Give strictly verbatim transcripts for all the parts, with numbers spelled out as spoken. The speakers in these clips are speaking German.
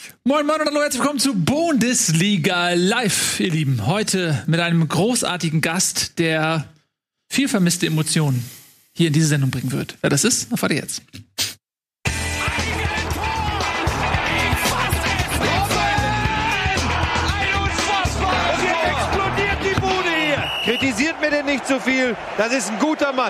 Moin Moin und hallo, herzlich willkommen zu Bundesliga Live, ihr Lieben. Heute mit einem großartigen Gast, der viel vermisste Emotionen hier in diese Sendung bringen wird. Wer das ist, erfahrt ihr jetzt. Kritisiert mir denn nicht zu viel, das ist ein guter Mann.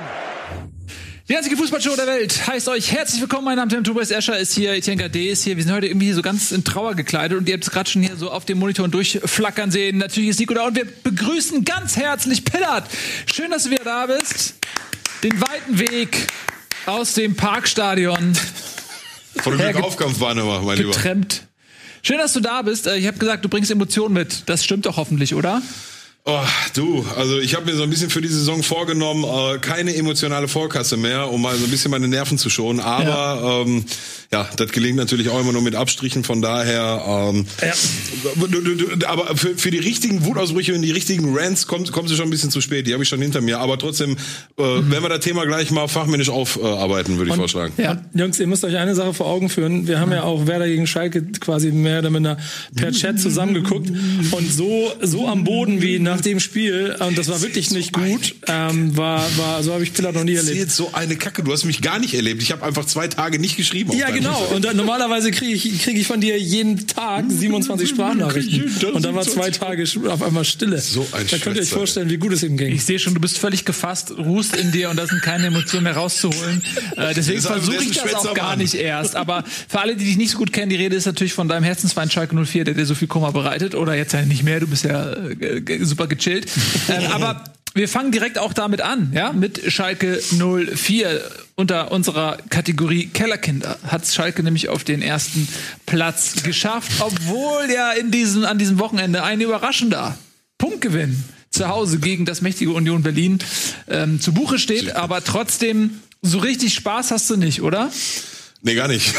Die einzige Fußballshow der Welt heißt euch herzlich willkommen. Mein Name ist Tobias Escher, ist hier, Etienne Gade ist hier. Wir sind heute irgendwie so ganz in Trauer gekleidet und ihr habt es gerade schon hier so auf dem Monitor durchflackern sehen. Natürlich ist Nico da und wir begrüßen ganz herzlich Pillard. Schön, dass du wieder da bist. Den weiten Weg aus dem Parkstadion. Von der Aufkampfbahn immer, mein Lieber. Getrennt. Schön, dass du da bist. Ich habe gesagt, du bringst Emotionen mit. Das stimmt doch hoffentlich, oder? Oh, du, also ich habe mir so ein bisschen für die Saison vorgenommen, äh, keine emotionale Vorkasse mehr, um mal so ein bisschen meine Nerven zu schonen. Aber ja, ähm, ja das gelingt natürlich auch immer nur mit Abstrichen. Von daher, ähm, ja. du, du, du, aber für, für die richtigen Wutausbrüche und die richtigen Rants kommt, kommst du schon ein bisschen zu spät. Die habe ich schon hinter mir. Aber trotzdem, äh, mhm. wenn wir das Thema gleich mal fachmännisch aufarbeiten, würde ich und, vorschlagen. Ja, Jungs, ihr müsst euch eine Sache vor Augen führen. Wir haben ja auch Werder gegen Schalke quasi mehr oder minder per Chat zusammengeguckt und so so am Boden wie nach dem Spiel, und das war wirklich nicht gut, ähm, war, war, so habe ich Pillard noch nie erlebt. Jetzt so eine Kacke, du hast mich gar nicht erlebt. Ich habe einfach zwei Tage nicht geschrieben. Ja, genau. Und dann, normalerweise kriege ich, krieg ich von dir jeden Tag siebenundzwanzig Sprachnachrichten. Und dann war zwei Tage auf einmal Stille. So ein Da könnt ihr euch vorstellen, wie gut es ihm ging. Ich sehe schon, du bist völlig gefasst, ruhst in dir und da sind keine Emotionen mehr rauszuholen. Äh, deswegen versuche ich das auch gar nicht erst. Aber für alle, die dich nicht so gut kennen, die Rede ist natürlich von deinem Herzensfeind Schalke null vier, der dir so viel Kummer bereitet. Oder jetzt ja nicht mehr, du bist ja äh, super gechillt. ähm, aber wir fangen direkt auch damit an, ja, mit Schalke null vier. Unter unserer Kategorie Kellerkinder hat Schalke nämlich auf den ersten Platz geschafft, obwohl ja in diesem, an diesem Wochenende ein überraschender Punktgewinn zu Hause gegen das mächtige Union Berlin ähm, zu Buche steht. Aber trotzdem, so richtig Spaß hast du nicht, oder? Nee, gar nicht.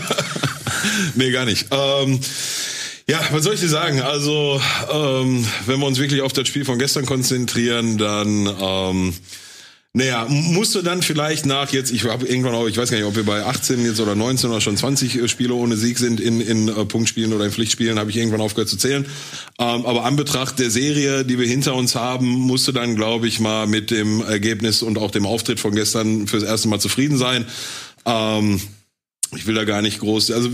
nee, gar nicht. Ähm Ja, was soll ich dir sagen? Also, ähm, wenn wir uns wirklich auf das Spiel von gestern konzentrieren, dann, ähm, naja, musst du dann vielleicht nach jetzt, ich habe irgendwann auch, ich weiß gar nicht, ob wir bei achtzehn jetzt oder neunzehn oder schon zwanzig Spiele ohne Sieg sind in, in äh, Punktspielen oder in Pflichtspielen, habe ich irgendwann aufgehört zu zählen. Ähm, aber an Betracht der Serie, die wir hinter uns haben, musst du dann, glaube ich, mal mit dem Ergebnis und auch dem Auftritt von gestern fürs erste Mal zufrieden sein. Ähm, Ich will da gar nicht groß, also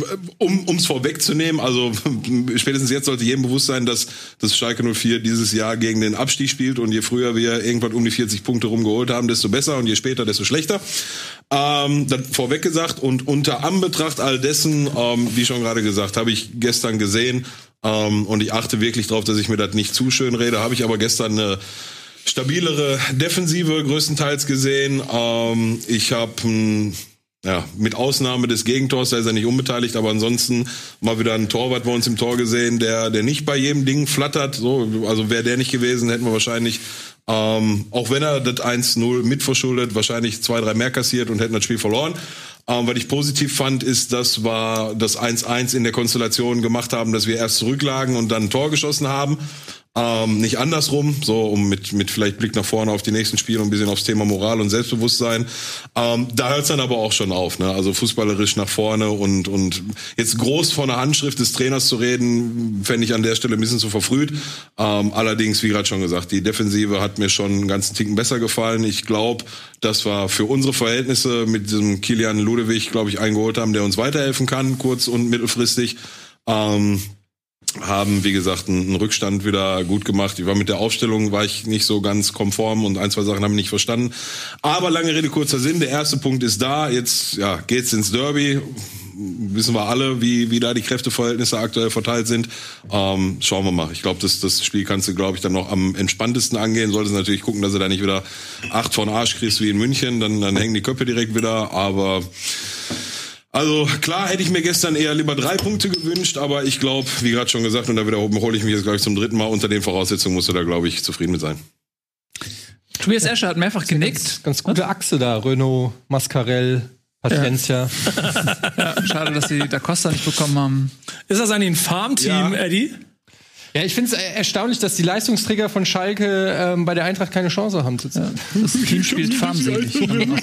um ums vorwegzunehmen, also spätestens jetzt sollte jedem bewusst sein, dass das Schalke null vier dieses Jahr gegen den Abstieg spielt und je früher wir irgendwann um die vierzig Punkte rumgeholt haben, desto besser und je später, desto schlechter. Ähm, dann vorweg gesagt und unter Anbetracht all dessen, ähm, wie schon gerade gesagt, habe ich gestern gesehen ähm, und ich achte wirklich drauf, dass ich mir das nicht zu schön rede, habe ich aber gestern eine stabilere Defensive größtenteils gesehen. Ähm, ich habe ein Ja, mit Ausnahme des Gegentors, da ist er nicht unbeteiligt, aber ansonsten mal wieder ein Torwart bei uns im Tor gesehen, der der nicht bei jedem Ding flattert. So, also wäre der nicht gewesen, hätten wir wahrscheinlich, ähm, auch wenn er das eins null mitverschuldet, wahrscheinlich zwei, drei mehr kassiert und hätten das Spiel verloren. Ähm, was ich positiv fand, ist, dass wir das eins eins in der Konstellation gemacht haben, dass wir erst zurücklagen und dann ein Tor geschossen haben. Ähm, nicht andersrum, so um mit mit vielleicht Blick nach vorne auf die nächsten Spiele und ein bisschen aufs Thema Moral und Selbstbewusstsein. Ähm, da hört es dann aber auch schon auf, ne? Also fußballerisch nach vorne und und jetzt groß von der Handschrift des Trainers zu reden, fände ich an der Stelle ein bisschen zu verfrüht. Ähm, allerdings, wie gerade schon gesagt, die Defensive hat mir schon einen ganzen Ticken besser gefallen. Ich glaube, dass wir für unsere Verhältnisse mit diesem Kilian Ludewig, glaube ich, eingeholt haben, der uns weiterhelfen kann, kurz- und mittelfristig. Ähm, haben, wie gesagt, einen Rückstand wieder gut gemacht. Ich war mit der Aufstellung, war ich nicht so ganz konform und ein, zwei Sachen habe ich nicht verstanden. Aber lange Rede, kurzer Sinn, der erste Punkt ist da. Jetzt ja, geht's ins Derby. Wissen wir alle, wie, wie da die Kräfteverhältnisse aktuell verteilt sind. Ähm, schauen wir mal. Ich glaube, das, das Spiel kannst du, glaube ich, dann noch am entspanntesten angehen. Solltest natürlich gucken, dass du da nicht wieder acht von Arsch kriegst wie in München. Dann, dann hängen die Köpfe direkt wieder. Aber also klar hätte ich mir gestern eher lieber drei Punkte gewünscht, aber ich glaube, wie gerade schon gesagt, und da wiederhole ich mich jetzt gleich zum dritten Mal, unter den Voraussetzungen musst du da, glaube ich, zufrieden mit sein. Tobias Escher hat mehrfach genickt. Ganz, ganz gute Achse da, Renault, Mascarell, Paciencia. Ja. Ja, schade, dass sie Da Costa nicht bekommen haben. Ist das eigentlich ein Farmteam, ja. Eddie? Ja, ich finde es erstaunlich, dass die Leistungsträger von Schalke ähm, bei der Eintracht keine Chance haben zurzeit. Ja, das Team spielt farmselig.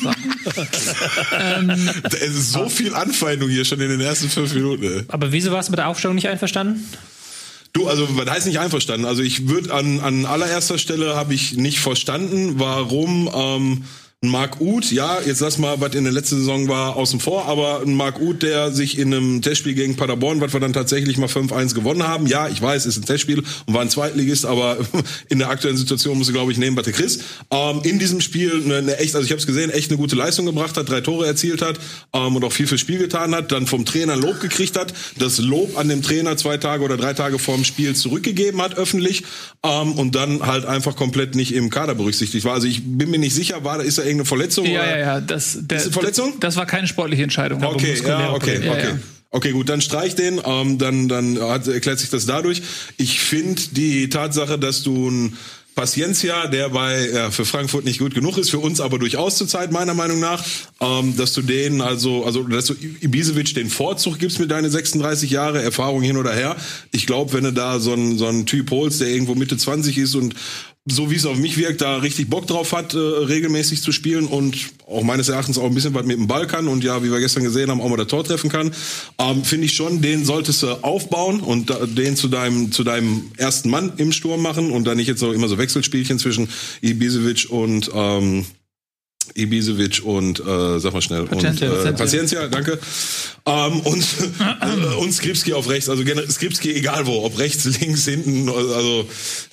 ähm, es ist so viel Anfeindung hier schon in den ersten fünf Minuten. Aber wieso warst du mit der Aufstellung nicht einverstanden? Du, also was heißt nicht einverstanden? Also ich würde an, an allererster Stelle habe ich nicht verstanden, warum ähm, ein Marc Uth, ja, jetzt lass mal, was in der letzten Saison war, außen vor, aber ein Marc Uth, der sich in einem Testspiel gegen Paderborn, was wir dann tatsächlich mal fünf eins gewonnen haben, ja, ich weiß, ist ein Testspiel und war ein Zweitligist, aber in der aktuellen Situation musst du, glaube ich, nehmen, Batte Chris, ähm, in diesem Spiel eine, eine echt, also ich habe es gesehen, echt eine gute Leistung gebracht hat, drei Tore erzielt hat ähm, und auch viel fürs Spiel getan hat, dann vom Trainer Lob gekriegt hat, das Lob an dem Trainer zwei Tage oder drei Tage vor dem Spiel zurückgegeben hat, öffentlich, ähm, und dann halt einfach komplett nicht im Kader berücksichtigt war. Also ich bin mir nicht sicher, war da ist da irgendeine Verletzung? Ja, oder? ja, ja. Das, der, ist eine Verletzung? Das war keine sportliche Entscheidung. Okay, ja, okay, okay. Ja, ja. Okay, gut, dann streich den, ähm, dann, dann hat, erklärt sich das dadurch. Ich finde die Tatsache, dass du ein Paciencia, der bei ja, für Frankfurt nicht gut genug ist, für uns aber durchaus zurzeit meiner Meinung nach, ähm, dass du denen also also dass du Ibisevic den Vorzug gibst mit deinen sechsunddreißig Jahre Erfahrung hin oder her. Ich glaube, wenn du da so einen so einen Typ holst, der irgendwo Mitte zwanzig ist und so wie es auf mich wirkt, da richtig Bock drauf hat, äh, regelmäßig zu spielen und auch meines Erachtens auch ein bisschen was mit dem Ball kann und ja, wie wir gestern gesehen haben, auch mal das Tor treffen kann, ähm, finde ich schon, den solltest du aufbauen und da, den zu deinem zu deinem ersten Mann im Sturm machen und dann nicht jetzt so immer so Wechselspielchen zwischen Ibisevic und ähm, Ibisevic und äh, sag mal schnell Paciencia, und äh, Paciencia, danke. Ähm, und äh, und Skripski auf rechts, also generell Skripski egal wo, ob rechts, links, hinten, also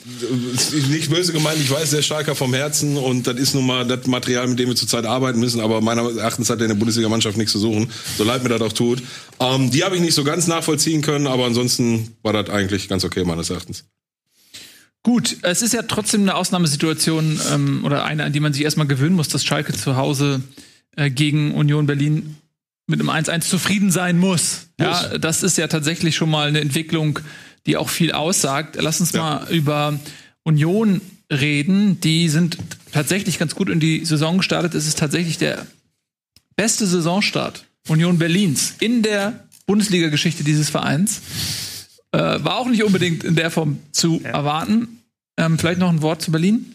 nicht böse gemeint, ich weiß, der Schalker vom Herzen und das ist nun mal das Material, mit dem wir zurzeit arbeiten müssen, aber meiner Erachtens hat der in der Bundesliga-Mannschaft nichts zu suchen, so leid mir das auch tut. Ähm, die habe ich nicht so ganz nachvollziehen können, aber ansonsten war das eigentlich ganz okay meines Erachtens. Gut, es ist ja trotzdem eine Ausnahmesituation ähm, oder eine, an die man sich erstmal gewöhnen muss, dass Schalke zu Hause äh, gegen Union Berlin mit einem eins eins zufrieden sein muss. Ja, das ist ja tatsächlich schon mal eine Entwicklung, die auch viel aussagt. Lass uns ja. mal über Union reden. Die sind tatsächlich ganz gut in die Saison gestartet. Es ist tatsächlich der beste Saisonstart Union Berlins in der Bundesliga-Geschichte dieses Vereins. Äh, war auch nicht unbedingt in der Form zu ja. erwarten. Ähm, vielleicht noch ein Wort zu Berlin?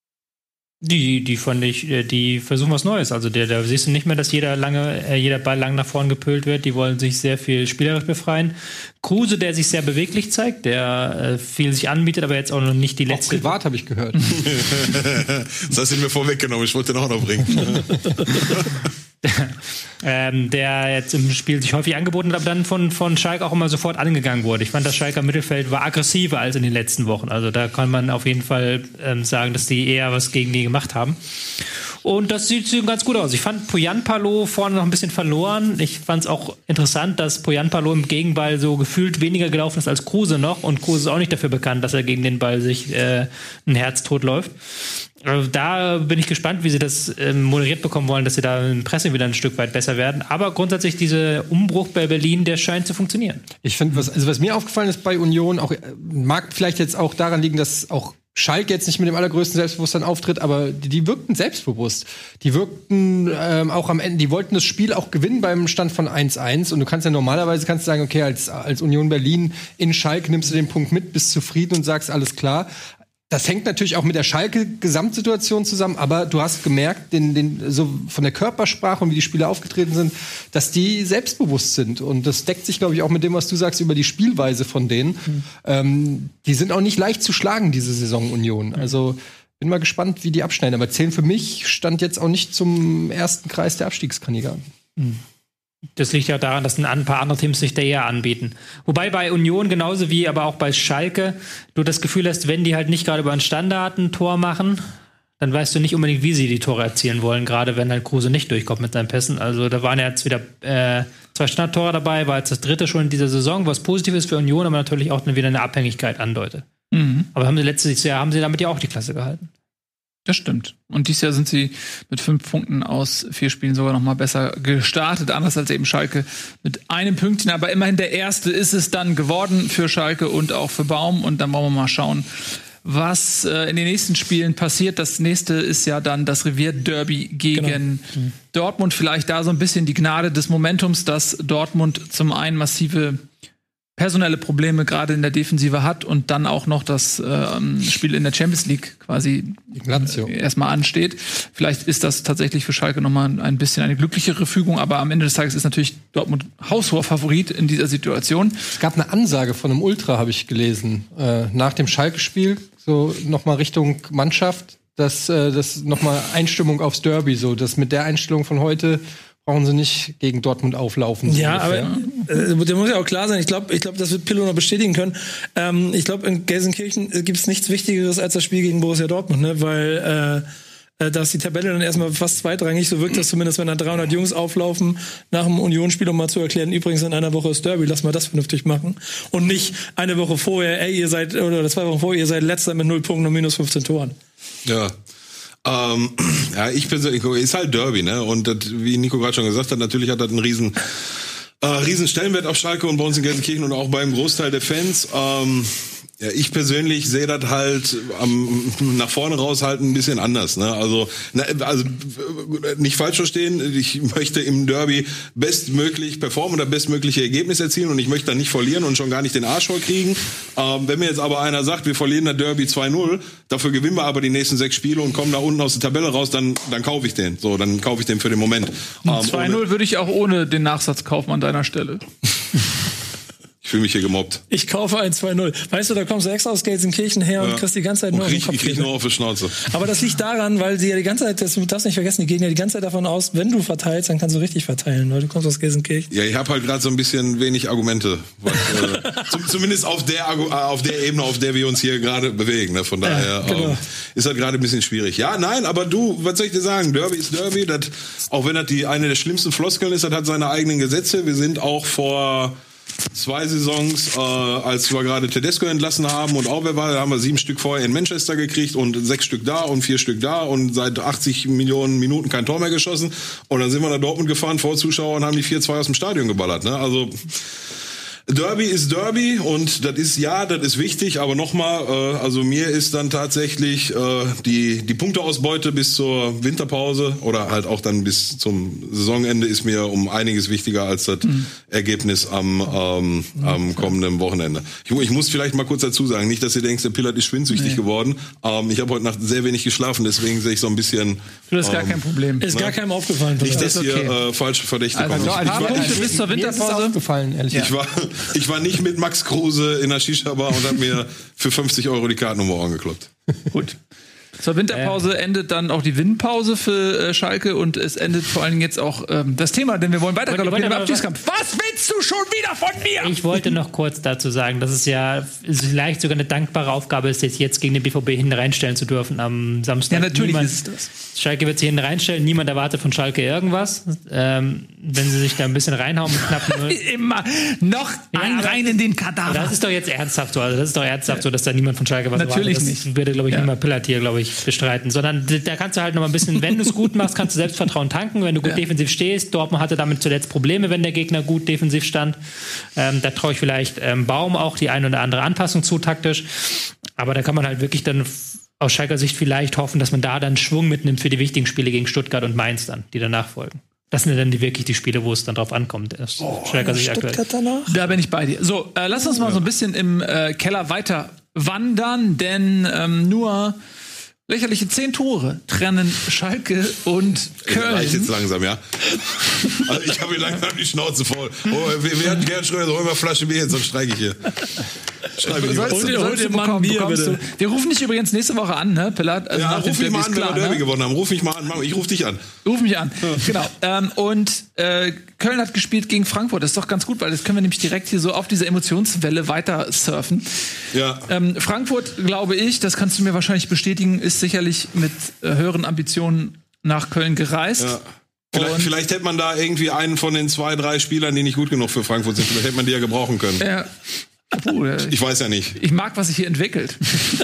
Die, die fand ich, die versuchen was Neues. Also der, da siehst du nicht mehr, dass jeder lange, äh, jeder Ball lang nach vorn gepölt wird. Die wollen sich sehr viel spielerisch befreien. Kruse, der sich sehr beweglich zeigt, der äh, viel sich anbietet, aber jetzt auch noch nicht die letzte. Auch privat habe ich gehört. Das hast du mir vorweggenommen. Ich wollte den auch noch bringen. ähm, der jetzt im Spiel sich häufig angeboten hat, aber dann von, von Schalke auch immer sofort angegangen wurde. Ich fand, das Schalker Mittelfeld war aggressiver als in den letzten Wochen. Also da kann man auf jeden Fall ähm, sagen, dass die eher was gegen die gemacht haben. Und das sieht, sieht ganz gut aus. Ich fand Poyanpalo vorne noch ein bisschen verloren. Ich fand es auch interessant, dass Poyanpalo im Gegenball so gefühlt weniger gelaufen ist als Kruse noch. Und Kruse ist auch nicht dafür bekannt, dass er gegen den Ball sich äh, ein Herz tot läuft. Also da bin ich gespannt, wie sie das ähm, moderiert bekommen wollen, dass sie da im Pressing wieder ein Stück weit besser werden. Aber grundsätzlich dieser Umbruch bei Berlin, der scheint zu funktionieren. Ich finde, was, also was mir aufgefallen ist bei Union, auch mag vielleicht jetzt auch daran liegen, dass auch Schalke jetzt nicht mit dem allergrößten Selbstbewusstsein auftritt, aber die, die wirkten selbstbewusst. Die wirkten ähm, auch am Ende, die wollten das Spiel auch gewinnen beim Stand von eins eins. Und du kannst ja normalerweise kannst du sagen, okay, als, als Union Berlin in Schalke nimmst du den Punkt mit, bist zufrieden und sagst, alles klar. Das hängt natürlich auch mit der Schalke-Gesamtsituation zusammen, aber du hast gemerkt, den, den, so von der Körpersprache und wie die Spieler aufgetreten sind, dass die selbstbewusst sind. Und das deckt sich, glaube ich, auch mit dem, was du sagst über die Spielweise von denen. Mhm. Ähm, die sind auch nicht leicht zu schlagen, diese Saison Union. Also bin mal gespannt, wie die abschneiden. Aber zählen für mich stand jetzt auch nicht zum ersten Kreis der Abstiegskandidaten. Mhm. Das liegt ja daran, dass ein paar andere Teams sich da eher anbieten. Wobei bei Union genauso wie aber auch bei Schalke du das Gefühl hast, wenn die halt nicht gerade über einen Standard ein Tor machen, dann weißt du nicht unbedingt, wie sie die Tore erzielen wollen, gerade wenn halt Kruse nicht durchkommt mit seinen Pässen. Also da waren ja jetzt wieder äh, zwei Standardtore dabei, war jetzt das dritte schon in dieser Saison, was positiv ist für Union, aber natürlich auch wieder eine Abhängigkeit andeutet. Mhm. Aber haben sie letztes Jahr haben sie damit ja auch die Klasse gehalten. Das stimmt. Und dieses Jahr sind sie mit fünf Punkten aus vier Spielen sogar noch mal besser gestartet, anders als eben Schalke mit einem Pünktchen. Aber immerhin der erste ist es dann geworden für Schalke und auch für Baum. Und dann wollen wir mal schauen, was äh, in den nächsten Spielen passiert. Das nächste ist ja dann das Revierderby gegen genau. mhm. Dortmund. Vielleicht da so ein bisschen die Gnade des Momentums, dass Dortmund zum einen massive personelle Probleme gerade in der Defensive hat und dann auch noch das ähm, Spiel in der Champions League quasi äh, erstmal ansteht. Vielleicht ist das tatsächlich für Schalke nochmal ein bisschen eine glücklichere Fügung, aber am Ende des Tages ist natürlich Dortmund haushoher Favorit in dieser Situation. Es gab eine Ansage von einem Ultra, habe ich gelesen, äh, nach dem Schalke-Spiel, so nochmal Richtung Mannschaft, dass äh, das nochmal Einstimmung aufs Derby, so dass mit der Einstellung von heute brauchen sie nicht gegen Dortmund auflaufen. So ja, ungefähr. aber äh, der muss ja auch klar sein. Ich glaube, ich glaube, das wird Pillow noch bestätigen können. Ähm, ich glaube, in Gelsenkirchen gibt es nichts Wichtigeres als das Spiel gegen Borussia Dortmund, ne? Weil äh, dass die Tabelle dann erstmal fast zweitrangig, so wirkt das zumindest, wenn da dreihundert Jungs auflaufen nach dem Unionsspiel, um mal zu erklären, übrigens in einer Woche ist Derby, lass mal das vernünftig machen. Und nicht eine Woche vorher, ey, ihr seid, oder zwei Wochen vorher, ihr seid Letzter mit null Punkten und minus fünfzehn Toren. Ja. Ähm, ja, ich persönlich, ist halt Derby, ne? Und das, wie Nico gerade schon gesagt hat, natürlich hat das einen riesen, äh, riesen Stellenwert auf Schalke und bei uns in Gelsenkirchen und auch beim Großteil der Fans. Ähm, ja, ich persönlich sehe das halt am, nach vorne raus halt ein bisschen anders, ne? Also, na, also nicht falsch verstehen, ich möchte im Derby bestmöglich performen oder bestmögliche Ergebnisse erzielen und ich möchte dann nicht verlieren und schon gar nicht den Arsch vollkriegen. Ähm, wenn mir jetzt aber einer sagt, wir verlieren das Derby zwei null, dafür gewinnen wir aber die nächsten sechs Spiele und kommen da unten aus der Tabelle raus, dann dann kaufe ich den. So, dann kaufe ich den für den Moment. Ähm, zwei null würde ich auch ohne den Nachsatz kaufen an deiner Stelle. Ich fühle mich hier gemobbt. Ich kaufe ein zwei null. Weißt du, da kommst du extra aus Gelsenkirchen her und ja. kriegst die ganze Zeit nur und krieg, auf den Kopf. Ich krieg nur auf die Schnauze. Aber das liegt daran, weil sie ja die ganze Zeit, das darfst nicht vergessen, die gehen ja die ganze Zeit davon aus, wenn du verteilst, dann kannst du richtig verteilen, weil du kommst aus Gelsenkirchen. Ja, ich habe halt gerade so ein bisschen wenig Argumente. Was, äh, zum, zumindest auf der, auf der Ebene, auf der wir uns hier gerade bewegen. Ne? Von daher ja, genau. ähm, ist halt gerade ein bisschen schwierig. Ja, nein, aber du, was soll ich dir sagen? Derby ist Derby. Das, auch wenn das die eine der schlimmsten Floskeln ist, das hat seine eigenen Gesetze. Wir sind auch vor zwei Saisons, äh, als wir gerade Tedesco entlassen haben und auch wer war, da haben wir sieben Stück vorher in Manchester gekriegt und sechs Stück da und vier Stück da und seit achtzig Millionen Minuten kein Tor mehr geschossen. Und dann sind wir nach Dortmund gefahren vor Zuschauern und haben die vier zwei aus dem Stadion geballert. Ne? Also Derby ist Derby und das ist, ja, das ist wichtig, aber nochmal, äh, also mir ist dann tatsächlich äh, die die Punkteausbeute bis zur Winterpause oder halt auch dann bis zum Saisonende ist mir um einiges wichtiger als das mhm. Ergebnis am ähm, am kommenden Wochenende. Ich, ich muss vielleicht mal kurz dazu sagen, nicht, dass ihr denkt, der Pillard ist schwindsüchtig nee. geworden. Ähm, ich habe heute Nacht sehr wenig geschlafen, deswegen sehe ich so ein bisschen... Du hast ähm, gar kein Problem. Ist ne? gar keinem aufgefallen. Nicht, dass okay. hier äh, falsche Verdächte also, kommen. Also, ein paar Punkte bis zur Winterpause. Aufgefallen, ehrlich ich war Ich war nicht mit Max Kruse in der Shisha-Bar und habe mir für fünfzig Euro die Karten um die Ohren gekloppt. Gut. Zur Winterpause äh. endet dann auch die Windpause für äh, Schalke und es endet vor allen Dingen jetzt auch ähm, das Thema, denn wir wollen weiter galoppieren im Abstiegskampf. Was willst du schon wieder von mir? Ich wollte noch kurz dazu sagen, dass es ja vielleicht sogar eine dankbare Aufgabe ist, jetzt, jetzt gegen den B V B hinten reinstellen zu dürfen am Samstag. Ja, natürlich niemand, ist es das. Schalke wird sich hinten reinstellen, niemand erwartet von Schalke irgendwas. Ähm, wenn sie sich da ein bisschen reinhauen mit knapp null. Immer noch ja, ein rein in den Kadaver. Das ist doch jetzt ernsthaft so. Also das ist doch ernsthaft so, dass da niemand von Schalke was natürlich erwartet. Das nicht. würde, glaube ich, ja. niemand Pillard hier, glaube ich, bestreiten. Sondern da kannst du halt noch mal ein bisschen, wenn du es gut machst, kannst du Selbstvertrauen tanken. Wenn du gut ja. defensiv stehst, Dortmund hatte damit zuletzt Probleme, wenn der Gegner gut defensiv stand. Ähm, da traue ich vielleicht ähm, Baum auch die ein oder andere Anpassung zu taktisch. Aber da kann man halt wirklich dann aus Schalker Sicht vielleicht hoffen, dass man da dann Schwung mitnimmt für die wichtigen Spiele gegen Stuttgart und Mainz dann, die danach folgen. Das sind dann die, wirklich die Spiele, wo es dann drauf ankommt. Oh, Schalker Sicht aktuell. Danach? Da bin ich bei dir. So, äh, lass uns mal so ein bisschen im äh, Keller weiter wandern, denn ähm, nur lächerliche zehn Tore trennen Schalke und Köln. Reicht jetzt langsam, ja. Also ich habe hier langsam die Schnauze voll. Oh, wir, wir hatten Gerd Schröder, hol mal eine Flasche Bier, sonst streike ich hier. Streike ich sollst du, sollst du bekommen, Bier, bitte. Wir rufen dich übrigens nächste Woche an, ne, Pillard? Also ja, ruf mich mal an, klar, wenn wir Derby ne? gewonnen haben. Ruf mich mal an, ich ruf dich an. Ruf mich an, ja. Genau. Ähm, und äh, Köln hat gespielt gegen Frankfurt. Das ist doch ganz gut, weil das können wir nämlich direkt hier so auf diese Emotionswelle weiter surfen. Ja. Ähm, Frankfurt, glaube ich, das kannst du mir wahrscheinlich bestätigen, ist sicherlich mit äh, höheren Ambitionen nach Köln gereist. Ja. Vielleicht, vielleicht hätte man da irgendwie einen von den zwei, drei Spielern, die nicht gut genug für Frankfurt sind, vielleicht hätte man die ja gebrauchen können. Ja. Puh, ich weiß ja nicht. Ich mag, was sich hier entwickelt.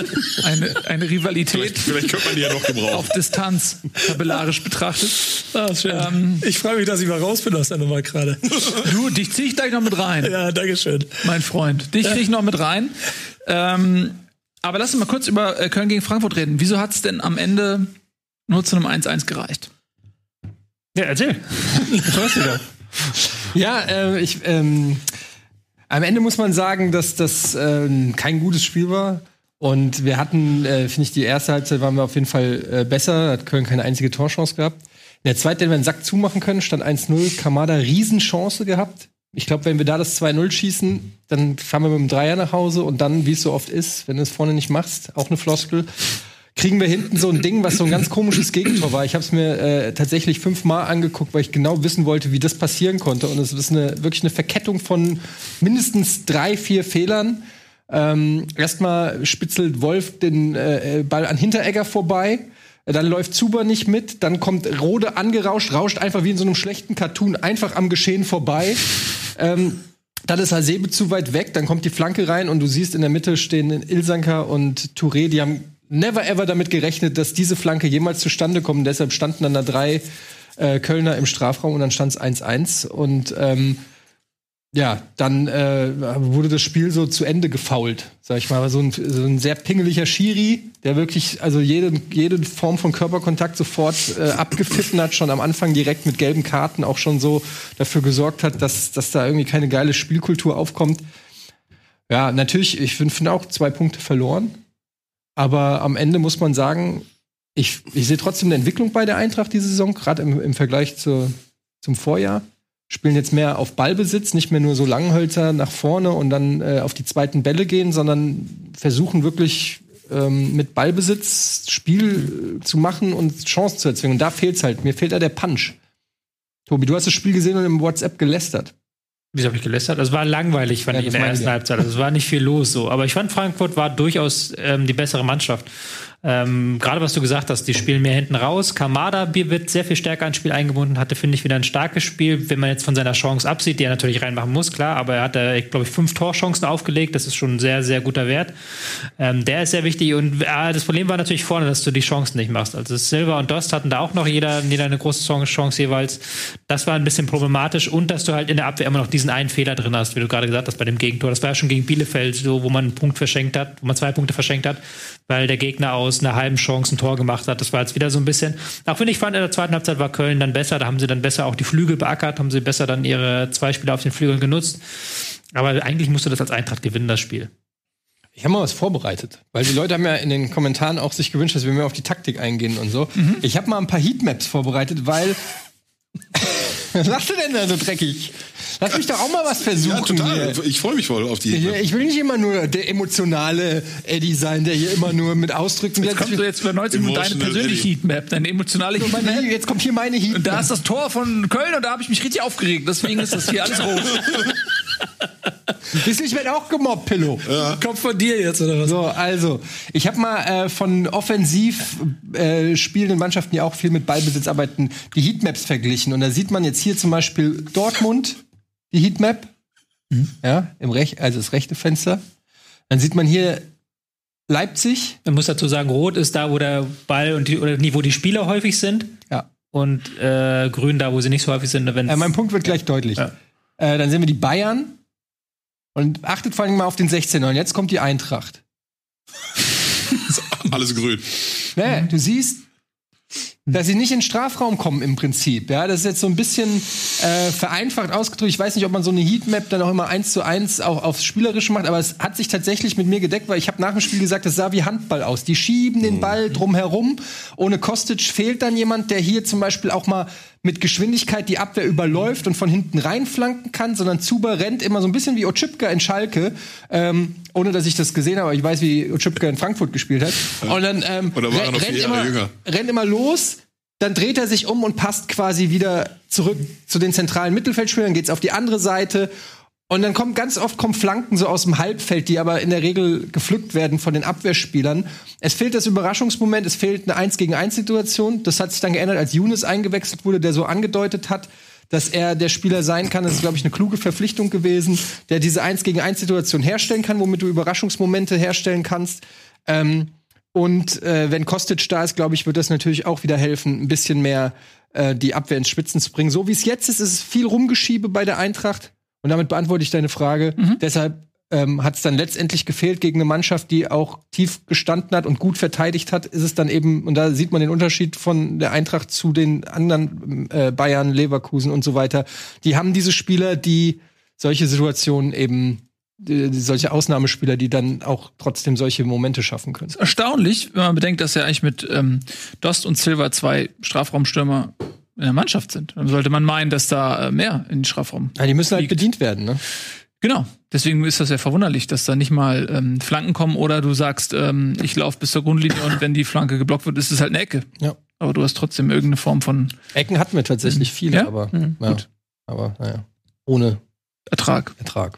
Eine, eine Rivalität. Vielleicht, vielleicht könnte man die ja noch gebrauchen. Auf Distanz, tabellarisch betrachtet. Ah, schön. Ähm, ich freue mich, dass ich mal raus bin aus der Nummer gerade. Du, dich zieh ich gleich noch mit rein. Ja, danke schön. Mein Freund. Dich krieg ich noch mit rein. Ähm, aber lass uns mal kurz über äh, Köln gegen Frankfurt reden. Wieso hat es denn am Ende nur zu einem eins eins gereicht? Ja, erzähl. Was du da? Ja, äh, ich, ähm, Am Ende muss man sagen, dass das äh, kein gutes Spiel war. Und wir hatten, äh, finde ich, die erste Halbzeit waren wir auf jeden Fall äh, besser. Hat Köln keine einzige Torchance gehabt. In der zweiten hätten wir einen Sack zumachen können, stand eins null. Kamada Riesenchance gehabt. Ich glaube, wenn wir da das zwei null schießen, dann fahren wir mit dem Dreier nach Hause. Und dann, wie es so oft ist, wenn du es vorne nicht machst, auch eine Floskel, kriegen wir hinten so ein Ding, was so ein ganz komisches Gegentor war. Ich habe es mir äh, tatsächlich fünfmal angeguckt, weil ich genau wissen wollte, wie das passieren konnte. Und es ist eine, wirklich eine Verkettung von mindestens drei, vier Fehlern. Ähm, erstmal spitzelt Wolf den äh, Ball an Hinteregger vorbei. Dann läuft Zuber nicht mit. Dann kommt Rode angerauscht, rauscht einfach wie in so einem schlechten Cartoon einfach am Geschehen vorbei. Ähm, Dann ist Hasebe zu weit weg, dann kommt die Flanke rein und du siehst, in der Mitte stehen Ilsanker und Touré, die haben never ever damit gerechnet, dass diese Flanke jemals zustande kommt. Deshalb standen dann da drei äh, Kölner im Strafraum und dann stand es eins eins. Und ähm, ja, dann äh, wurde das Spiel so zu Ende gefoult, sag ich mal. So ein, so ein sehr pingeliger Schiri, der wirklich also jede, jede Form von Körperkontakt sofort äh, abgepfiffen hat, schon am Anfang direkt mit gelben Karten auch schon so dafür gesorgt hat, dass, dass da irgendwie keine geile Spielkultur aufkommt. Ja, natürlich, ich finde find auch zwei Punkte verloren. Aber am Ende muss man sagen, ich, ich sehe trotzdem eine Entwicklung bei der Eintracht diese Saison, gerade im, im Vergleich zu, zum Vorjahr. Spielen jetzt mehr auf Ballbesitz, nicht mehr nur so Langhölzer nach vorne und dann äh, auf die zweiten Bälle gehen, sondern versuchen wirklich ähm, mit Ballbesitz Spiel äh, zu machen und Chancen zu erzwingen. Und da fehlt's halt. Mir fehlt da der Punch. Tobi, du hast das Spiel gesehen und im WhatsApp gelästert. Wieso habe ich gelästert? Es war langweilig, fand Ja, ich in der ersten ich. Halbzeit. Also es war nicht viel los so. Aber ich fand, Frankfurt war durchaus ähm, die bessere Mannschaft. Ähm, Gerade was du gesagt hast, die spielen mehr hinten raus. Kamada wird sehr viel stärker ins Spiel eingebunden, hatte, finde ich, wieder ein starkes Spiel. Wenn man jetzt von seiner Chance absieht, die er natürlich reinmachen muss, klar, aber er hat, äh, glaube ich, fünf Torchancen aufgelegt. Das ist schon ein sehr, sehr guter Wert. Ähm, der ist sehr wichtig. Und äh, das Problem war natürlich vorne, dass du die Chancen nicht machst. Also Silva und Dost hatten da auch noch jeder, jeder eine große Chance jeweils. Das war ein bisschen problematisch. Und dass du halt in der Abwehr immer noch diesen einen Fehler drin hast, wie du gerade gesagt hast, bei dem Gegentor. Das war ja schon gegen Bielefeld so, wo man einen Punkt verschenkt hat, wo man zwei Punkte verschenkt hat, weil der Gegner aus einer halben Chance ein Tor gemacht hat. Das war jetzt wieder so ein bisschen, auch wenn ich fand, in der zweiten Halbzeit war Köln dann besser, da haben sie dann besser auch die Flügel beackert, haben sie besser dann ihre zwei Spieler auf den Flügeln genutzt. Aber eigentlich musst du das als Eintracht gewinnen, das Spiel. Ich habe mal was vorbereitet, weil die Leute haben ja in den Kommentaren auch sich gewünscht, dass wir mehr auf die Taktik eingehen und so. Mhm. Ich habe mal ein paar Heatmaps vorbereitet, weil was machst du denn da so dreckig? Lass mich doch auch mal was versuchen. Ja, total. Hier. Ich freue mich voll auf die. Ich, ich will nicht immer nur der emotionale Eddie sein, der hier immer nur mit Ausdrücken. Jetzt kommst du jetzt für neunzig Minuten deine persönliche Heatmap, deine emotionale so, Heatmap. meine, jetzt kommt hier meine Heatmap. Und da ist das Tor von Köln und da habe ich mich richtig aufgeregt. Deswegen ist das hier alles rot. Bist du nicht mehr auch gemobbt, Pillow? Ja. Kommt von dir jetzt, oder was? So, also, ich habe mal äh, von offensiv äh, spielenden Mannschaften, die auch viel mit Ballbesitz arbeiten, die Heatmaps verglichen. Und da sieht man jetzt hier zum Beispiel Dortmund, die Heatmap, mhm. ja, im Rech also das rechte Fenster. Dann sieht man hier Leipzig. Man muss dazu sagen, rot ist da, wo der Ball und die, oder nie, wo die Spieler häufig sind. Ja. Und äh, grün da, wo sie nicht so häufig sind. Äh, mein Punkt wird gleich deutlich. Ja. Äh, dann sehen wir die Bayern. Und achtet vor allem mal auf den sechzehner. Und jetzt kommt die Eintracht. Alles grün. Nee, du siehst, dass sie nicht in den Strafraum kommen im Prinzip. Ja, das ist jetzt so ein bisschen äh, vereinfacht ausgedrückt. Ich weiß nicht, ob man so eine Heatmap dann auch immer eins zu eins auch aufs Spielerische macht, aber es hat sich tatsächlich mit mir gedeckt, weil ich habe nach dem Spiel gesagt, das sah wie Handball aus. Die schieben den Ball drumherum. Ohne Kostic fehlt dann jemand, der hier zum Beispiel auch mal mit Geschwindigkeit die Abwehr überläuft und von hinten reinflanken kann, sondern Zuber rennt immer so ein bisschen wie Oczipka in Schalke, ähm, ohne dass ich das gesehen habe, aber ich weiß, wie Oczipka in Frankfurt gespielt hat. Ja. Und dann ähm, Oder war er noch rennt, vier Jahre immer, jünger. rennt immer los, dann dreht er sich um und passt quasi wieder zurück zu den zentralen Mittelfeldspielern, geht's auf die andere Seite. Und dann kommt ganz oft kommen Flanken so aus dem Halbfeld, die aber in der Regel gepflückt werden von den Abwehrspielern. Es fehlt das Überraschungsmoment, es fehlt eine eins gegen eins Situation. Das hat sich dann geändert, als Younes eingewechselt wurde, der so angedeutet hat, dass er der Spieler sein kann. Das ist, glaube ich, eine kluge Verpflichtung gewesen, der diese eins gegen eins Situation herstellen kann, womit du Überraschungsmomente herstellen kannst. Ähm, und äh, wenn Kostic da ist, glaube ich, wird das natürlich auch wieder helfen, ein bisschen mehr äh, die Abwehr ins Spitzen zu bringen. So wie es jetzt ist, ist es viel Rumgeschiebe bei der Eintracht. Und damit beantworte ich deine Frage. Mhm. Deshalb ähm, hat es dann letztendlich gefehlt gegen eine Mannschaft, die auch tief gestanden hat und gut verteidigt hat. Ist es dann eben, und da sieht man den Unterschied von der Eintracht zu den anderen äh, Bayern, Leverkusen und so weiter. Die haben diese Spieler, die solche Situationen eben die, die, solche Ausnahmespieler, die dann auch trotzdem solche Momente schaffen können. Das ist erstaunlich, wenn man bedenkt, dass ja eigentlich mit ähm, Dost und Silva zwei Strafraumstürmer in der Mannschaft sind. Dann sollte man meinen, dass da äh, mehr in den Strafraum Ja, die müssen halt liegt. bedient werden, ne? Genau. Deswegen ist das ja verwunderlich, dass da nicht mal ähm, Flanken kommen oder du sagst, ähm, ich laufe bis zur Grundlinie und wenn die Flanke geblockt wird, ist es halt eine Ecke. Ja. Aber du hast trotzdem irgendeine Form von Ecken hatten wir tatsächlich viele, Ja? aber Mhm, ja, gut. aber naja, ohne Ertrag. Ertrag.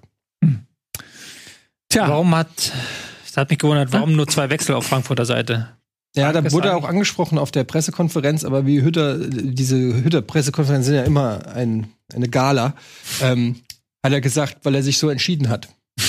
Tja, Warum hat, das hat mich gewundert, warum nur zwei Wechsel auf Frankfurter Seite? Ja, da Frank wurde ist auch angesprochen auf der Pressekonferenz, aber wie Hütter, diese Hütter-Pressekonferenzen sind ja immer ein, eine Gala, ähm, hat er gesagt, weil er sich so entschieden hat.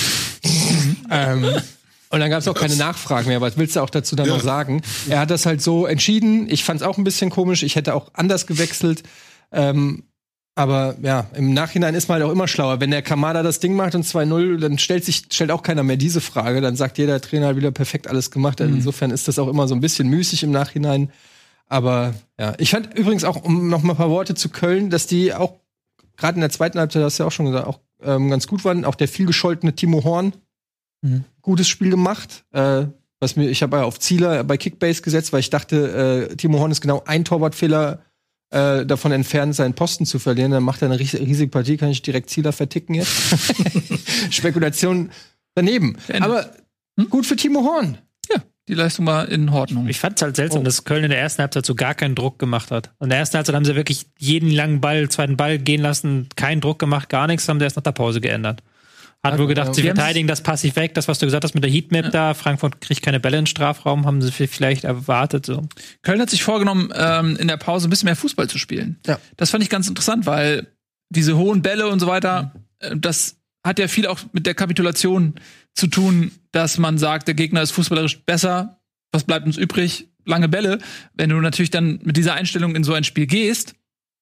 ähm, und dann gab es auch keine Nachfragen mehr. Was willst du auch dazu dann Ja. noch sagen? Er hat das halt so entschieden. Ich fand es auch ein bisschen komisch. Ich hätte auch anders gewechselt. Ähm, aber ja, im Nachhinein ist man halt auch immer schlauer. Wenn der Kamada das Ding macht und zwei null, dann stellt sich stellt auch keiner mehr diese Frage. Dann sagt jeder Trainer hat wieder perfekt alles gemacht. Also insofern ist das auch immer so ein bisschen müßig im Nachhinein. Aber ja, ich fand übrigens auch, um noch mal ein paar Worte zu Köln, dass die auch gerade in der zweiten Halbzeit, hast du ja auch schon gesagt, auch ähm, ganz gut waren. Auch der viel gescholtene Timo Horn, Mhm. gutes Spiel gemacht. Äh, was mir, ich habe ja auf Zieler bei Kickbase gesetzt, weil ich dachte, äh, Timo Horn ist genau ein Torwartfehler äh, davon entfernt, seinen Posten zu verlieren. Dann macht er eine ries- riesige Partie, kann ich direkt Zieler verticken jetzt. Spekulation daneben. Beendet. Aber gut für Timo Horn. ja, die Leistung war in Ordnung. Ich fand es halt seltsam, Oh. dass Köln in der ersten Halbzeit so gar keinen Druck gemacht hat. Und in der ersten Halbzeit haben sie wirklich jeden langen Ball, zweiten Ball gehen lassen, keinen Druck gemacht, gar nichts, haben sie erst nach der Pause geändert. Hat wohl gedacht, ja. sie Die haben's- verteidigen das passiv weg, das, was du gesagt hast mit der Heatmap da, Frankfurt kriegt keine Bälle in den Strafraum, haben sie vielleicht erwartet, so. Köln hat sich vorgenommen, ähm, in der Pause ein bisschen mehr Fußball zu spielen. Ja. Das fand ich ganz interessant, weil diese hohen Bälle und so weiter, äh, das hat ja viel auch mit der Kapitulation zu tun, dass man sagt, der Gegner ist fußballerisch besser. Was bleibt uns übrig? Lange Bälle. Wenn du natürlich dann mit dieser Einstellung in so ein Spiel gehst,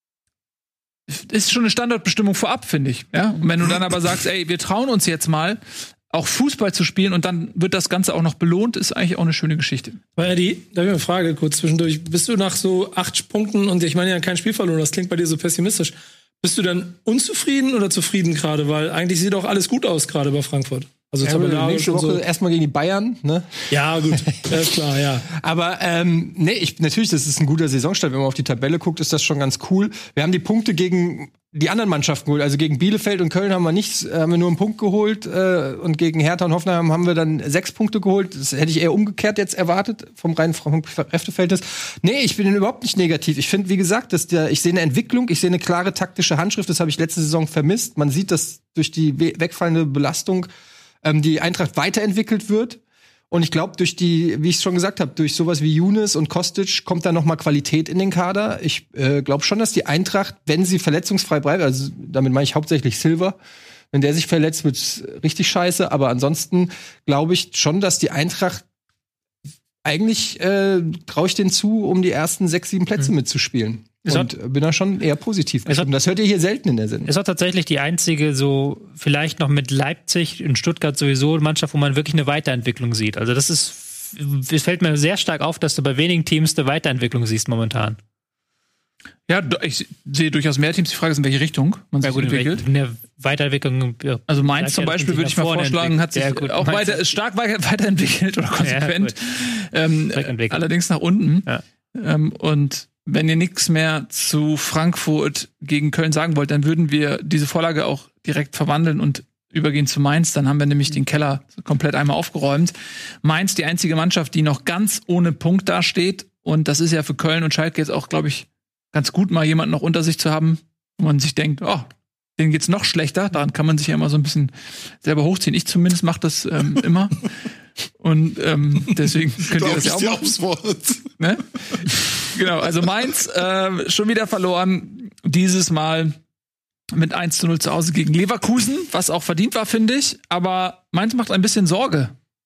ist schon eine Standardbestimmung vorab, finde ich. Ja? Und wenn du dann aber sagst, ey, wir trauen uns jetzt mal, auch Fußball zu spielen und dann wird das Ganze auch noch belohnt, ist eigentlich auch eine schöne Geschichte. War ja die, da habe ich eine Frage kurz zwischendurch. Bist du nach so acht Punkten und ich meine ja kein Spiel verloren, das klingt bei dir so pessimistisch. Bist du dann unzufrieden oder zufrieden gerade? Weil eigentlich sieht doch alles gut aus gerade bei Frankfurt. Also Ja, tabellarisch nächste und Woche so. erstmal gegen die Bayern, ne? Ja, gut. Ja, ist klar, ja. Aber ähm, nee, ich, natürlich, das ist ein guter Saisonstart. Wenn man auf die Tabelle guckt, ist das schon ganz cool. Wir haben die Punkte gegen die anderen Mannschaften geholt. Also gegen Bielefeld und Köln haben wir nichts, haben wir nur einen Punkt geholt. Äh, und gegen Hertha und Hoffenheim haben wir dann sechs Punkte geholt. Das hätte ich eher umgekehrt jetzt erwartet, vom reinen Kräfteverhältnis. Nee, ich bin überhaupt nicht negativ. Ich finde, wie gesagt, dass der, ich sehe eine Entwicklung, ich sehe eine klare taktische Handschrift. Das habe ich letzte Saison vermisst. Man sieht, dass durch die we- wegfallende Belastung ähm, die Eintracht weiterentwickelt wird. Und ich glaube, durch die, wie ich schon gesagt habe, durch sowas wie Younes und Kostic kommt da noch mal Qualität in den Kader. Ich äh, glaube schon, dass die Eintracht, wenn sie verletzungsfrei bleibt, also damit meine ich hauptsächlich Silva, wenn der sich verletzt, wird's richtig scheiße. Aber ansonsten glaube ich schon, dass die Eintracht eigentlich äh, traue ich denen zu, um die ersten sechs, sieben Plätze Mhm. mitzuspielen. Es Und äh, bin da schon eher positiv Es gestimmt. hat- Das hört ihr hier selten in der Sendung. Ist auch tatsächlich die einzige, so vielleicht noch mit Leipzig und Stuttgart sowieso eine Mannschaft, wo man wirklich eine Weiterentwicklung sieht. Also das ist, es fällt mir sehr stark auf, dass du bei wenigen Teams eine Weiterentwicklung siehst momentan. Ja, d- ich sehe durchaus mehr Teams. Die Frage ist, in welche Richtung man sich Ja gut, in entwickelt. wel- in der Weiterentwicklung. Ja. Also Mainz Sagt zum ja, dass Beispiel man würde sich ich mal nach vorne vorschlagen, hat sich entwickelt. Ja, gut, auch Mainz weiter, hat- ist stark wei- weiterentwickelt oder konsequent. gut. ähm, Zurückentwickelt. allerdings nach unten. Ja. Ähm, und wenn ihr nichts mehr zu Frankfurt gegen Köln sagen wollt, dann würden wir diese Vorlage auch direkt verwandeln und übergehen zu Mainz. Dann haben wir nämlich den Keller komplett einmal aufgeräumt. Mainz die einzige Mannschaft, die noch ganz ohne Punkt dasteht. Und das ist ja für Köln und Schalke jetzt auch, glaube ich, ganz gut, mal jemanden noch unter sich zu haben, wo man sich denkt, oh, denen geht's noch schlechter. Daran kann man sich ja immer so ein bisschen selber hochziehen. Ich zumindest mache das ähm, immer. Und ähm, deswegen könnt ihr Glaub das ja ich auch dir machen. aufs Wort. Ne? Genau, also Mainz äh, schon wieder verloren. Dieses Mal mit eins zu null zu Hause gegen Leverkusen, was auch verdient war, finde ich. Aber Mainz macht ein bisschen Sorge.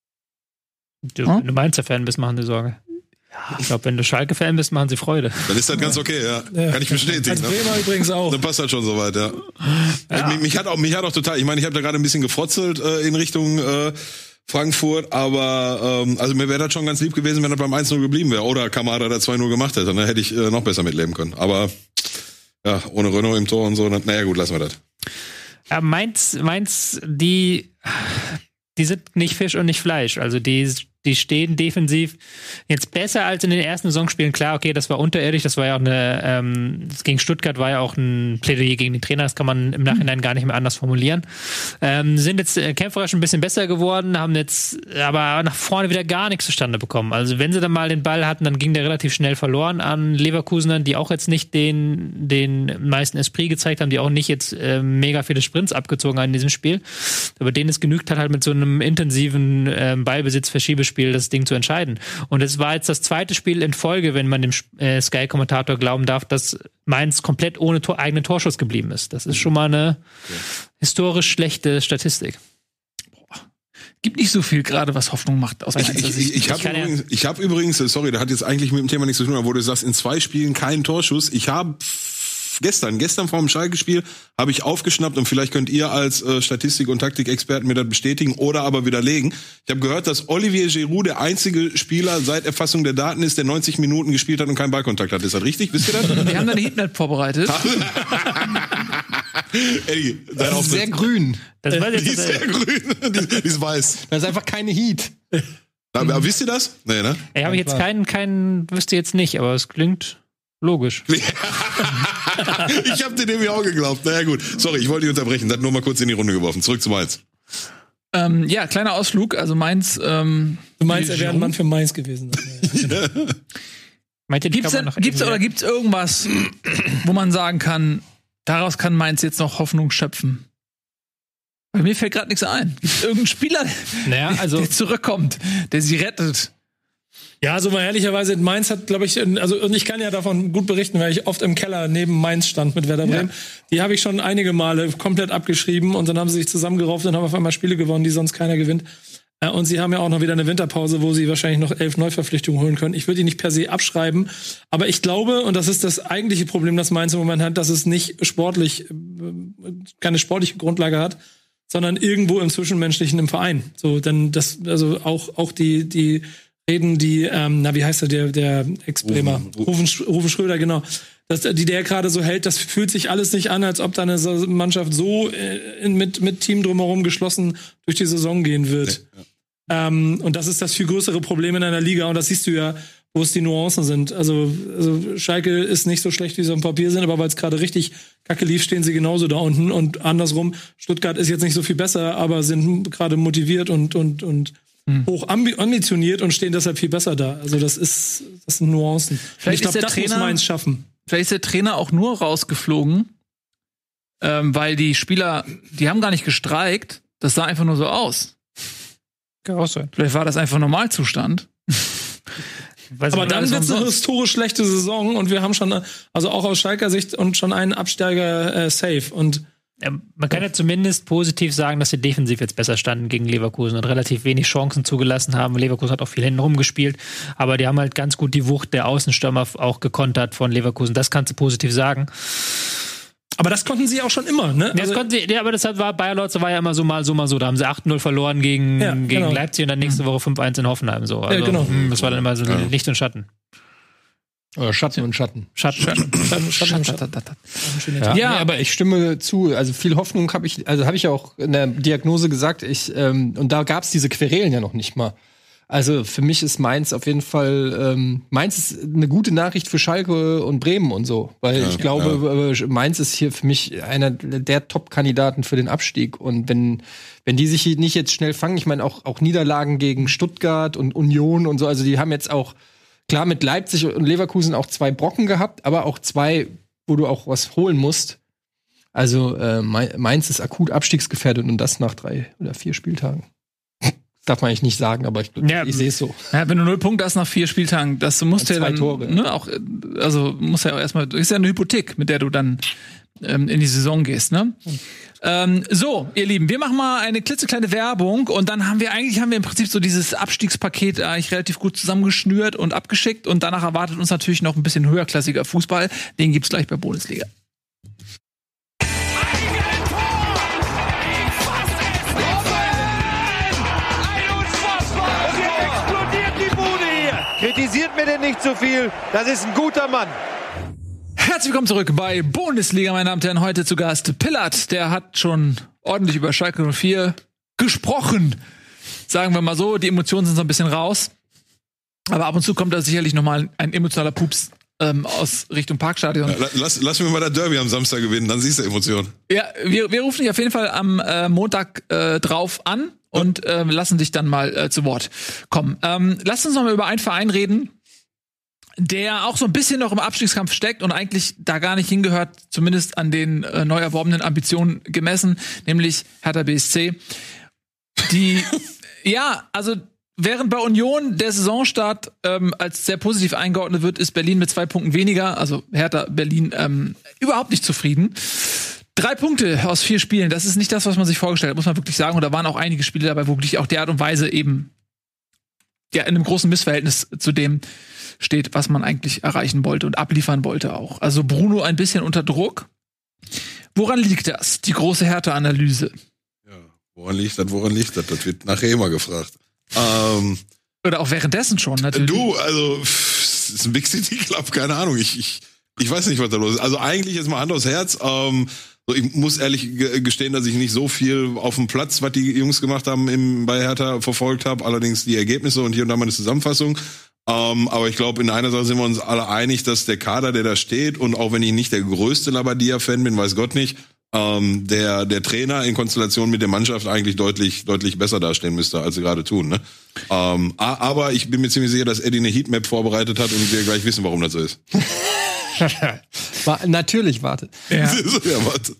Du, Hm? Wenn du Mainzer-Fan bist, machen sie Sorge. Ich glaube, wenn du Schalke-Fan bist, machen sie Freude. Dann ist das ganz okay, ja. Kann ich bestätigen. Als Ne? Bremer übrigens auch. Dann passt halt schon soweit, ja. Ich, mich, mich hat auch, mich hat auch total, ich meine, ich habe da gerade ein bisschen gefrotzelt äh, in Richtung äh, Frankfurt, aber ähm, also mir wäre das schon ganz lieb gewesen, wenn er beim eins null geblieben wäre. Oder Kamada da zwei null gemacht hätte, dann hätte ich äh, noch besser mitleben können. Aber ja, ohne Renault im Tor und so, dann, naja gut, lassen wir das. Ja, Mainz, Mainz, die, die sind nicht Fisch und nicht Fleisch. Also die, die stehen defensiv jetzt besser als in den ersten Saisonspielen. Klar, okay, das war unterirdisch, das war ja auch eine, ähm, das gegen Stuttgart war ja auch ein Plädoyer gegen den Trainer, das kann man im Nachhinein gar nicht mehr anders formulieren. Ähm, sind jetzt äh, kämpferisch ein bisschen besser geworden, haben jetzt aber nach vorne wieder gar nichts zustande bekommen. Also wenn sie dann mal den Ball hatten, dann ging der relativ schnell verloren an Leverkusenern, die auch jetzt nicht den, den meisten Esprit gezeigt haben, die auch nicht jetzt äh, mega viele Sprints abgezogen haben in diesem Spiel. Aber denen es genügt hat, halt mit so einem intensiven äh, Ballbesitz, Verschiebespiel das Ding zu entscheiden. Und es war jetzt das zweite Spiel in Folge, wenn man dem äh, Sky-Kommentator glauben darf, dass Mainz komplett ohne Tor, eigenen Torschuss geblieben ist. Das ist schon mal eine okay. historisch schlechte Statistik. Boah. Gibt nicht so viel gerade, was Hoffnung macht. Aus ich ich, ich, ich habe übrigens, ich hab übrigens, sorry, da hat jetzt eigentlich mit dem Thema nichts zu tun, aber wo du sagst, in zwei Spielen keinen Torschuss. Ich habe Gestern, gestern vor dem Schalke-Spiel habe ich aufgeschnappt und vielleicht könnt ihr als äh, Statistik- und Taktikexperten mir das bestätigen oder aber widerlegen. Ich habe gehört, dass Olivier Giroud der einzige Spieler seit Erfassung der Daten ist, der neunzig Minuten gespielt hat und keinen Ballkontakt hat. Ist das richtig? Wisst ihr das? Wir haben da eine Heatmap vorbereitet. Eddie, das ist sehr grün. Das die ist sehr grün. Die, die ist weiß. Das ist einfach keine Heat. Aber, aber wisst ihr das? Nee, ne? Ich habe jetzt keinen, keinen, wüsste jetzt nicht, aber es klingt logisch. Ich habe dir nämlich auch geglaubt. Naja gut, sorry, ich wollte dich unterbrechen. Das nur mal kurz in die Runde geworfen. Zurück zu Mainz. Ähm, ja, kleiner Ausflug. Also Mainz. Ähm, du meinst, er wäre ein Mann für Mainz gewesen. Meint ihr, gibt's, denn, gibt's oder gibt's irgendwas, wo man sagen kann, daraus kann Mainz jetzt noch Hoffnung schöpfen? Bei mir fällt gerade nichts ein. Gibt es irgendeinen Spieler, naja, also der zurückkommt, der sie rettet? Ja, also mal ehrlicherweise, Mainz hat, glaube ich, also und ich kann ja davon gut berichten, weil ich oft im Keller neben Mainz stand mit Werder Bremen. Ja. Die habe ich schon einige Male komplett abgeschrieben und dann haben sie sich zusammengerauft und haben auf einmal Spiele gewonnen, die sonst keiner gewinnt. Und sie haben ja auch noch wieder eine Winterpause, wo sie wahrscheinlich noch elf Neuverpflichtungen holen können. Ich würde die nicht per se abschreiben, aber ich glaube, und das ist das eigentliche Problem, das Mainz im Moment hat, dass es nicht sportlich, keine sportliche Grundlage hat, sondern irgendwo im Zwischenmenschlichen im Verein. So, denn das, also auch, auch die, die Reden, die, ähm, na, wie heißt er, der, der Ex-Bremer? Rufen, Rufen Schröder, genau. Das, die der gerade so hält, das fühlt sich alles nicht an, als ob da eine Mannschaft so äh, mit, mit Team drumherum geschlossen durch die Saison gehen wird. Ja. Ähm, und das ist das viel größere Problem in einer Liga. Und das siehst du ja, wo es die Nuancen sind. Also, also Schalke ist nicht so schlecht, wie sie am Papier sind, aber weil es gerade richtig kacke lief, stehen sie genauso da unten. Und andersrum, Stuttgart ist jetzt nicht so viel besser, aber sind gerade motiviert und, und, und hm. hoch ambitioniert und stehen deshalb viel besser da. Also das ist, das sind Nuancen. Vielleicht ich glaube, das Trainer, muss Mainz schaffen. Vielleicht ist der Trainer auch nur rausgeflogen, ähm, weil die Spieler, die haben gar nicht gestreikt. Das sah einfach nur so aus. Kann auch sein. Vielleicht war das einfach Normalzustand. Aber dann wird es eine historisch schlechte Saison und wir haben schon, also auch aus Schalker Sicht, und schon einen Absteiger äh, safe. Und ja, man kann ja zumindest positiv sagen, dass sie defensiv jetzt besser standen gegen Leverkusen und relativ wenig Chancen zugelassen haben. Leverkusen hat auch viel hinten rumgespielt, aber die haben halt ganz gut die Wucht der Außenstürmer auch gekontert von Leverkusen. Das kannst du positiv sagen. Aber das konnten sie auch schon immer, ne? Ja, das konnten sie, ja, aber das war Bayer Lorz war ja immer so mal so mal so. Da haben sie acht null verloren gegen, ja, gegen genau. Leipzig und dann nächste Woche fünf eins in Hoffenheim. So. Also, ja, genau. Das war dann immer so ja. Licht und Schatten. Oder Schatten und Schatten. Schatten, Schatten, Schatten, Schatten, Schatten. Schatten. Ja, ja, aber ich stimme zu. Also viel Hoffnung habe ich, also habe ich ja auch in der Diagnose gesagt. Ich ähm, und da gab es diese Querelen ja noch nicht mal. Also für mich ist Mainz auf jeden Fall, ähm, Mainz ist eine gute Nachricht für Schalke und Bremen und so. Weil ja, ich glaube, ja. Mainz ist hier für mich einer der Top-Kandidaten für den Abstieg. Und wenn wenn die sich nicht jetzt schnell fangen, ich meine auch, auch Niederlagen gegen Stuttgart und Union und so, also die haben jetzt auch, klar mit Leipzig und Leverkusen auch zwei Brocken gehabt, aber auch zwei, wo du auch was holen musst. Also äh, Mainz ist akut abstiegsgefährdet und das nach drei oder vier Spieltagen. Darf man eigentlich nicht sagen, aber ich, ja, ich sehe es so. Ja, wenn du null Punkte hast nach vier Spieltagen, das musst du ja dann, Tore. Ne, auch, also muss ja auch erstmal, ist ja eine Hypothek, mit der du dann ähm, in die Saison gehst, ne? Mhm. Ähm, so, ihr Lieben, wir machen mal eine klitzekleine Werbung und dann haben wir eigentlich, haben wir im Prinzip so dieses Abstiegspaket eigentlich relativ gut zusammengeschnürt und abgeschickt und danach erwartet uns natürlich noch ein bisschen höherklassiger Fußball. Den gibt's gleich bei Bundesliga. Kritisiert mir denn nicht so viel, das ist ein guter Mann. Herzlich willkommen zurück bei Bundesliga, meine Damen und Herren. Heute zu Gast Pillard. Der hat schon ordentlich über Schalke null vier gesprochen. Sagen wir mal so, die Emotionen sind so ein bisschen raus. Aber ab und zu kommt da sicherlich nochmal ein emotionaler Pups ähm, aus Richtung Parkstadion. Ja, lass, lass mir mal das Derby am Samstag gewinnen, dann siehst du Emotionen. Ja, wir, wir rufen dich auf jeden Fall am äh, Montag äh, drauf an und äh, lassen dich dann mal äh, zu Wort kommen. Ähm, lass uns noch mal über einen Verein reden, der auch so ein bisschen noch im Abstiegskampf steckt und eigentlich da gar nicht hingehört, zumindest an den äh, neu erworbenen Ambitionen gemessen, nämlich Hertha B S C. Die, ja, also während bei Union der Saisonstart ähm, als sehr positiv eingeordnet wird, ist Berlin mit zwei Punkten weniger, also Hertha Berlin ähm, überhaupt nicht zufrieden. Drei Punkte aus vier Spielen, das ist nicht das, was man sich vorgestellt hat, muss man wirklich sagen. Und da waren auch einige Spiele dabei, wo wirklich auch die Art und Weise eben ja in einem großen Missverhältnis zu dem steht, was man eigentlich erreichen wollte und abliefern wollte auch. Also Bruno ein bisschen unter Druck. Woran liegt das? Die große Hertha-Analyse. Ja, woran liegt das, woran liegt das? Das wird nachher immer gefragt. Ähm, Oder auch währenddessen schon, natürlich. Du, also, es ist ein Big City Club, keine Ahnung. Ich, ich, ich weiß nicht, was da los ist. Also eigentlich jetzt mal Hand aufs Herz. Ähm, so, ich muss ehrlich gestehen, dass ich nicht so viel auf dem Platz, was die Jungs gemacht haben, im, bei Hertha verfolgt habe. Allerdings die Ergebnisse und hier und da mal eine Zusammenfassung. Ähm, aber ich glaube, in einer Sache sind wir uns alle einig, dass der Kader, der da steht, und auch wenn ich nicht der größte Labadia-Fan bin, weiß Gott nicht, ähm, der der Trainer in Konstellation mit der Mannschaft eigentlich deutlich deutlich besser dastehen müsste, als sie gerade tun. Ne? Ähm, aber ich bin mir ziemlich sicher, dass Eddie eine Heatmap vorbereitet hat und wir gleich wissen, warum das so ist. War, natürlich, warte. Ja. ja, warte.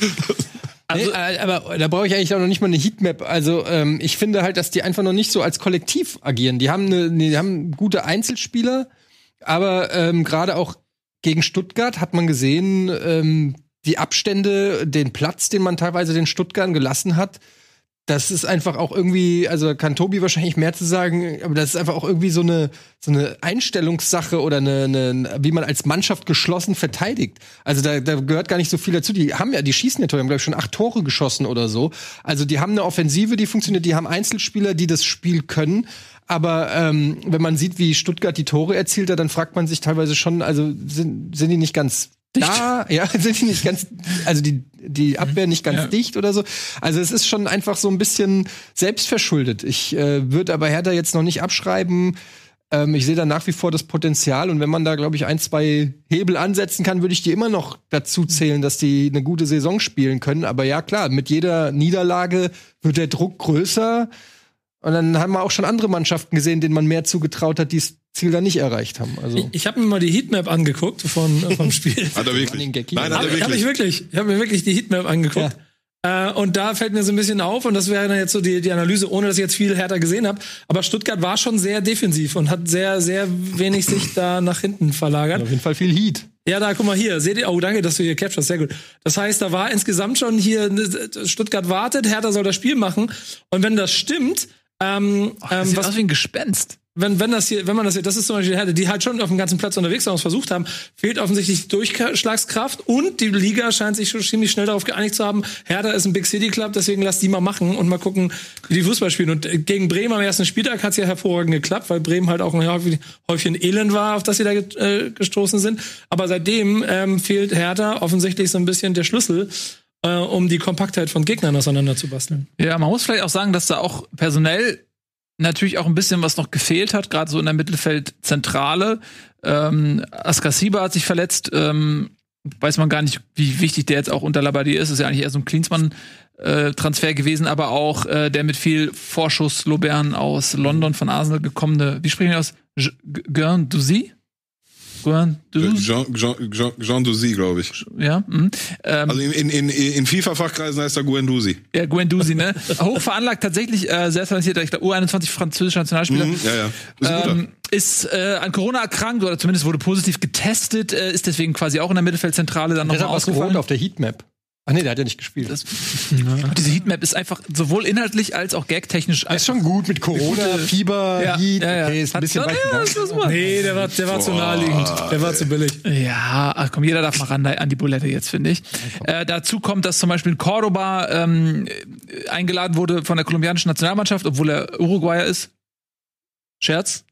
Also, nee, aber da brauche ich eigentlich auch noch nicht mal eine Heatmap. Also ähm, ich finde halt, dass die einfach noch nicht so als Kollektiv agieren. Die haben eine, die haben gute Einzelspieler, aber ähm, gerade auch gegen Stuttgart hat man gesehen, ähm, die Abstände, den Platz, den man teilweise den Stuttgartern gelassen hat, das ist einfach auch irgendwie, also kann Tobi wahrscheinlich mehr zu sagen, aber das ist einfach auch irgendwie so eine so eine Einstellungssache oder eine, eine wie man als Mannschaft geschlossen verteidigt. Also da, da gehört gar nicht so viel dazu. Die haben ja, die schießen ja Tore, haben glaube ich schon acht Tore geschossen oder so. Also die haben eine Offensive, die funktioniert, die haben Einzelspieler, die das Spiel können. Aber ähm, wenn man sieht, wie Stuttgart die Tore erzielt hat, dann fragt man sich teilweise schon, also sind sind die nicht ganz da, ja, sind die nicht ganz, also die, die Abwehr nicht ganz ja. dicht oder so. Also es ist schon einfach so ein bisschen selbstverschuldet. Ich äh, würde aber Hertha jetzt noch nicht abschreiben. Ähm, ich sehe da nach wie vor das Potenzial. Und wenn man da, glaube ich, ein, zwei Hebel ansetzen kann, würde ich die immer noch dazu zählen, dass die eine gute Saison spielen können. Aber ja, klar, mit jeder Niederlage wird der Druck größer. Und dann haben wir auch schon andere Mannschaften gesehen, denen man mehr zugetraut hat, die das Ziel da nicht erreicht haben. Also ich ich habe mir mal die Heatmap angeguckt von, äh, vom Spiel. Hat er wirklich? Nein, hat er wirklich? Hab ich wirklich. Ich habe mir wirklich die Heatmap angeguckt. Ja. Äh, und da fällt mir so ein bisschen auf, und das wäre dann jetzt so die, die Analyse, ohne dass ich jetzt viel härter gesehen habe. Aber Stuttgart war schon sehr defensiv und hat sehr, sehr wenig sich da nach hinten verlagert. Auf jeden Fall viel Heat. Ja, da, guck mal hier. Seht ihr? Oh, danke, dass du hier capturest. Sehr gut. Das heißt, da war insgesamt schon hier, Stuttgart wartet, Hertha soll das Spiel machen. Und wenn das stimmt, Ähm, oh, das ähm, sieht was aus wie ein Gespenst. Wenn, wenn das hier, wenn man das hier, das ist zum Beispiel die Härte, die halt schon auf dem ganzen Platz unterwegs waren, was versucht haben, fehlt offensichtlich die Durchschlagskraft, und die Liga scheint sich schon ziemlich schnell darauf geeinigt zu haben, Hertha ist ein Big City Club, deswegen lass die mal machen und mal gucken, wie die Fußball spielen. Und gegen Bremen am ersten Spieltag hat's ja hervorragend geklappt, weil Bremen halt auch ein Häufchen Elend war, auf das sie da äh, gestoßen sind. Aber seitdem ähm, fehlt Hertha offensichtlich so ein bisschen der Schlüssel, äh, um die Kompaktheit von Gegnern auseinander zu basteln. Ja, man muss vielleicht auch sagen, dass da auch personell natürlich auch ein bisschen was noch gefehlt hat, gerade so in der Mittelfeldzentrale. Ähm, Askasiba hat sich verletzt. Ähm, weiß man gar nicht, wie wichtig der jetzt auch unter Labadia ist. Ist ja eigentlich eher so ein Klinsmann-Transfer gewesen, aber auch äh, der mit viel Vorschuss Lobern aus London von Arsenal gekommene, wie sprechen wir aus? Guendouzi? Jean, Jean, Jean, Jean Douzy, glaube ich. Ja. Mhm. Ähm, also in, in, in FIFA-Fachkreisen heißt er Guendouzi. Ja, Guendouzi, ne? Hoch veranlagt, tatsächlich äh, sehr talentierter, ich glaube U einundzwanzig französischer Nationalspieler. Mhm, ja, ja. Ist, ähm, ist äh, an Corona erkrankt, oder zumindest wurde positiv getestet, äh, ist deswegen quasi auch in der Mittelfeldzentrale dann nochmal ausgefallen. auf der Heatmap. Ach nee, der hat ja nicht gespielt. Das, diese Heatmap ist einfach sowohl inhaltlich als auch gagtechnisch. Ist schon gut mit Corona, gute, Fieber, ja, Heat. Ja, ja. Okay, ist ein bisschen weit ja, Nee, der war, der war zu naheliegend. Der war zu billig. Ja, ach komm, jeder darf mal ran an die Bulette jetzt, finde ich. Äh, dazu kommt, dass zum Beispiel Cordoba ähm, eingeladen wurde von der kolumbianischen Nationalmannschaft, obwohl er Uruguayer ist. Scherz?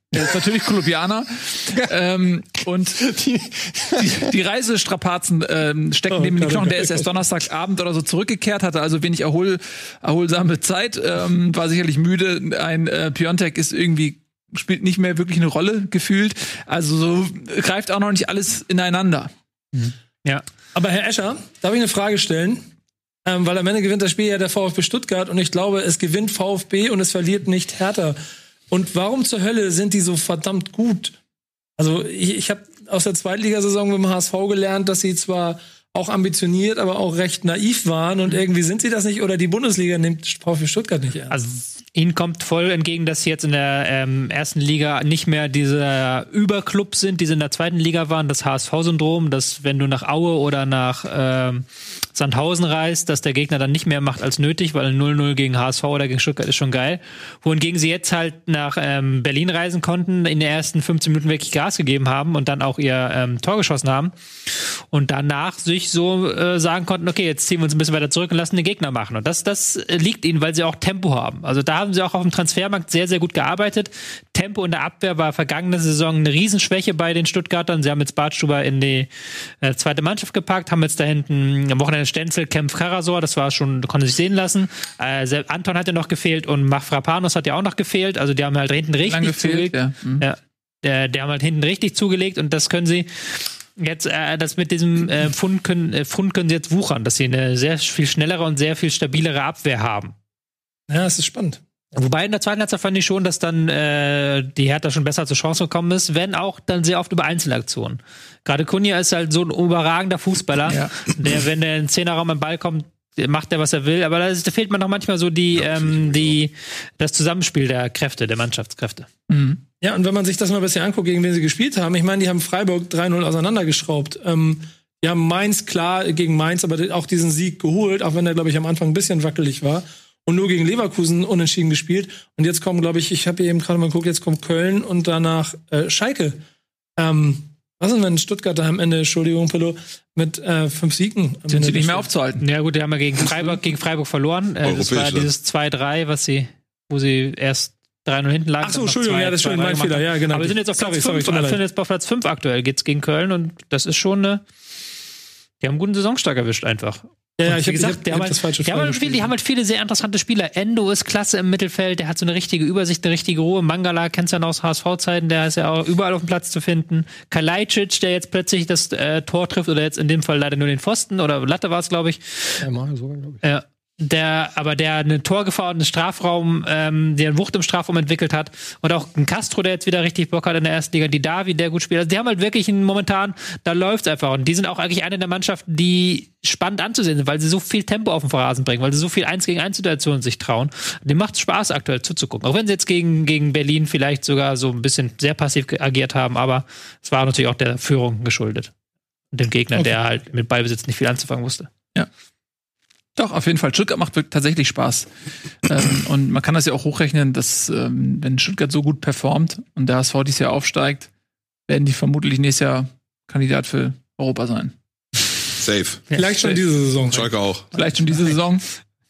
Der ist natürlich Kolumbianer. ähm, und die, die, die Reisestrapazen ähm, stecken oh, dem in die Gott, Knochen. oh Der ist erst Donnerstagabend oder so zurückgekehrt, hatte also wenig erhol, erholsame Zeit, ähm, war sicherlich müde. Ein äh, Piontek ist irgendwie, spielt nicht mehr wirklich eine Rolle gefühlt. Also so greift auch noch nicht alles ineinander. Mhm. Ja. Aber Herr Escher, darf ich eine Frage stellen? Ähm, weil am Ende gewinnt das Spiel ja der VfB Stuttgart und ich glaube, es gewinnt VfB und es verliert nicht Hertha. Und warum zur Hölle sind die so verdammt gut? Also ich, ich habe aus der Zweitligasaison mit dem H S V gelernt, dass sie zwar auch ambitioniert, aber auch recht naiv waren und irgendwie sind sie das nicht oder die Bundesliga nimmt VfB Stuttgart nicht ernst. Also ihnen kommt voll entgegen, dass sie jetzt in der ähm, ersten Liga nicht mehr dieser Überclub sind, die sie in der zweiten Liga waren, das H S V-Syndrom, dass wenn du nach Aue oder nach ähm, Sandhausen reist, dass der Gegner dann nicht mehr macht als nötig, weil null null gegen H S V oder gegen Stuttgart ist schon geil. Wohingegen sie jetzt halt nach ähm, Berlin reisen konnten, in den ersten fünfzehn Minuten wirklich Gas gegeben haben und dann auch ihr ähm, Tor geschossen haben und danach sich so äh, sagen konnten, okay, jetzt ziehen wir uns ein bisschen weiter zurück und lassen den Gegner machen. Und das, das liegt ihnen, weil sie auch Tempo haben. Also da haben sie auch auf dem Transfermarkt sehr, sehr gut gearbeitet. Tempo in der Abwehr war vergangene Saison eine Riesenschwäche bei den Stuttgartern. Sie haben jetzt Bartstuber in die äh, zweite Mannschaft gepackt, haben jetzt da hinten am Wochenende Stenzel, Kempf, Karasor, das war schon, konnte sich sehen lassen. Äh, Anton hat ja noch gefehlt und Mafropanos hat ja auch noch gefehlt. Also die haben halt hinten richtig Lang gefehlt, zugelegt. ja. Mhm. Ja, der, der haben halt hinten richtig zugelegt und das können sie jetzt, äh, das mit diesem äh, Fund, können, äh, Fund können sie jetzt wuchern, dass sie eine sehr viel schnellere und sehr viel stabilere Abwehr haben. Ja, das ist spannend. Wobei in der zweiten Halbzeit fand ich schon, dass dann äh, die Hertha schon besser zur Chance gekommen ist, wenn auch dann sehr oft über Einzelaktionen. Gerade Kunja ist halt so ein überragender Fußballer, ja. der, wenn der in den Zehnerraum am Ball kommt, macht er, was er will. Aber da, ist, da fehlt man noch manchmal so die, ähm, die das Zusammenspiel der Kräfte, der Mannschaftskräfte. Mhm. Ja, und wenn man sich das mal ein bisschen anguckt, gegen wen sie gespielt haben, ich meine, die haben Freiburg drei null auseinandergeschraubt. Ähm, die haben Mainz klar gegen Mainz, aber auch diesen Sieg geholt, auch wenn der, glaube ich, am Anfang ein bisschen wackelig war. Und nur gegen Leverkusen unentschieden gespielt. Und jetzt kommen, glaube ich, ich habe hier eben gerade mal geguckt, jetzt kommt Köln und danach äh, Schalke. Ähm, was ist denn, wenn Stuttgart da am Ende, Entschuldigung, Pillow, mit äh, fünf Siegen sind sie nicht mehr aufzuhalten? Ja gut, die haben ja gegen Freiburg, gegen Freiburg verloren. Äh, das war dieses zwei drei, was sie, wo sie erst drei null hinten lagen. Ach so, Entschuldigung, ja, das ist schon mein Fehler. Ja, genau. Aber wir sind jetzt auf Platz fünf, sind jetzt auf Platz fünf aktuell, geht's gegen Köln und das ist schon eine, die haben einen guten Saisonstart erwischt einfach. Ja, ja, ich habe gesagt, hab, die, haben halt, die, haben halt viele, die haben halt viele sehr interessante Spieler. Endo ist klasse im Mittelfeld, der hat so eine richtige Übersicht, eine richtige Ruhe. Mangala kennst du ja noch aus H S V-Zeiten, der ist ja auch überall auf dem Platz zu finden. Kalajdzic, der jetzt plötzlich das äh, Tor trifft oder jetzt in dem Fall leider nur den Pfosten oder Latte war es, glaube ich. Ja, mal sogar, glaube ich. Ja. Der, aber der eine Torgefahr und einen Strafraum, ähm, der eine Wucht im Strafraum entwickelt hat. Und auch ein Castro, der jetzt wieder richtig Bock hat in der ersten Liga, die Davi, der gut spielt. Also die haben halt wirklich einen, momentan, da läuft's einfach. Und die sind auch eigentlich eine der Mannschaften, die spannend anzusehen sind, weil sie so viel Tempo auf den Rasen bringen, weil sie so viel eins gegen eins Situationen sich trauen. Dem macht's Spaß, aktuell zuzugucken. Auch wenn sie jetzt gegen, gegen Berlin vielleicht sogar so ein bisschen sehr passiv agiert haben, aber es war natürlich auch der Führung geschuldet. Und dem Gegner, okay, der halt mit Ballbesitz nicht viel anzufangen wusste. Ja. Doch, auf jeden Fall. Stuttgart macht wirklich tatsächlich Spaß. ähm, und man kann das ja auch hochrechnen, dass, ähm, wenn Stuttgart so gut performt und der H S V dieses Jahr aufsteigt, werden die vermutlich nächstes Jahr Kandidat für Europa sein. Safe. Ja, vielleicht schon diese Saison. Schalke auch. Vielleicht schon diese Saison.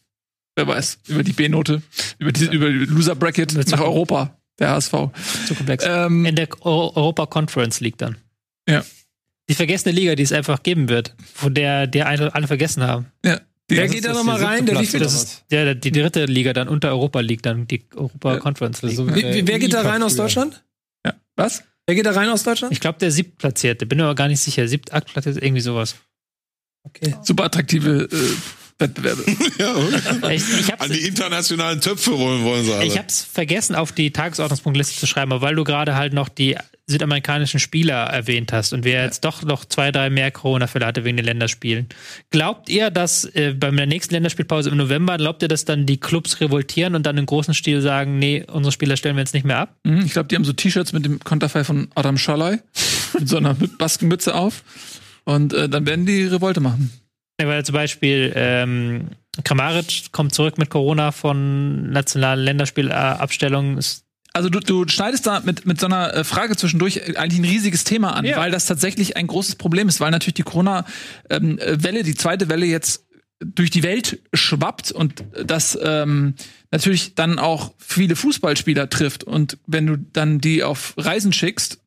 Wer weiß. Über die B-Note. Über die, über die Loser-Bracket nach Europa. Der H S V. Zu komplex. Ähm, In der Europa Conference League dann. Ja. Die vergessene Liga, die es einfach geben wird. Von der, der alle, alle vergessen haben. Ja. Wer geht da nochmal rein? Der Platz, das ist der, die dritte Liga dann unter Europa League, dann die Europa ja. Conference League. Also, äh, wer geht da rein aus Deutschland? Ja. Was? Wer geht da rein aus Deutschland? Ich glaube, der Siebtplatzierte. Bin mir aber gar nicht sicher. Siebtachtplatzierte, irgendwie sowas. Okay. Super attraktive äh, Wettbewerbe. Ja, ich, ich hab's, an die internationalen Töpfe wollen, wollen sie alle. Ich hab's vergessen, auf die Tagesordnungspunktliste zu schreiben, aber weil du gerade halt noch die südamerikanischen Spieler erwähnt hast und wir ja. jetzt doch noch zwei, drei mehr Corona-Fälle hatte wegen den Länderspielen. Glaubt ihr, dass äh, bei der nächsten Länderspielpause im November, glaubt ihr, dass dann die Clubs revoltieren und dann im großen Stil sagen, nee, unsere Spieler stellen wir jetzt nicht mehr ab? Mhm, ich glaube, die haben so T-Shirts mit dem Konterfei von Adam Schalay mit so einer Baskenmütze auf und äh, dann werden die Revolte machen. Ja, weil zum Beispiel ähm, Kramaric kommt zurück mit Corona von nationalen Länderspielabstellungen. Also du, du schneidest da mit, mit so einer Frage zwischendurch eigentlich ein riesiges Thema an, ja. weil das tatsächlich ein großes Problem ist, weil natürlich die Corona-Welle, die zweite Welle jetzt durch die Welt schwappt und das ähm, natürlich dann auch viele Fußballspieler trifft. Und wenn du dann die auf Reisen schickst,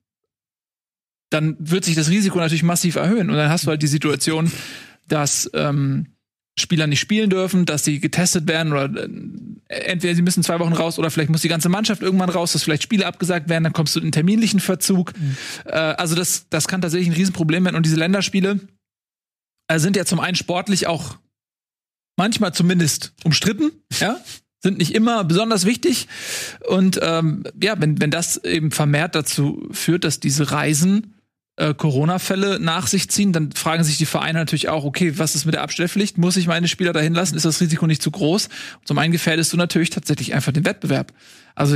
dann wird sich das Risiko natürlich massiv erhöhen. Und dann hast du halt die Situation, dass ähm, Spieler nicht spielen dürfen, dass sie getestet werden oder äh, entweder sie müssen zwei Wochen raus oder vielleicht muss die ganze Mannschaft irgendwann raus, dass vielleicht Spiele abgesagt werden, dann kommst du in einen terminlichen Verzug. Mhm. Äh, also das, das kann tatsächlich ein Riesenproblem werden. Und diese Länderspiele äh, sind ja zum einen sportlich auch manchmal zumindest umstritten, ja, sind nicht immer besonders wichtig. Und ähm, ja, wenn, wenn das eben vermehrt dazu führt, dass diese Reisen äh, Corona-Fälle nach sich ziehen, dann fragen sich die Vereine natürlich auch, okay, was ist mit der Abstellpflicht? Muss ich meine Spieler dahin lassen? Ist das Risiko nicht zu groß? Und zum einen gefährdest du natürlich tatsächlich einfach den Wettbewerb. Also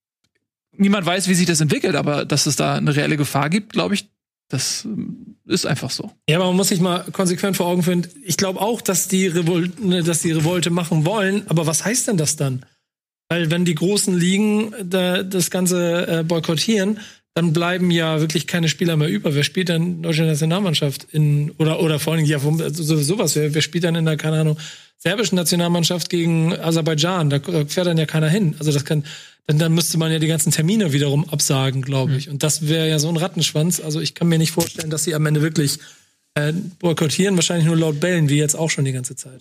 niemand weiß, wie sich das entwickelt, aber dass es da eine reelle Gefahr gibt, glaube ich, das ist einfach so. Ja, aber man muss sich mal konsequent vor Augen führen. Ich glaube auch, dass die, Revol- dass die Revolte machen wollen. Aber was heißt denn das dann? Weil wenn die großen Ligen da, das Ganze äh, boykottieren, dann bleiben ja wirklich keine Spieler mehr über. Wer spielt dann deutsche Nationalmannschaft in oder oder vor allem ja so, sowas? Wer, wer spielt dann in der, keine Ahnung, serbischen Nationalmannschaft gegen Aserbaidschan? Da fährt dann ja keiner hin. Also das kann Dann, dann müsste man ja die ganzen Termine wiederum absagen, glaube ich. Mhm. Und das wäre ja so ein Rattenschwanz. Also ich kann mir nicht vorstellen, dass sie am Ende wirklich äh, boykottieren. Wahrscheinlich nur laut bellen, wie jetzt auch schon die ganze Zeit.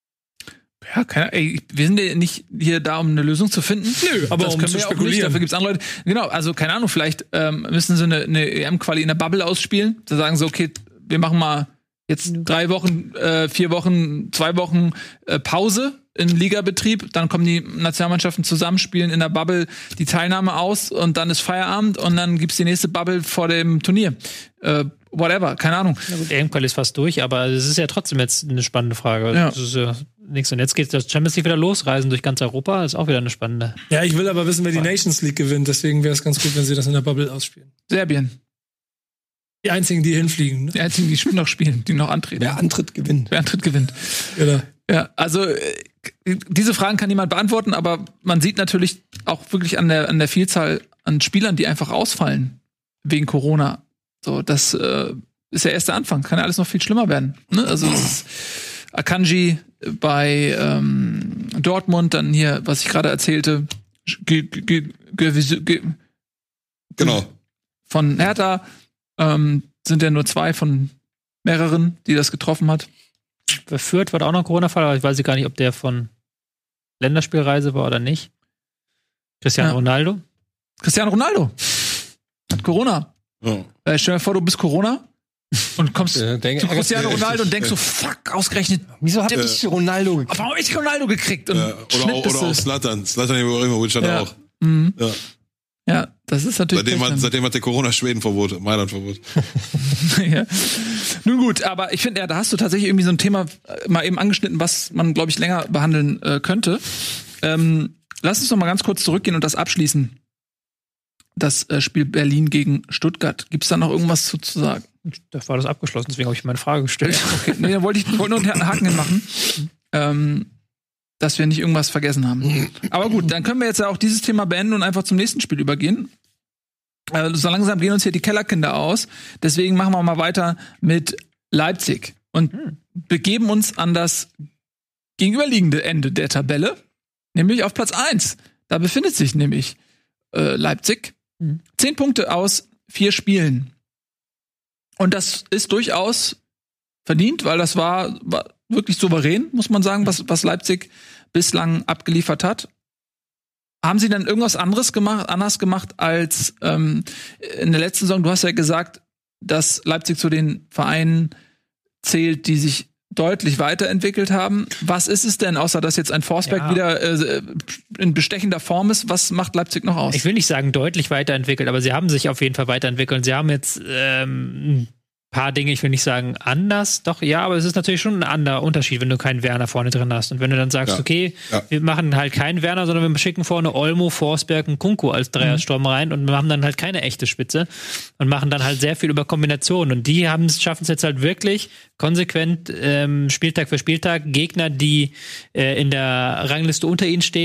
Ja, keine, ey, wir sind ja nicht hier da, um eine Lösung zu finden. Nö, aber das um können zu wir spekulieren. auch nicht. Dafür gibt's andere Leute. Genau, also keine Ahnung, vielleicht ähm, müssen sie eine, eine E M-Quali in der Bubble ausspielen. Da sagen sie, okay, wir machen mal jetzt drei Wochen, äh, vier Wochen, zwei Wochen äh, Pause in Ligabetrieb, dann kommen die Nationalmannschaften zusammen, spielen in der Bubble die Teilnahme aus und dann ist Feierabend und dann gibt's die nächste Bubble vor dem Turnier. Äh, whatever, keine Ahnung. Na gut, E M-Quali ist fast durch, aber es ist ja trotzdem jetzt eine spannende Frage. Ja. Das ist ja nichts. Und jetzt geht das Champions League wieder los, Reisen durch ganz Europa, ist auch wieder eine spannende. Ja, ich will aber wissen, wer die Nations League gewinnt, deswegen wäre es ganz gut, wenn sie das in der Bubble ausspielen. Serbien. Die einzigen, die hinfliegen. Ne? Die einzigen, die noch spielen, die noch antreten. Wer antritt, gewinnt. Wer antritt, gewinnt. Genau. Ja, also äh, diese Fragen kann niemand beantworten, aber man sieht natürlich auch wirklich an der an der Vielzahl an Spielern, die einfach ausfallen wegen Corona. So, das äh, ist der erste Anfang. Kann ja alles noch viel schlimmer werden. Ne? Also es ist Akanji bei ähm, Dortmund, dann hier, was ich gerade erzählte, G- G- G- G- Genau. von Hertha ähm, sind ja nur zwei von mehreren, die das getroffen hat. Bei Fürth war da auch noch ein Corona-Fall, aber ich weiß gar nicht, ob der von Länderspielreise war oder nicht. Cristiano Ja. Ronaldo. Cristiano Ronaldo hat Corona. Ja. Äh, stell dir vor, du bist Corona und kommst Ja, denk- zu Cristiano ja, Ronaldo richtig. und denkst so, fuck, ausgerechnet. Wieso hab Der- ich Ronaldo gekriegt? Warum hab ich Ronaldo gekriegt? Und Ja, oder, schnipp auch, bist oder auch du- Zlatan. Zlatan Ibrahimovic hat Ja. auch. Mhm. Ja. Ja, das ist natürlich. Seitdem hat, echt seitdem hat der Corona-Schweden-Verbot, Mailand-Verbot. ein- ja. Nun gut, aber ich finde, ja, da hast du tatsächlich irgendwie so ein Thema äh, mal eben angeschnitten, was man, glaube ich, länger behandeln äh, könnte. Ähm, lass uns noch mal ganz kurz zurückgehen und das abschließen. Das äh, Spiel Berlin gegen Stuttgart. Gibt's da noch irgendwas zu, zu sagen? Da war das abgeschlossen, deswegen habe ich meine Frage gestellt. Okay, nee, dann wollte ich wollte nur einen Haken hinmachen, ähm, dass wir nicht irgendwas vergessen haben. Aber gut, dann können wir jetzt ja auch dieses Thema beenden und einfach zum nächsten Spiel übergehen. Äh, so langsam gehen uns hier die Kellerkinder aus. Deswegen machen wir mal weiter mit Leipzig und begeben uns an das gegenüberliegende Ende der Tabelle, nämlich auf Platz eins. Da befindet sich nämlich äh, Leipzig. Zehn Punkte aus vier Spielen. Und das ist durchaus verdient, weil das war, war wirklich souverän, muss man sagen, was, was Leipzig bislang abgeliefert hat. Haben sie dann irgendwas anderes gemacht, anders gemacht als ähm, in der letzten Saison? Du hast ja gesagt, dass Leipzig zu den Vereinen zählt, die sich deutlich weiterentwickelt haben. Was ist es denn, außer dass jetzt ein Forsberg Ja. wieder äh, in bestechender Form ist? Was macht Leipzig noch aus? Ich will nicht sagen deutlich weiterentwickelt, aber sie haben sich auf jeden Fall weiterentwickelt. Sie haben jetzt ähm, ein paar Dinge, ich will nicht sagen anders, doch ja, aber es ist natürlich schon ein anderer Unterschied, wenn du keinen Werner vorne drin hast. Und wenn du dann sagst, Ja. okay, Ja. wir machen halt keinen Werner, sondern wir schicken vorne Olmo, Forsberg und Kunku als Dreiersturm rein und wir haben dann halt keine echte Spitze und machen dann halt sehr viel über Kombinationen. Und die haben schaffen es jetzt halt wirklich konsequent ähm, Spieltag für Spieltag Gegner, die äh, in der Rangliste unter ihnen stehen,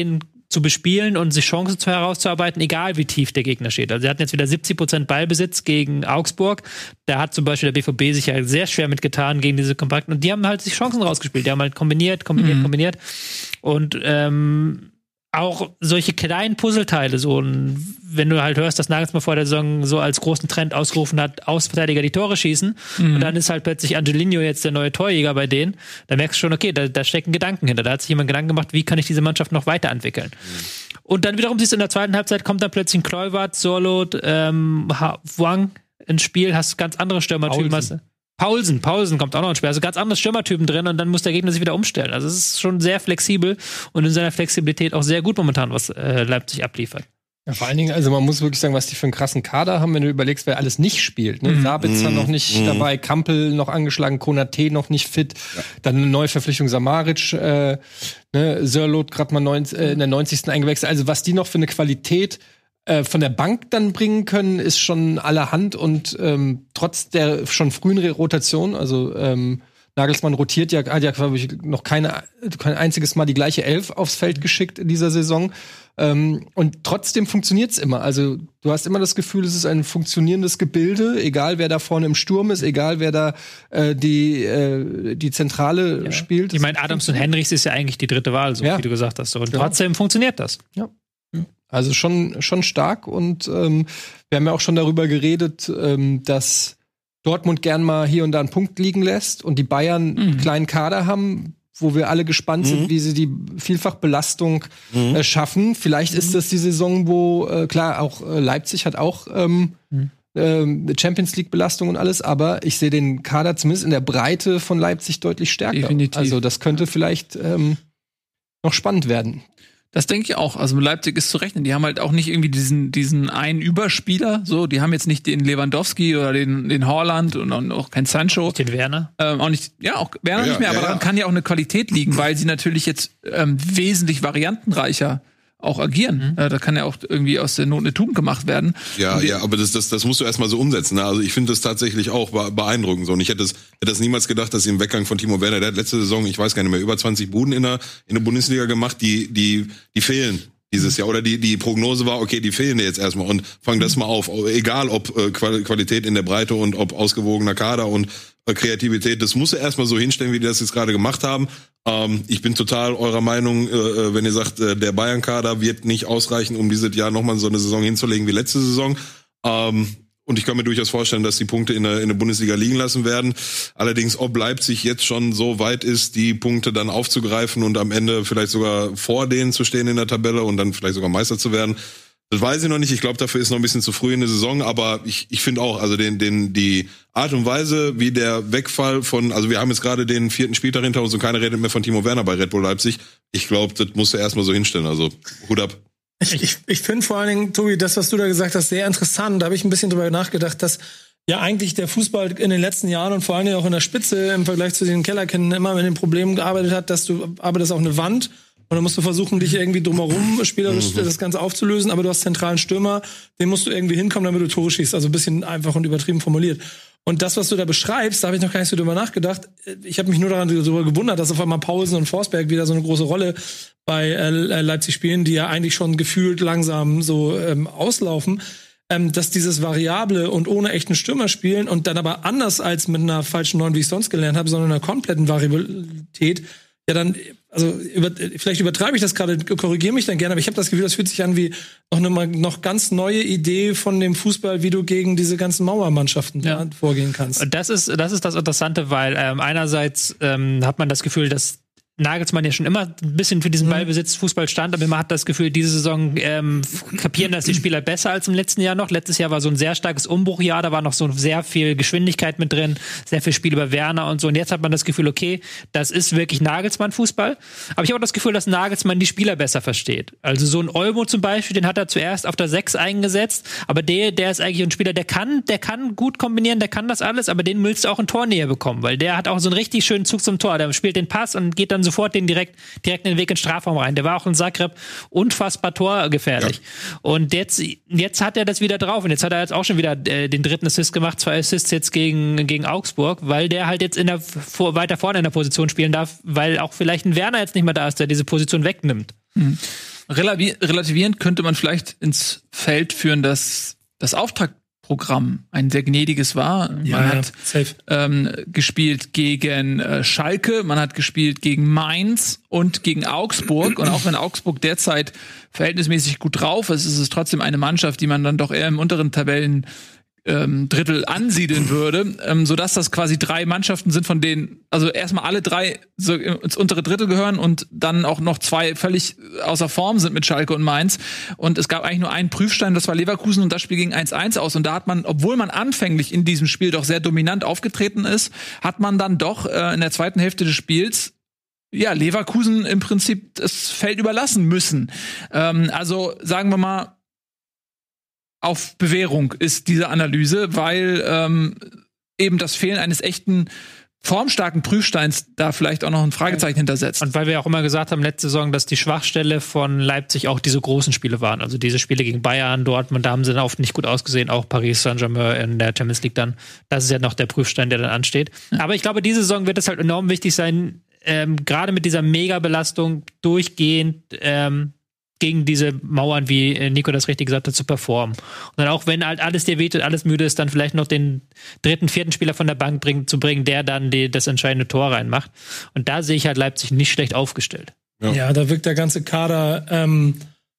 zu bespielen und sich Chancen zu herauszuarbeiten, egal wie tief der Gegner steht. Also sie hatten jetzt wieder siebzig Prozent Ballbesitz gegen Augsburg. Da hat zum Beispiel der B V B sich ja sehr schwer mitgetan gegen diese kompakten. Und die haben halt sich Chancen rausgespielt. Die haben halt kombiniert, kombiniert, mhm. kombiniert. Und ähm, auch solche kleinen Puzzleteile, so ein, wenn du halt hörst, dass Nagelsmann vor der Saison so als großen Trend ausgerufen hat, Außenverteidiger die Tore schießen, mhm. und dann ist halt plötzlich Angelino jetzt der neue Torjäger bei denen, dann merkst du schon, okay, da, da stecken Gedanken hinter. Da hat sich jemand Gedanken gemacht, wie kann ich diese Mannschaft noch weiterentwickeln. Mhm. Und dann wiederum siehst du in der zweiten Halbzeit, kommt dann plötzlich ein Kluivert, Sorloth, ähm, Wang ins Spiel, hast ganz andere Stürmertypen. Hast, Paulsen, Paulsen kommt auch noch ins Spiel. Also ganz andere Stürmertypen drin und dann muss der Gegner sich wieder umstellen. Also es ist schon sehr flexibel und in seiner Flexibilität auch sehr gut momentan, was äh, Leipzig abliefert. Ja, vor allen Dingen, also man muss wirklich sagen, was die für einen krassen Kader haben, wenn du überlegst, wer alles nicht spielt. Ne? Mhm. Sabitzer mhm. noch nicht mhm. dabei, Kampel noch angeschlagen, Konate noch nicht fit. Ja. Dann eine Neuverpflichtung Samaric, äh, ne? Sörloth gerade mal neunzig, äh, in der neunzigsten eingewechselt. Also was die noch für eine Qualität äh, von der Bank dann bringen können, ist schon allerhand. Und ähm, trotz der schon frühen Rotation, also ähm, Nagelsmann rotiert ja, hat ja glaube ich noch keine, kein einziges Mal die gleiche Elf aufs Feld geschickt in dieser Saison. Ähm, und trotzdem funktioniert's immer. Also du hast immer das Gefühl, es ist ein funktionierendes Gebilde, egal wer da vorne im Sturm ist, egal wer da äh, die äh, die Zentrale ja. spielt. Ich meine, Adams und Henrichs ist ja eigentlich die dritte Wahl, so ja. wie du gesagt hast. Und ja. trotzdem funktioniert das. Ja. Also schon schon stark. Und ähm, wir haben ja auch schon darüber geredet, ähm, dass Dortmund gern mal hier und da einen Punkt liegen lässt und die Bayern mhm. einen kleinen Kader haben, wo wir alle gespannt mhm. sind, wie sie die Vielfachbelastung mhm. äh, schaffen. Vielleicht mhm. ist das die Saison, wo, äh, klar, auch äh, Leipzig hat auch ähm, mhm. äh, Champions League-Belastung und alles, aber ich sehe den Kader zumindest in der Breite von Leipzig deutlich stärker. Definitiv. Also das könnte vielleicht ähm, noch spannend werden. Das denke ich auch. Also mit Leipzig ist zu rechnen. Die haben halt auch nicht irgendwie diesen diesen einen Überspieler. So, die haben jetzt nicht den Lewandowski oder den den Haaland und auch kein Sancho. Nicht den Werner. Ähm, auch nicht. Ja, auch Werner ja, nicht mehr. Ja, aber ja. daran kann ja auch eine Qualität liegen, weil sie natürlich jetzt ähm, wesentlich variantenreicher auch agieren. Mhm. Äh, da kann ja auch irgendwie aus der Not eine Tugend gemacht werden. Ja, ja, aber das, das, das musst du erstmal so umsetzen. Ne? Also ich finde das tatsächlich auch beeindruckend. So. Und ich hätte das, hätte das niemals gedacht, dass sie im Weggang von Timo Werner, der hat letzte Saison, ich weiß gar nicht mehr, über zwanzig Buden in der, in der Bundesliga gemacht, die, die, die fehlen dieses Jahr. Oder die, die Prognose war, okay, die fehlen dir jetzt erstmal und fang das mal auf. Egal ob äh, Qualität in der Breite und ob ausgewogener Kader und äh, Kreativität, das muss er erstmal so hinstellen, wie die das jetzt gerade gemacht haben. Ähm, ich bin total eurer Meinung, äh, wenn ihr sagt, äh, der Bayern-Kader wird nicht ausreichen, um dieses Jahr nochmal so eine Saison hinzulegen wie letzte Saison. Ähm, und ich kann mir durchaus vorstellen, dass die Punkte in der, in der Bundesliga liegen lassen werden. Allerdings, ob Leipzig jetzt schon so weit ist, die Punkte dann aufzugreifen und am Ende vielleicht sogar vor denen zu stehen in der Tabelle und dann vielleicht sogar Meister zu werden, das weiß ich noch nicht. Ich glaube, dafür ist noch ein bisschen zu früh in der Saison. Aber ich, ich finde auch, also den, den, die Art und Weise, wie der Wegfall von, also wir haben jetzt gerade den vierten Spieltag hinter uns und keiner redet mehr von Timo Werner bei Red Bull Leipzig. Ich glaube, das musst du erstmal so hinstellen. Also Hut ab. Ich, ich, ich finde vor allen Dingen, Tobi, das, was du da gesagt hast, sehr interessant. Da habe ich ein bisschen drüber nachgedacht, dass ja eigentlich der Fußball in den letzten Jahren und vor allen Dingen auch in der Spitze im Vergleich zu den Kellerkinden immer mit dem Problem gearbeitet hat, dass du arbeitest auf eine Wand und dann musst du versuchen, dich irgendwie drumherum spielerisch das Ganze aufzulösen, aber du hast zentralen Stürmer, den musst du irgendwie hinkommen, damit du Tore schießt. Also ein bisschen einfach und übertrieben formuliert. Und das, was du da beschreibst, da habe ich noch gar nicht so drüber nachgedacht. Ich habe mich nur daran darüber gewundert, dass auf einmal Pausen und Forsberg wieder so eine große Rolle bei äh, Leipzig spielen, die ja eigentlich schon gefühlt langsam so ähm, auslaufen. Ähm, dass dieses Variable und ohne echten Stürmer spielen und dann aber anders als mit einer falschen Neun, wie ich sonst gelernt habe, sondern einer kompletten Variabilität, ja dann, also über, vielleicht übertreibe ich das gerade, korrigiere mich dann gerne, aber ich habe das Gefühl, das fühlt sich an wie noch eine noch ganz neue Idee von dem Fußball, wie du gegen diese ganzen Mauermannschaften ja. vorgehen kannst. Und das ist das ist das Interessante, weil ähm, einerseits ähm, hat man das Gefühl, dass Nagelsmann ja schon immer ein bisschen für diesen Ballbesitz Fußball stand, aber man hat das Gefühl, diese Saison ähm, kapieren das die Spieler besser als im letzten Jahr noch. Letztes Jahr war so ein sehr starkes Umbruchjahr, da war noch so sehr viel Geschwindigkeit mit drin, sehr viel Spiel über Werner und so. Und jetzt hat man das Gefühl, okay, das ist wirklich Nagelsmann-Fußball. Aber ich habe auch das Gefühl, dass Nagelsmann die Spieler besser versteht. Also so ein Olmo zum Beispiel, den hat er zuerst auf der sechs eingesetzt, aber der, der ist eigentlich ein Spieler, der kann, der kann gut kombinieren, der kann das alles, aber den willst du auch in Tornähe bekommen, weil der hat auch so einen richtig schönen Zug zum Tor. Der spielt den Pass und geht dann sofort den direkt, direkt in den Weg in den Strafraum rein. Der war auch in Zagreb unfassbar torgefährlich. Ja. Und jetzt, jetzt hat er das wieder drauf. Und jetzt hat er jetzt auch schon wieder äh, den dritten Assist gemacht, zwei Assists jetzt gegen, gegen Augsburg, weil der halt jetzt in der, vor, weiter vorne in der Position spielen darf, weil auch vielleicht ein Werner jetzt nicht mehr da ist, der diese Position wegnimmt. Mhm. Relativierend könnte man vielleicht ins Feld führen, dass das Auftaktprogramm ein sehr gnädiges war. Man Ja, hat safe. ähm, gespielt gegen äh, Schalke, man hat gespielt gegen Mainz und gegen Augsburg. Und auch wenn Augsburg derzeit verhältnismäßig gut drauf ist, ist es trotzdem eine Mannschaft, die man dann doch eher im unteren Tabellen Ähm, Drittel ansiedeln würde, ähm, sodass das quasi drei Mannschaften sind, von denen, also erstmal alle drei so ins untere Drittel gehören und dann auch noch zwei völlig außer Form sind mit Schalke und Mainz. Und es gab eigentlich nur einen Prüfstein, das war Leverkusen, und das Spiel ging eins eins aus. Und da hat man, obwohl man anfänglich in diesem Spiel doch sehr dominant aufgetreten ist, hat man dann doch äh, in der zweiten Hälfte des Spiels ja, Leverkusen im Prinzip das Feld überlassen müssen. Ähm, also sagen wir mal, auf Bewährung ist diese Analyse, weil ähm, eben das Fehlen eines echten formstarken Prüfsteins da vielleicht auch noch ein Fragezeichen hintersetzt. Und weil wir auch immer gesagt haben, letzte Saison, dass die Schwachstelle von Leipzig auch diese großen Spiele waren. Also diese Spiele gegen Bayern, Dortmund, da haben sie dann oft nicht gut ausgesehen. Auch Paris Saint-Germain in der Champions League dann. Das ist ja noch der Prüfstein, der dann ansteht. Ja. Aber ich glaube, diese Saison wird es halt enorm wichtig sein, ähm, gerade mit dieser Mega-Belastung durchgehend ähm, gegen diese Mauern, wie Nico das richtig gesagt hat, zu performen. Und dann auch, wenn halt alles dir wehtut, alles müde ist, dann vielleicht noch den dritten, vierten Spieler von der Bank bringen, zu bringen, der dann die, das entscheidende Tor reinmacht. Und da sehe ich halt Leipzig nicht schlecht aufgestellt. Ja, ja, da wirkt der ganze Kader ähm,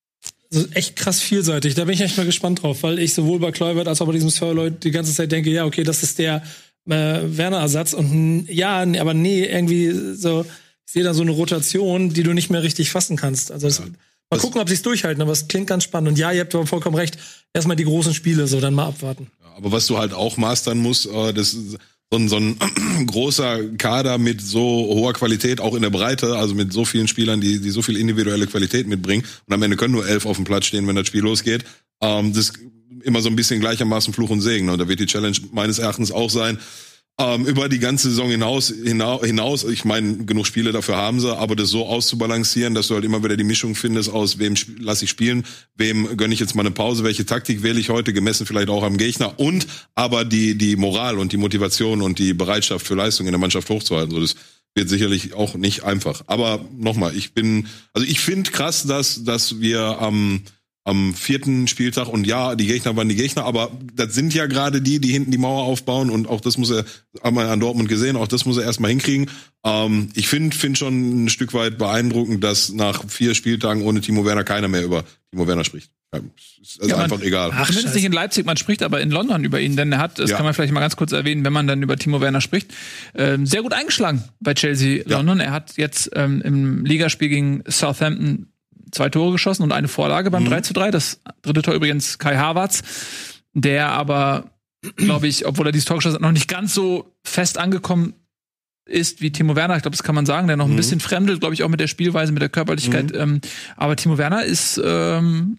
so echt krass vielseitig. Da bin ich echt mal gespannt drauf, weil ich sowohl bei Kluivert als auch bei diesem Sörloth die ganze Zeit denke, ja, okay, das ist der äh, Werner-Ersatz. Und ja, aber nee, irgendwie so, ich sehe da so eine Rotation, die du nicht mehr richtig fassen kannst. Also das, ja. Mal gucken, ob sie es durchhalten, aber es klingt ganz spannend. Und ja, ihr habt aber vollkommen recht. Erstmal die großen Spiele, so dann mal abwarten. Ja, aber was du halt auch mastern musst, äh, das ist so ein, so ein großer Kader mit so hoher Qualität, auch in der Breite, also mit so vielen Spielern, die, die so viel individuelle Qualität mitbringen. Und am Ende können nur elf auf dem Platz stehen, wenn das Spiel losgeht. Ähm, das ist immer so ein bisschen gleichermaßen Fluch und Segen. Und da wird die Challenge meines Erachtens auch sein, Ähm, über die ganze Saison hinaus, hinaus, ich meine, genug Spiele dafür haben sie, aber das so auszubalancieren, dass du halt immer wieder die Mischung findest aus, wem lasse ich spielen, wem gönne ich jetzt mal eine Pause, welche Taktik wähle ich heute, gemessen vielleicht auch am Gegner, und aber die die Moral und die Motivation und die Bereitschaft für Leistung in der Mannschaft hochzuhalten. So, das wird sicherlich auch nicht einfach. Aber nochmal, ich bin, also ich finde krass, dass dass wir am ähm, am vierten Spieltag, und ja, die Gegner waren die Gegner, aber das sind ja gerade die, die hinten die Mauer aufbauen, und auch das muss er, haben wir an Dortmund gesehen, auch das muss er erstmal hinkriegen. Ähm, ich finde find schon ein Stück weit beeindruckend, dass nach vier Spieltagen ohne Timo Werner keiner mehr über Timo Werner spricht. Ist also ja, einfach man, egal. Ach, zumindest nicht in Leipzig, man spricht aber in London über ihn, denn er hat, das ja. kann man vielleicht mal ganz kurz erwähnen, wenn man dann über Timo Werner spricht, ähm, sehr gut eingeschlagen bei Chelsea ja. London. Er hat jetzt ähm, im Ligaspiel gegen Southampton zwei Tore geschossen und eine Vorlage beim mhm. drei zu drei. Das dritte Tor übrigens Kai Havertz, der aber, glaube ich, obwohl er dieses Tor geschossen hat, noch nicht ganz so fest angekommen ist wie Timo Werner. Ich glaube, das kann man sagen, der noch ein mhm. bisschen fremdelt, glaube ich, auch mit der Spielweise, mit der Körperlichkeit. Mhm. Ähm, aber Timo Werner ist ähm,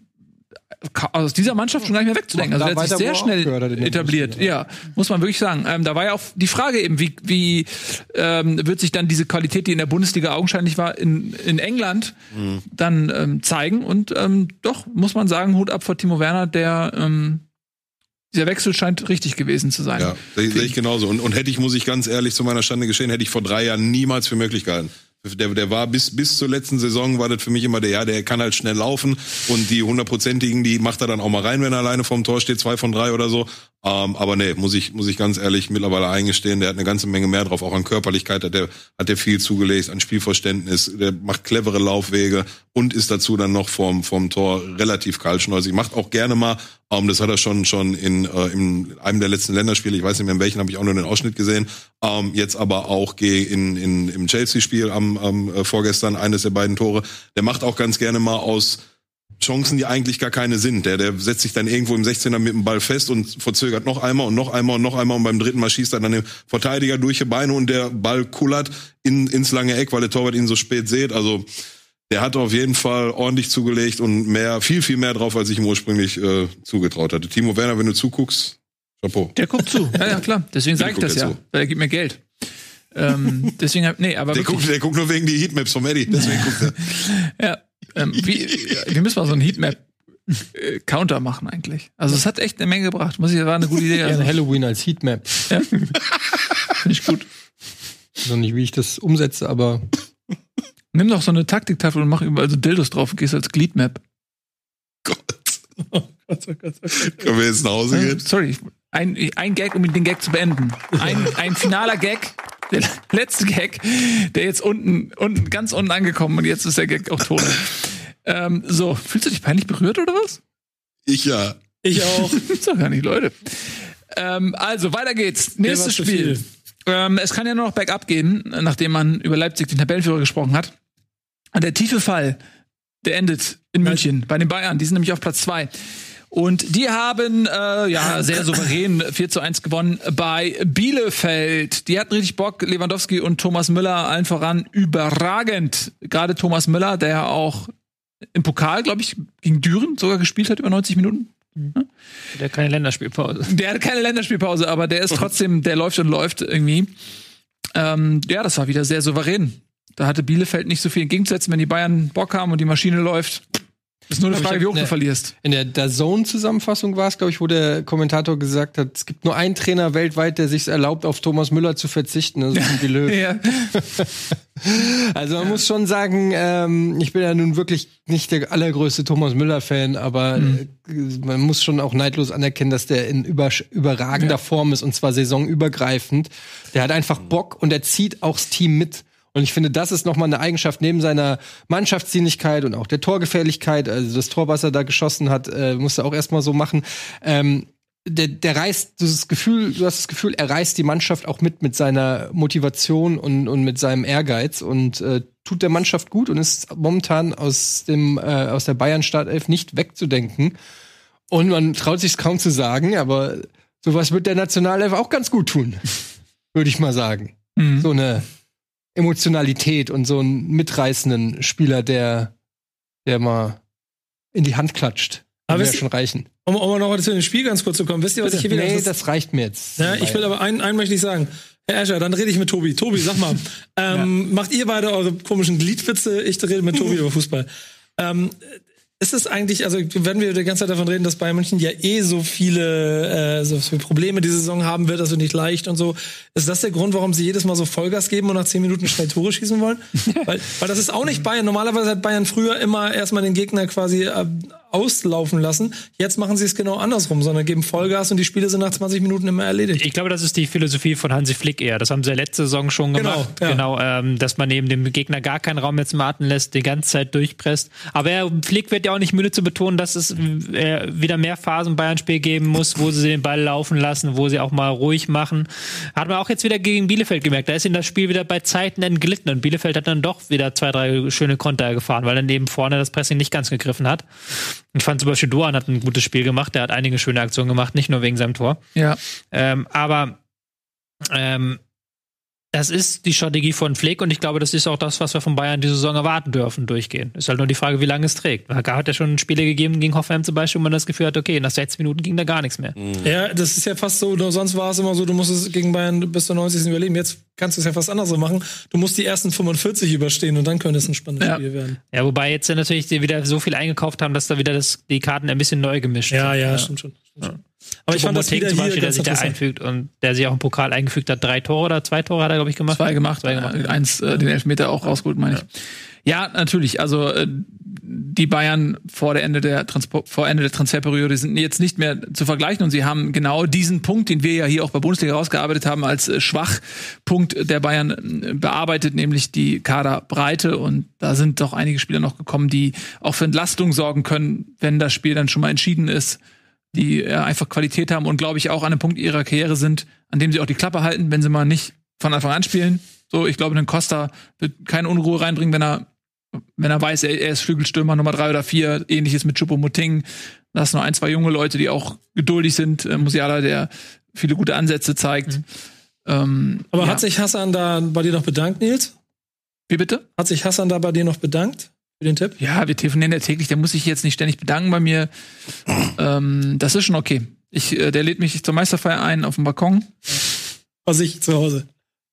aus dieser Mannschaft schon gar nicht mehr wegzudenken. Also der hat sich sehr schnell etabliert. Ja, muss man wirklich sagen. Ähm, da war ja auch die Frage eben, wie, wie ähm, wird sich dann diese Qualität, die in der Bundesliga augenscheinlich war, in, in England mhm. dann ähm, zeigen. Und ähm, doch, muss man sagen, Hut ab vor Timo Werner, der ähm, dieser Wechsel scheint richtig gewesen zu sein. Ja, sehe ich genauso. Und, und hätte ich, muss ich ganz ehrlich zu meiner Schande geschehen, hätte ich vor drei Jahren niemals für möglich gehalten. Der, der war bis, bis zur letzten Saison war das für mich immer der, ja, der kann halt schnell laufen, und die hundertprozentigen, die macht er dann auch mal rein, wenn er alleine vorm Tor steht, zwei von drei oder so. Ähm, aber nee, muss ich, muss ich ganz ehrlich mittlerweile eingestehen, der hat eine ganze Menge mehr drauf, auch an Körperlichkeit hat der, hat der viel zugelegt, an Spielverständnis, der macht clevere Laufwege und ist dazu dann noch vorm, vorm Tor relativ kaltschnäuzig. Macht auch gerne mal, ähm, das hat er schon, schon in, äh, in einem der letzten Länderspiele, ich weiß nicht mehr in welchen, habe ich auch nur den Ausschnitt gesehen, ähm, jetzt aber auch in, in, im Chelsea-Spiel am, am äh, vorgestern, eines der beiden Tore, der macht auch ganz gerne mal aus Chancen, die eigentlich gar keine sind. Der, der setzt sich dann irgendwo im sechzehner mit dem Ball fest und verzögert noch einmal und noch einmal und noch einmal, und beim dritten Mal schießt er dann den Verteidiger durch die Beine und der Ball kullert in, ins lange Eck, weil der Torwart ihn so spät sieht. Also der hat auf jeden Fall ordentlich zugelegt und mehr, viel, viel mehr drauf, als ich ihm ursprünglich äh, zugetraut hatte. Timo Werner, wenn du zuguckst, Chapeau. Der guckt zu. Ja, ja, klar. Deswegen sage ich das ja, zu. Weil er gibt mir Geld. ähm, deswegen, nee, aber der guckt, der guckt nur wegen die Heatmaps vom Eddie. Deswegen guckt er. Ja. Ähm, wie, wir müssen mal so einen Heatmap-Counter machen eigentlich. Also es hat echt eine Menge gebracht. Muss ich, war eine gute Idee. Also ja, Halloween als Heatmap. Ja. Finde ich gut. Ich weiß noch nicht, wie ich das umsetze, aber Nimm doch so eine Taktiktafel und mach überall so Dildos drauf und gehst als Gliedmap. Gott. Oh Gott, oh Gott, oh Gott. Können wir jetzt nach Hause gehen? Sorry, ein, ein Gag, um den Gag zu beenden. Ein, ein finaler Gag, der letzte Gag, der jetzt unten, unten, ganz unten angekommen und jetzt ist der Gag auch tot. ähm, so, fühlst du dich peinlich berührt oder was? Ich ja. Ich auch. Ist doch gar nicht, Leute. Ähm, also, weiter geht's. Nächstes Spiel. Ähm, es kann ja nur noch bergab gehen, nachdem man über Leipzig, den Tabellenführer, gesprochen hat. Und der tiefe Fall, der endet in München bei den Bayern. Die sind nämlich auf Platz zwei. Und die haben äh, ja sehr souverän vier zu eins gewonnen bei Bielefeld. Die hatten richtig Bock. Lewandowski und Thomas Müller allen voran überragend. Gerade Thomas Müller, der ja auch im Pokal, glaube ich, gegen Düren sogar gespielt hat über neunzig Minuten. Der hat keine Länderspielpause. Der hat keine Länderspielpause, aber der ist trotzdem, der läuft und läuft irgendwie. Ähm, ja, das war wieder sehr souverän. Da hatte Bielefeld nicht so viel entgegenzusetzen, wenn die Bayern Bock haben und die Maschine läuft. Ist nur eine Frage, wie hoch du verlierst. In der DAZN-Zusammenfassung war es, glaube ich, wo der Kommentator gesagt hat, es gibt nur einen Trainer weltweit, der sich erlaubt, auf Thomas Müller zu verzichten. Das ist Jogi Löw. Ja. Also man ja. muss schon sagen, ähm, ich bin ja nun wirklich nicht der allergrößte Thomas Müller-Fan, aber mhm. äh, man muss schon auch neidlos anerkennen, dass der in über, überragender ja. Form ist, und zwar saisonübergreifend. Der hat einfach Bock und er zieht auch das Team mit. Und ich finde, das ist nochmal eine Eigenschaft neben seiner Mannschaftsdienlichkeit und auch der Torgefährlichkeit. Also das Tor, was er da geschossen hat, äh, musste er auch erstmal so machen. Ähm, der, der reißt das Gefühl, du hast das Gefühl, er reißt die Mannschaft auch mit mit seiner Motivation und, und mit seinem Ehrgeiz und äh, tut der Mannschaft gut und ist momentan aus dem äh, aus der Bayern-Startelf nicht wegzudenken. Und man traut sich kaum zu sagen, aber sowas wird der Nationalelf auch ganz gut tun, würde ich mal sagen. Mhm. So eine Emotionalität und so einen mitreißenden Spieler, der, der mal in die Hand klatscht. Aber ja schon reichen. Um, um noch zu dem Spiel ganz kurz zu kommen, wisst ihr, was Bitte? ich hier wieder... Nee, das reicht mir jetzt. Ja, ich will aber einen, einen möchte ich sagen. Herr Escher, dann rede ich mit Tobi. Tobi, sag mal, ähm, ja. macht ihr beide eure komischen Gliedwitze? Ich rede mit Tobi über Fußball. Ähm, ist es eigentlich, also wenn wir die ganze Zeit davon reden, dass Bayern München ja eh so viele, äh, so viele Probleme diese Saison haben wird, also nicht leicht und so, ist das der Grund, warum sie jedes Mal so Vollgas geben und nach zehn Minuten schnell Tore schießen wollen? weil, weil das ist auch nicht Bayern. Normalerweise hat Bayern früher immer erstmal den Gegner quasi äh, auslaufen lassen. Jetzt machen sie es genau andersrum, sondern geben Vollgas und die Spiele sind nach zwanzig Minuten immer erledigt. Ich glaube, das ist die Philosophie von Hansi Flick eher. Das haben sie ja letzte Saison schon gemacht. Genau, ja. genau ähm, dass man eben dem Gegner gar keinen Raum mehr zum Atmen lässt, die ganze Zeit durchpresst. Aber er, Flick wird ja auch nicht müde zu betonen, dass es äh, wieder mehr Phasen Bayern-Spiel geben muss, wo sie den Ball laufen lassen, wo sie auch mal ruhig machen. Hat man auch jetzt wieder gegen Bielefeld gemerkt. Da ist ihnen das Spiel wieder bei Zeiten entglitten und Bielefeld hat dann doch wieder zwei, drei schöne Konter gefahren, weil dann eben vorne das Pressing nicht ganz gegriffen hat. Ich fand zum Beispiel, Duan hat ein gutes Spiel gemacht, der hat einige schöne Aktionen gemacht, nicht nur wegen seinem Tor. Ja. Ähm, aber ähm, das ist die Strategie von Flick und ich glaube, das ist auch das, was wir von Bayern diese Saison erwarten dürfen, durchgehen. Ist halt nur die Frage, wie lange es trägt. Da hat ja schon Spiele gegeben gegen Hoffenheim zum Beispiel, wo man das Gefühl hat, okay, nach sechzig Minuten ging da gar nichts mehr. Mhm. Ja, das ist ja fast so, sonst war es immer so, du musst es gegen Bayern bis zur neunzigsten überleben. Jetzt kannst du es ja fast anders so machen. Du musst die ersten fünfundvierzig überstehen und dann könnte es ein spannendes ja. Spiel werden. Ja, wobei jetzt ja natürlich die wieder so viel eingekauft haben, dass da wieder das, die Karten ein bisschen neu gemischt ja, sind. Ja, ja, stimmt schon. Stimmt schon. Aber ich fand das wieder zum Beispiel, der sich da einfügt und der sich auch im Pokal eingefügt hat. Drei Tore oder zwei Tore hat er, glaube ich, gemacht. Zwei gemacht. Zwei gemacht. Äh, eins, äh, den Elfmeter auch rausgeholt, meine ich. Ja, natürlich. Also äh, die Bayern vor der Ende der Transport, vor Ende der Transferperiode sind jetzt nicht mehr zu vergleichen und sie haben genau diesen Punkt, den wir ja hier auch bei Bundesliga rausgearbeitet haben, als äh, Schwachpunkt der Bayern äh, bearbeitet, nämlich die Kaderbreite. Und da sind doch einige Spieler noch gekommen, die auch für Entlastung sorgen können, wenn das Spiel dann schon mal entschieden ist, die äh, einfach Qualität haben und, glaube ich, auch an einem Punkt ihrer Karriere sind, an dem sie auch die Klappe halten, wenn sie mal nicht von Anfang an spielen. So, ich glaube, ein Costa wird keine Unruhe reinbringen, wenn er wenn er weiß, er, er ist Flügelstürmer Nummer drei oder vier, ähnliches mit Choupo-Moting. Da hast noch ein, zwei junge Leute, die auch geduldig sind. Äh, Musiala, der viele gute Ansätze zeigt. Mhm. Ähm, Aber ja. hat sich Hassan da bei dir noch bedankt, Nils? Wie bitte? Hat sich Hassan da bei dir noch bedankt? Für den Tipp? Ja, wir telefonieren ja täglich, der muss sich jetzt nicht ständig bedanken bei mir. ähm, das ist schon okay. Ich, äh, der lädt mich zur Meisterfeier ein auf dem Balkon. Bei sich zu Hause.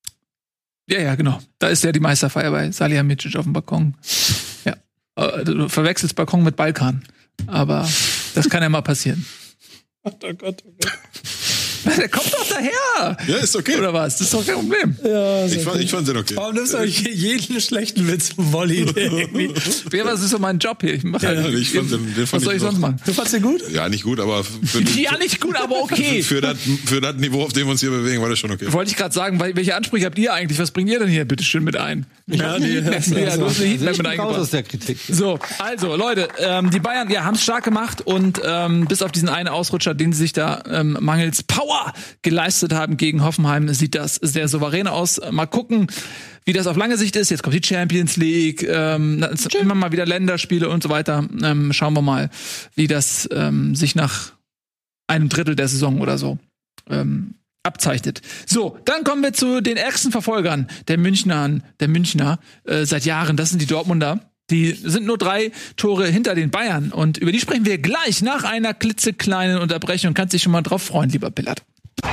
Ja, ja, genau. Da ist ja die Meisterfeier bei Salihamidzic auf dem Balkon. Ja. Äh, du verwechselst Balkon mit Balkan. Aber das kann ja mal passieren. Oh Gott, oh Gott. Der kommt doch daher. Ja, ist okay. Oder was? Das ist doch kein Problem. Ja, Ich fand, ich fand den okay. Warum nimmst du euch jeden schlechten Witz vom Volley? Ja, was ist so mein Job hier? Ich mach halt, Ja, ich fand den, den fand was soll ich noch- sonst machen? Du fandst den gut? Ja, nicht gut, aber für, Ja, nicht gut, aber okay. für, das, für das Niveau, auf dem wir uns hier bewegen, war das schon okay. Wollte ich gerade sagen, weil- welche Ansprüche habt ihr eigentlich? Was bringt ihr denn hier bitte schön mit ein? Ja, nee, ja, ja, du hast eine Heatmap mit raus eingebracht. aus der Kritik. So, also Leute, ähm, die Bayern ja, haben es stark gemacht und ähm, bis auf diesen einen Ausrutscher, den sie sich da ähm, mangels Power geleistet haben gegen Hoffenheim, sieht das sehr souverän aus. Mal gucken, wie das auf lange Sicht ist. Jetzt kommt die Champions League, ähm, immer mal wieder Länderspiele und so weiter. Ähm, schauen wir mal, wie das ähm, sich nach einem Drittel der Saison oder so ähm, abzeichnet. So, dann kommen wir zu den ärgsten Verfolgern der Münchner, der Münchner äh, seit Jahren. Das sind die Dortmunder. Die sind nur drei Tore hinter den Bayern. Und über die sprechen wir gleich nach einer klitzekleinen Unterbrechung. Kannst dich schon mal drauf freuen, lieber Pillard.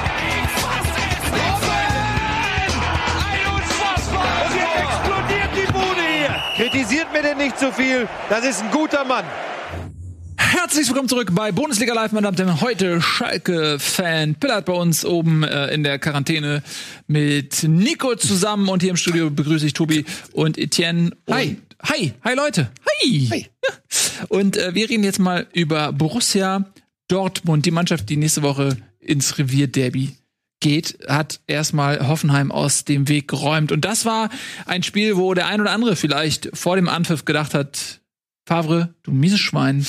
Und jetzt explodiert die Bude hier. Kritisiert mir denn nicht zu viel. Das ist ein guter Mann. Herzlich willkommen zurück bei Bundesliga Live, meine Damen und Herren. Heute Schalke-Fan Pillard bei uns oben äh, in der Quarantäne mit Nico zusammen. Und hier im Studio begrüße ich Tobi und Etienne. Und Hi. Hi. Hi, Leute. Hi. Hi. Ja. Und äh, wir reden jetzt mal über Borussia Dortmund. Die Mannschaft, die nächste Woche ins Revier-Derby geht, hat erstmal Hoffenheim aus dem Weg geräumt. Und das war ein Spiel, wo der ein oder andere vielleicht vor dem Anpfiff gedacht hat, Favre, du mieses Schwein,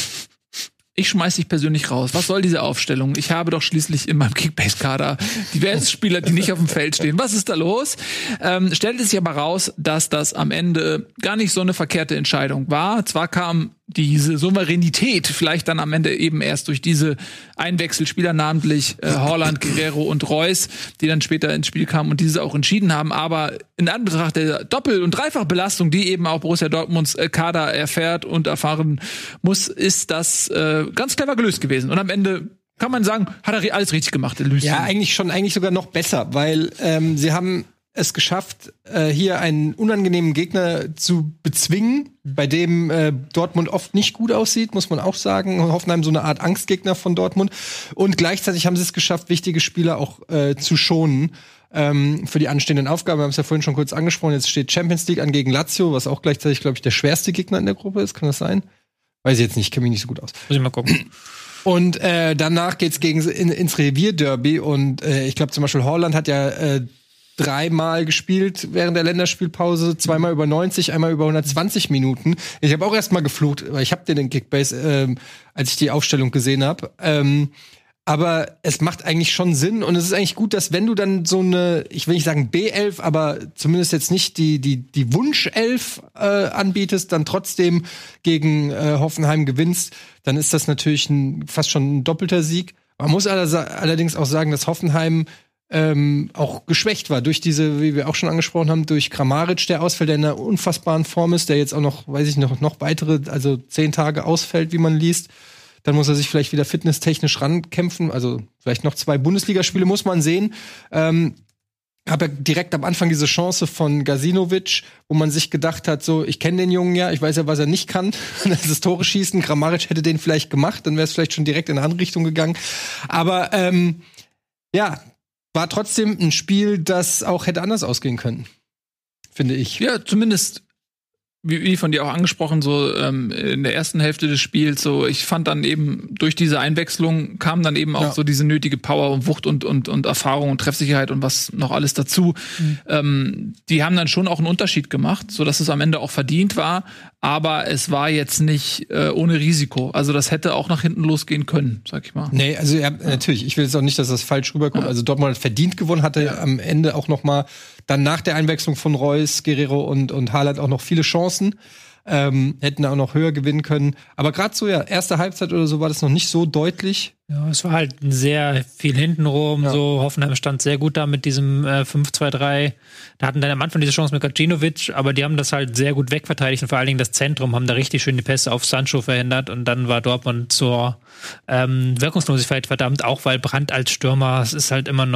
ich schmeiß dich persönlich raus. Was soll diese Aufstellung? Ich habe doch schließlich in meinem Kickbase-Kader diverse Spieler, die nicht auf dem Feld stehen. Was ist da los? Ähm, stellte sich aber raus, dass das am Ende gar nicht so eine verkehrte Entscheidung war. Zwar kam diese Souveränität vielleicht dann am Ende eben erst durch diese Einwechselspieler, namentlich äh, Haaland, Guerrero und Reus, die dann später ins Spiel kamen und diese auch entschieden haben. Aber in Anbetracht der Doppel- und Dreifachbelastung, die eben auch Borussia Dortmunds äh, Kader erfährt und erfahren muss, ist das äh, ganz clever gelöst gewesen. Und am Ende kann man sagen, hat er alles richtig gemacht, der Lucien. Ja, eigentlich schon, eigentlich sogar noch besser, weil ähm, sie haben es geschafft, äh, hier einen unangenehmen Gegner zu bezwingen, bei dem äh, Dortmund oft nicht gut aussieht, muss man auch sagen. Hoffenheim so eine Art Angstgegner von Dortmund. Und gleichzeitig haben sie es geschafft, wichtige Spieler auch äh, zu schonen ähm, für die anstehenden Aufgaben. Wir haben es ja vorhin schon kurz angesprochen. Jetzt steht Champions League an gegen Lazio, was auch gleichzeitig, glaube ich, der schwerste Gegner in der Gruppe ist. Kann das sein? Weiß ich jetzt nicht, kenne mich nicht so gut aus. Muss ich mal gucken. Und äh, danach geht's gegen in, ins Revier-Derby. Und äh, ich glaube zum Beispiel Haaland hat ja äh, dreimal gespielt während der Länderspielpause, zweimal über neunzig, einmal über hundertzwanzig Minuten. Ich habe auch erst mal geflucht, weil ich habe den in Kickbase, ähm, als ich die Aufstellung gesehen habe. Ähm, aber es macht eigentlich schon Sinn und es ist eigentlich gut, dass wenn du dann so eine, ich will nicht sagen B elf, aber zumindest jetzt nicht die die die Wunschelf äh, anbietest, dann trotzdem gegen äh, Hoffenheim gewinnst, dann ist das natürlich ein, fast schon ein doppelter Sieg. Man muss allerdings auch sagen, dass Hoffenheim ähm, auch geschwächt war durch diese, wie wir auch schon angesprochen haben, durch Kramaric, der ausfällt, der in einer unfassbaren Form ist, der jetzt auch noch, weiß ich noch, noch weitere, also zehn Tage ausfällt, wie man liest. Dann muss er sich vielleicht wieder fitnesstechnisch rankämpfen. Also vielleicht noch zwei Bundesligaspiele muss man sehen. Ähm, habe ja direkt am Anfang diese Chance von Gazinovic, wo man sich gedacht hat, so, ich kenne den Jungen ja, ich weiß ja, was er nicht kann. Das ist Tore schießen. Kramaric hätte den vielleicht gemacht, dann wäre es vielleicht schon direkt in eine andere Richtung gegangen. Aber ähm, ja, war trotzdem ein Spiel, das auch hätte anders ausgehen können, finde ich. Ja, zumindest wie, wie von dir auch angesprochen, so ähm, in der ersten Hälfte des Spiels, so ich fand dann eben durch diese Einwechslung kam dann eben auch Ja. so diese nötige Power und Wucht und und und Erfahrung und Treffsicherheit und was noch alles dazu. Mhm. Ähm, die haben dann schon auch einen Unterschied gemacht, so dass es am Ende auch verdient war, aber es war jetzt nicht äh, ohne Risiko. Also das hätte auch nach hinten losgehen können, sag ich mal. Nee, also ja, natürlich. Ich will jetzt auch nicht, dass das falsch rüberkommt. Ja. Also Dortmund hat verdient gewonnen, hatte Ja. am Ende auch noch mal dann nach der Einwechslung von Reus, Guerrero und und Haaland auch noch viele Chancen. Ähm, hätten auch noch höher gewinnen können. Aber gerade so, ja, erste Halbzeit oder so war das noch nicht so deutlich. Ja, es war halt sehr viel hintenrum. Ja. So, Hoffenheim stand sehr gut da mit diesem äh, fünf zwei drei. Da hatten dann am Anfang diese Chance mit Gacinovic, aber die haben das halt sehr gut wegverteidigt und vor allen Dingen das Zentrum haben da richtig schön die Pässe auf Sancho verhindert und dann war Dortmund zur ähm, Wirkungslosigkeit verdammt, auch weil Brandt als Stürmer, es ist halt immer noch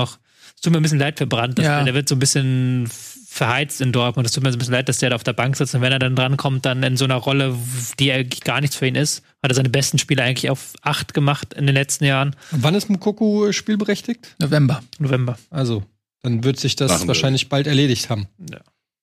Es tut mir ein bisschen leid für Brandt. Ja. Der wird so ein bisschen verheizt in Dortmund. Es tut mir so ein bisschen leid, dass der da auf der Bank sitzt. Und wenn er dann drankommt, dann in so einer Rolle, die eigentlich gar nichts für ihn ist, hat er seine besten Spiele eigentlich auf acht gemacht in den letzten Jahren. Wann ist Moukoko spielberechtigt? November. November. Also, dann wird sich das Machen wahrscheinlich wir. bald erledigt haben. Ja.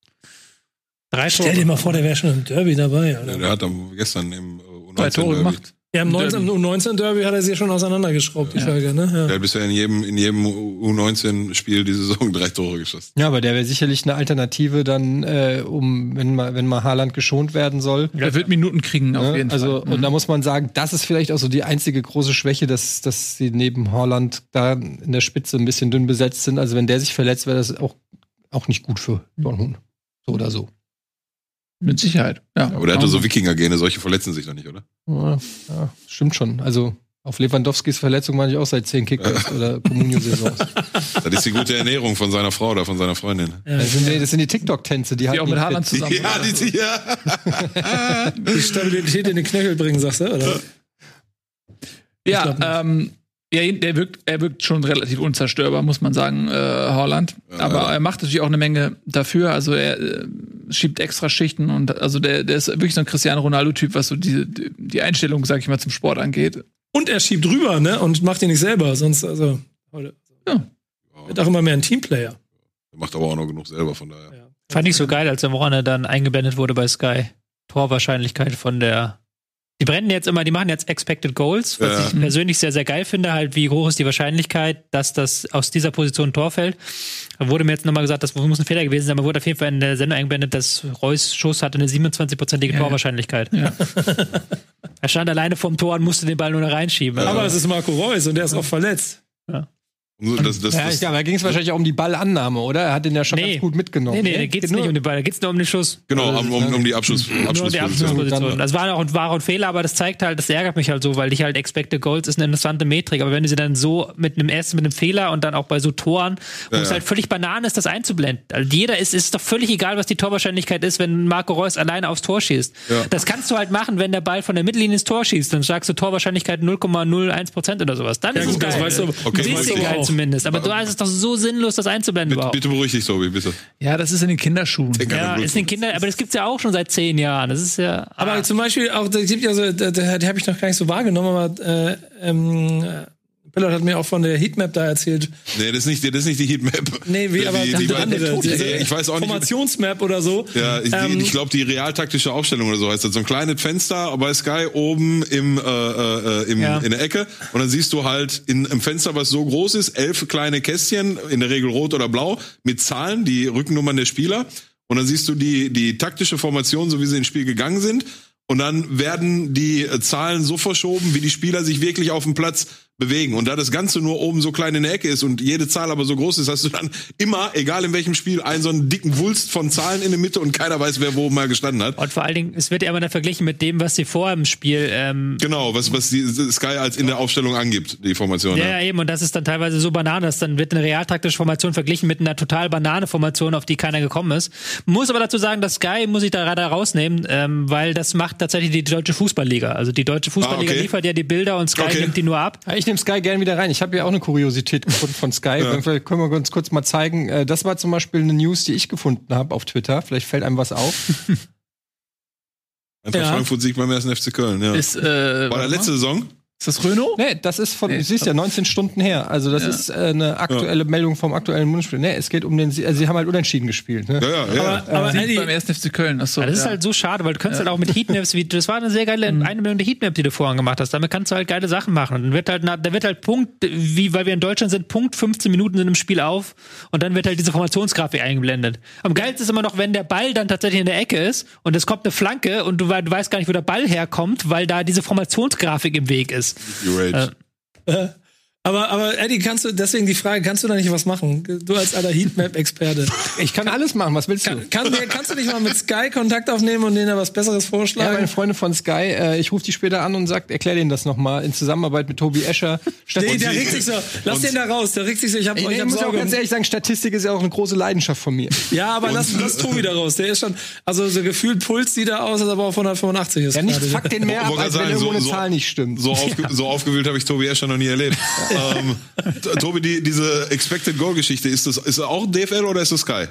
Drei Stell Tore. dir mal vor, der wäre schon im Derby dabei. Oder? Ja, der hat am, gestern im U neunzehn Drei Tore gemacht. Ja, im U neunzehn Derby hat er sie schon auseinandergeschraubt, die Schalke, ne? Ja. Der hat bisher in jedem, in jedem U neunzehn Spiel die Saison drei Tore geschossen. Ja, aber der wäre sicherlich eine Alternative dann, äh, um, wenn mal, wenn mal Haaland geschont werden soll. Er wird Minuten kriegen, auf Ne? jeden also, Fall. Und da muss man sagen, das ist vielleicht auch so die einzige große Schwäche, dass, dass sie neben Haaland da in der Spitze ein bisschen dünn besetzt sind. Also wenn der sich verletzt, wäre das auch, auch nicht gut für Dortmund. So oder so. Mit Sicherheit, ja. Aber der hatte so Wikinger-Gene, solche verletzen sich doch nicht, oder? Ja, ja, stimmt schon. Also auf Lewandowskis Verletzung war ich auch seit zehn Kickers oder Comunio-Saisons. Das ist die gute Ernährung von seiner Frau oder von seiner Freundin. Ja, Das sind, die- das sind die TikTok-Tänze, die, Die halt auch mit nicht Haaland fit- zusammen. Ja, die, die, ja. die Stabilität in den Knöchel bringen, sagst du, oder? Ja, glaub nicht. ähm, ja, der wirkt, er wirkt schon relativ unzerstörbar, muss man sagen, äh, Haaland. Aber ja. er macht natürlich auch eine Menge dafür. Also er äh, schiebt extra Schichten und also der, der ist wirklich so ein Cristiano Ronaldo-Typ, was so die, die Einstellung, sag ich mal, zum Sport angeht. Und er schiebt rüber, ne? Und macht ihn nicht selber, sonst, also, heute. Ja. Wird auch immer mehr ein Teamplayer. Der macht aber auch noch genug selber, von daher. Ja. Fand ich so geil, als der Wochenende dann eingeblendet wurde bei Sky. Torwahrscheinlichkeit von der. Die brennen jetzt immer, die machen jetzt Expected Goals, was Ja. ich persönlich sehr, sehr geil finde, halt, wie hoch ist die Wahrscheinlichkeit, dass das aus dieser Position ein Tor fällt. Da wurde mir jetzt nochmal gesagt, das muss ein Fehler gewesen sein, aber wurde auf jeden Fall in der Sendung eingeblendet, dass Reus Schuss hatte eine siebenundzwanzig-prozentige Ja, ja. Torwahrscheinlichkeit. Ja. Er stand alleine vorm Tor und musste den Ball nur noch reinschieben. Ja. Aber es ist Marco Reus und der ist auch verletzt. Und das, das, Ja, das, ich glaube, da ging es wahrscheinlich auch um die Ballannahme, oder? Er hat den ja schon Nee. ganz gut mitgenommen. Nee, nee, da geht's Geht nicht nur- um den Ball, da geht's nur um den Schuss. genau, um, um, um die Abschluss, Nur die Abschlussposition. Abschlussposition. Das war auch, ein- war auch ein Fehler, aber das zeigt halt, das ärgert mich halt so, weil ich halt Expected Goals ist eine interessante Metrik, aber wenn du sie dann so mit einem ersten mit einem Fehler und dann auch bei so Toren, wo Ja, es ja. halt völlig Banane ist, das einzublenden. Also jeder ist, ist doch völlig egal, was die Torwahrscheinlichkeit ist, wenn Marco Reus alleine aufs Tor schießt. Ja. Das kannst du halt machen, wenn der Ball von der Mittellinie ins Tor schießt, dann sagst du Torwahrscheinlichkeit null Komma null eins Prozent oder sowas. Dann Ja, ist es gut, das geil. weißt du aber- Okay, Ein das weißt bisschen du geil auch. zumindest. Aber da ist es doch so sinnlos, das einzublenden Bitte, überhaupt. bitte beruhig dich, Tobi, bitte. ja, das ist in den Kinderschuhen. Ja, ist den Kindern, aber das gibt's ja auch schon seit zehn Jahren. Das ist ja. Aber zum Beispiel auch, da gibt ja so, da, da, die habe ich noch gar nicht so wahrgenommen, aber äh, ähm, Billard hat mir auch von der Heatmap da erzählt. Nee, das ist nicht, das ist nicht die Heatmap. Nee, wie, aber die, die, die, die andere. die, diese ich weiß auch nicht. Formationsmap oder so. Ja, ich, Ähm, ich glaube, die realtaktische Aufstellung oder so heißt das. So ein kleines Fenster bei Sky oben im, äh, äh, im, Ja. in der Ecke. Und dann siehst du halt in, im Fenster, was so groß ist, elf kleine Kästchen, in der Regel rot oder blau, mit Zahlen, die Rückennummern der Spieler. Und dann siehst du die, die taktische Formation, so wie sie ins Spiel gegangen sind. Und dann werden die äh, Zahlen so verschoben, wie die Spieler sich wirklich auf dem Platz bewegen. Und da das Ganze nur oben so klein in der Ecke ist und jede Zahl aber so groß ist, hast du dann immer, egal in welchem Spiel, einen so einen dicken Wulst von Zahlen in der Mitte und keiner weiß, wer wo mal gestanden hat. Und vor allen Dingen, es wird ja immer dann verglichen mit dem, was sie vor im Spiel. Ähm, Genau, was, was die Sky als in der Aufstellung angibt, die Formation. ja, ja, eben. Und das ist dann teilweise so Banane, dass dann wird eine realtaktische Formation verglichen mit einer total Banane-Formation, auf die keiner gekommen ist. Muss aber dazu sagen, dass Sky muss ich da gerade rausnehmen, ähm, weil das macht tatsächlich die Deutsche Fußballliga. Also die Deutsche Fußballliga Ah, okay. liefert ja die Bilder und Sky Okay. nimmt die nur ab. Ja, ich nehme Sky gerne wieder rein. Ich habe ja auch eine Kuriosität gefunden von Sky. Vielleicht können wir uns kurz mal zeigen. Äh, Das war zum Beispiel eine News, die ich gefunden habe auf Twitter. Vielleicht fällt einem was auf. Einfach Ja. Frankfurt Sieg beim ersten F C Köln, ja. Ist, äh, War warte der letzte mal. Saison? Ist das Renault? Nee, das ist von, Nee. du siehst ja, neunzehn Stunden her. Also das Ja. ist äh, eine aktuelle Meldung vom aktuellen Bundesspiel. Nee, es geht um den, Sie- also sie haben halt unentschieden gespielt. Ne? Ja, ja, ja. aber aber Sieg Eddie, beim ersten F C Köln. Achso, Ja, das ist ja. halt so schade, weil du kannst halt auch mit Heatmaps, wie, das war eine sehr geile Einmeldung der Heatmap, die du vorhin gemacht hast. Damit kannst du halt geile Sachen machen. Und dann wird halt, na- da wird halt Punkt, wie, weil wir in Deutschland sind, Punkt fünfzehn Minuten in einem Spiel auf und dann wird halt diese Formationsgrafik eingeblendet. Am geilsten ist immer noch, wenn der Ball dann tatsächlich in der Ecke ist und es kommt eine Flanke und du, we- du weißt gar nicht, wo der Ball herkommt, weil da diese Formationsgrafik im Weg ist. Die Rage. äh, aber, aber Eddie, kannst du, deswegen die Frage, kannst du da nicht was machen? Du als alter Heatmap-Experte. Ich kann alles machen, was willst du? Kann, kann, kannst du nicht mal mit Sky Kontakt aufnehmen und denen da was Besseres Ja, vorschlagen? meine Freunde von Sky, äh, ich rufe die später an und sag, erklär denen das nochmal in Zusammenarbeit mit Tobi Escher. Nee, der sie- regt sich so. Lass und- den da raus. Der regt sich so. Ich hab, Ich, ich ich hab muss auch Sorge. ganz ehrlich sagen, Statistik ist ja auch eine große Leidenschaft von mir. Ja, aber lass, lass Tobi da raus. Der ist schon, also so gefühlt Puls sieht er aus, als ob er auf hundertfünfundachtzig ist. Ja, nicht gerade. fuck den mehr ab, Wollte als gerade wenn sagen, irgendwo so- eine so- Zahl nicht stimmt. So, aufge so aufgewühlt habe ich Tobi Escher noch nie erlebt. ähm, Tobi, die, diese Expected Goal Geschichte, ist das, ist das auch D F L oder ist das Sky?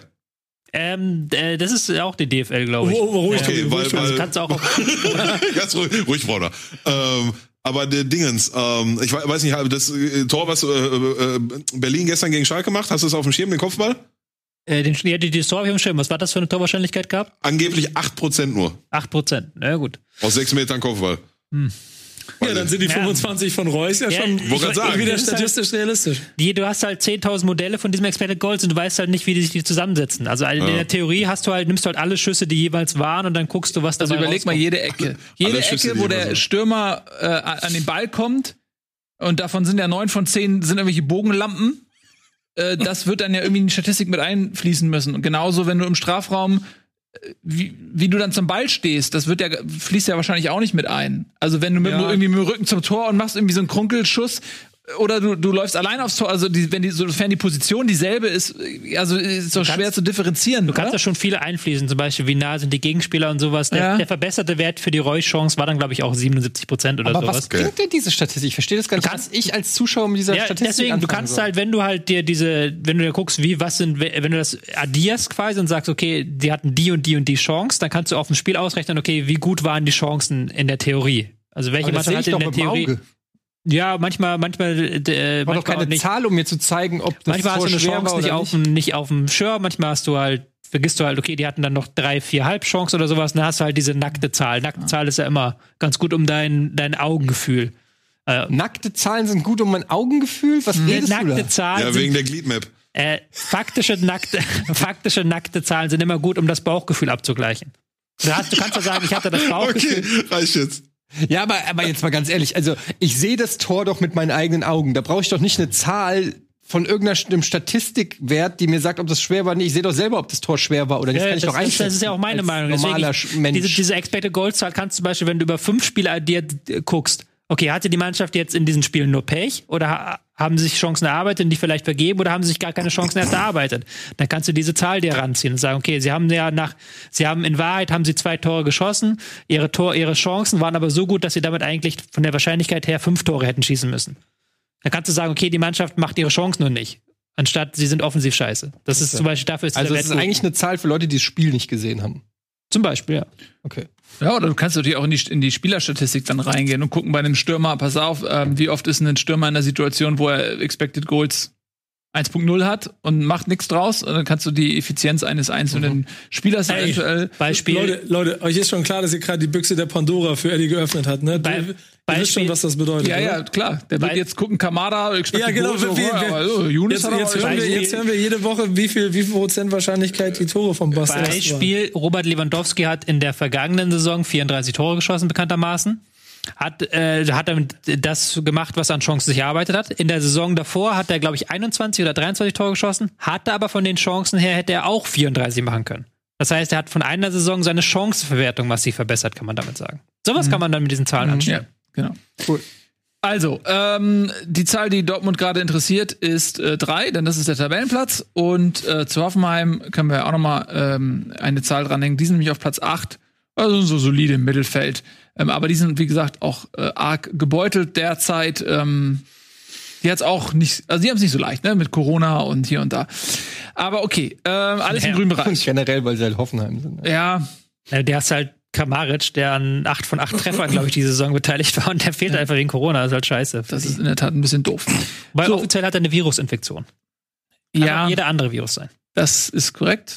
Ähm, äh, das ist auch die D F L, glaube ich. Oh, oh, ruhig, okay, ruhig, weil, ruhig, weil also kannst du auch auf ganz ruhig, ruhig Bruder. Ähm, aber der Dingens, ähm, ich weiß nicht, das äh, Tor, was äh, äh, Berlin gestern gegen Schalke macht, hast du es auf dem Schirm, den Kopfball? äh, den, ja, die, die Tor auf dem Schirm. Was war das für eine Torwahrscheinlichkeit gehabt? Angeblich acht Prozent nur. acht Prozent. Na ja, gut. Aus sechs Metern Kopfball. Hm. Ja, dann sind die fünfundzwanzig von Reus ja, Ja, schon ich wollte gerade sagen. wieder das ist statistisch halt, realistisch. Die, du hast halt zehntausend Modelle von diesem Expected Goals und du weißt halt nicht, wie die sich die zusammensetzen. Also in Ja. der Theorie hast du halt, nimmst du halt alle Schüsse, die jeweils waren und dann guckst du, was Also dabei überleg mal rauskommt. jede Ecke. Jede Alle Schüsse, Ecke, die wo immer der so. Stürmer äh, an den Ball kommt und davon sind ja neun von zehn sind irgendwelche Bogenlampen. Äh, das wird dann ja irgendwie in die Statistik mit einfließen müssen. Und genauso, wenn du im Strafraum Wie, wie du dann zum Ball stehst, das wird ja, fließt ja wahrscheinlich auch nicht mit ein. Also wenn du mit, Ja. irgendwie mit dem Rücken zum Tor und machst irgendwie so einen Krunkelschuss oder du, du läufst allein aufs Tor, also die, wenn die, sofern die Position dieselbe ist, also ist doch schwer kannst- zu differenzieren. Du kannst oder? da schon viele einfließen, zum Beispiel, wie nah sind die Gegenspieler und sowas. Der, Ja. der verbesserte Wert für die Reus-Chance war dann, glaube ich, auch siebenundsiebzig Prozent oder Aber sowas. was bringt denn diese Statistik? Ich verstehe das gar nicht, was ich als Zuschauer mit dieser Ja, Statistik deswegen, du anfangen kannst soll. halt, wenn du halt dir diese, wenn du dir guckst, wie, was sind, wenn du das addierst quasi und sagst, okay, die hatten die und die und die Chance, dann kannst du auf dem Spiel ausrechnen, okay, wie gut waren die Chancen in der Theorie? Also welche Aber das sehe Mannschaft ich hat doch in der mit dem Theorie? Auge. Ja, manchmal, manchmal, äh, War doch manchmal auch keine nicht. Zahl, um mir zu zeigen, ob das Manchmal hast Tor du eine schwer Chance war nicht oder auf, dem, nicht auf dem Schirm, manchmal hast du halt, vergisst du halt, okay, die hatten dann noch drei, vier Halbchancen oder sowas, und dann hast du halt diese nackte Zahl. Nackte Zahl ist ja immer ganz gut um dein, dein Augengefühl. Äh, Nackte Zahlen sind gut um mein Augengefühl? Was redest du da? nackte Zahlen Ja, sind, wegen der Gliedmap. äh, faktische, nackte, faktische nackte Zahlen sind immer gut, um das Bauchgefühl abzugleichen. Du, hast, du kannst ja sagen, ich hatte das Bauchgefühl. Okay, reicht jetzt. Ja, aber, aber jetzt mal ganz ehrlich, also ich sehe das Tor doch mit meinen eigenen Augen. Da brauche ich doch nicht eine Zahl von irgendeinem Statistikwert, die mir sagt, ob das schwer war oder nicht. Ich sehe doch selber, ob das Tor schwer war oder nicht. Ja, kann ich das, doch das, einschätzen. das ist ja auch meine als Meinung. Normaler Deswegen, Mensch. diese, diese Expected Goals Zahl kannst du zum Beispiel, wenn du über fünf Spiele addiert äh, guckst, okay, hatte die Mannschaft jetzt in diesen Spielen nur Pech oder ha haben sie sich Chancen erarbeitet und die vielleicht vergeben oder haben sie sich gar keine Chancen erst erarbeitet? Dann kannst du diese Zahl dir ranziehen und sagen, okay, sie haben ja nach, sie haben in Wahrheit haben sie zwei Tore geschossen, ihre Tor, ihre Chancen waren aber so gut, dass sie damit eigentlich von der Wahrscheinlichkeit her fünf Tore hätten schießen müssen. Dann kannst du sagen, okay, die Mannschaft macht ihre Chancen nur nicht. Anstatt sie sind offensiv scheiße. Das ist zum Beispiel dafür ist Also der es ist Wert gut. eigentlich eine Zahl für Leute, die das Spiel nicht gesehen haben. Zum Beispiel, ja. Okay. Ja, oder du kannst natürlich auch in die, in die Spielerstatistik dann reingehen und gucken bei einem Stürmer, pass auf, ähm, wie oft ist ein Stürmer in der Situation, wo er Expected Goals eins Punkt null hat und macht nichts draus. Und dann kannst du die Effizienz eines einzelnen mhm. Spielers Ey, eventuell. Beispiel. Leute, Leute, euch ist schon klar, dass ihr gerade die Büchse der Pandora für Eddie geöffnet hat, ne? Bei- Ihr, ihr Beispiel- wisst schon, was das bedeutet. Ja, oder? ja, klar. Der wird Weil- jetzt gucken, Kamada, Expected Ja, genau. Goals, Wir, wir, aber so, Younes jetzt, hat aber jetzt, hören wir, Beispiel- jetzt hören wir jede Woche, wie viel, wie viel Prozent Wahrscheinlichkeit die Tore vom Basti waren. Beispiel, Robert Lewandowski hat in der vergangenen Saison vierunddreißig Tore geschossen, bekanntermaßen. Hat, äh, hat damit das gemacht, was er an Chancen sich erarbeitet hat. In der Saison davor hat er, glaube ich, einundzwanzig oder dreiundzwanzig Tore geschossen, hatte aber von den Chancen her, hätte er auch vierunddreißig machen können. Das heißt, er hat von einer Saison seine Chancenverwertung massiv verbessert, kann man damit sagen. Sowas mhm. kann man dann mit diesen Zahlen Ja, anstellen. genau. Cool. Also, ähm, die Zahl, die Dortmund gerade interessiert, ist äh, drei, denn das ist der Tabellenplatz. Und äh, zu Hoffenheim können wir auch noch mal ähm, eine Zahl dranhängen. Die sind nämlich auf Platz acht, also so solide im Mittelfeld. Ähm, aber die sind, wie gesagt, auch äh, arg gebeutelt derzeit. Ähm, die hat's auch nicht, also die haben es nicht so leicht, ne, mit Corona und hier und da. Aber okay, ähm, alles Ja. im grünen Und Bereich. generell, weil sie halt Hoffenheim sind. Ne? Ja, Äh, Der ist halt Kramaric, der an acht von acht Treffern, glaube ich, diese Saison beteiligt war und der fehlt einfach wegen Corona. Das ist halt scheiße. das ist in der Tat ein bisschen doof. Weil so. offiziell hat er eine Virusinfektion. Kann Ja, auch jeder andere Virus sein. das ist korrekt.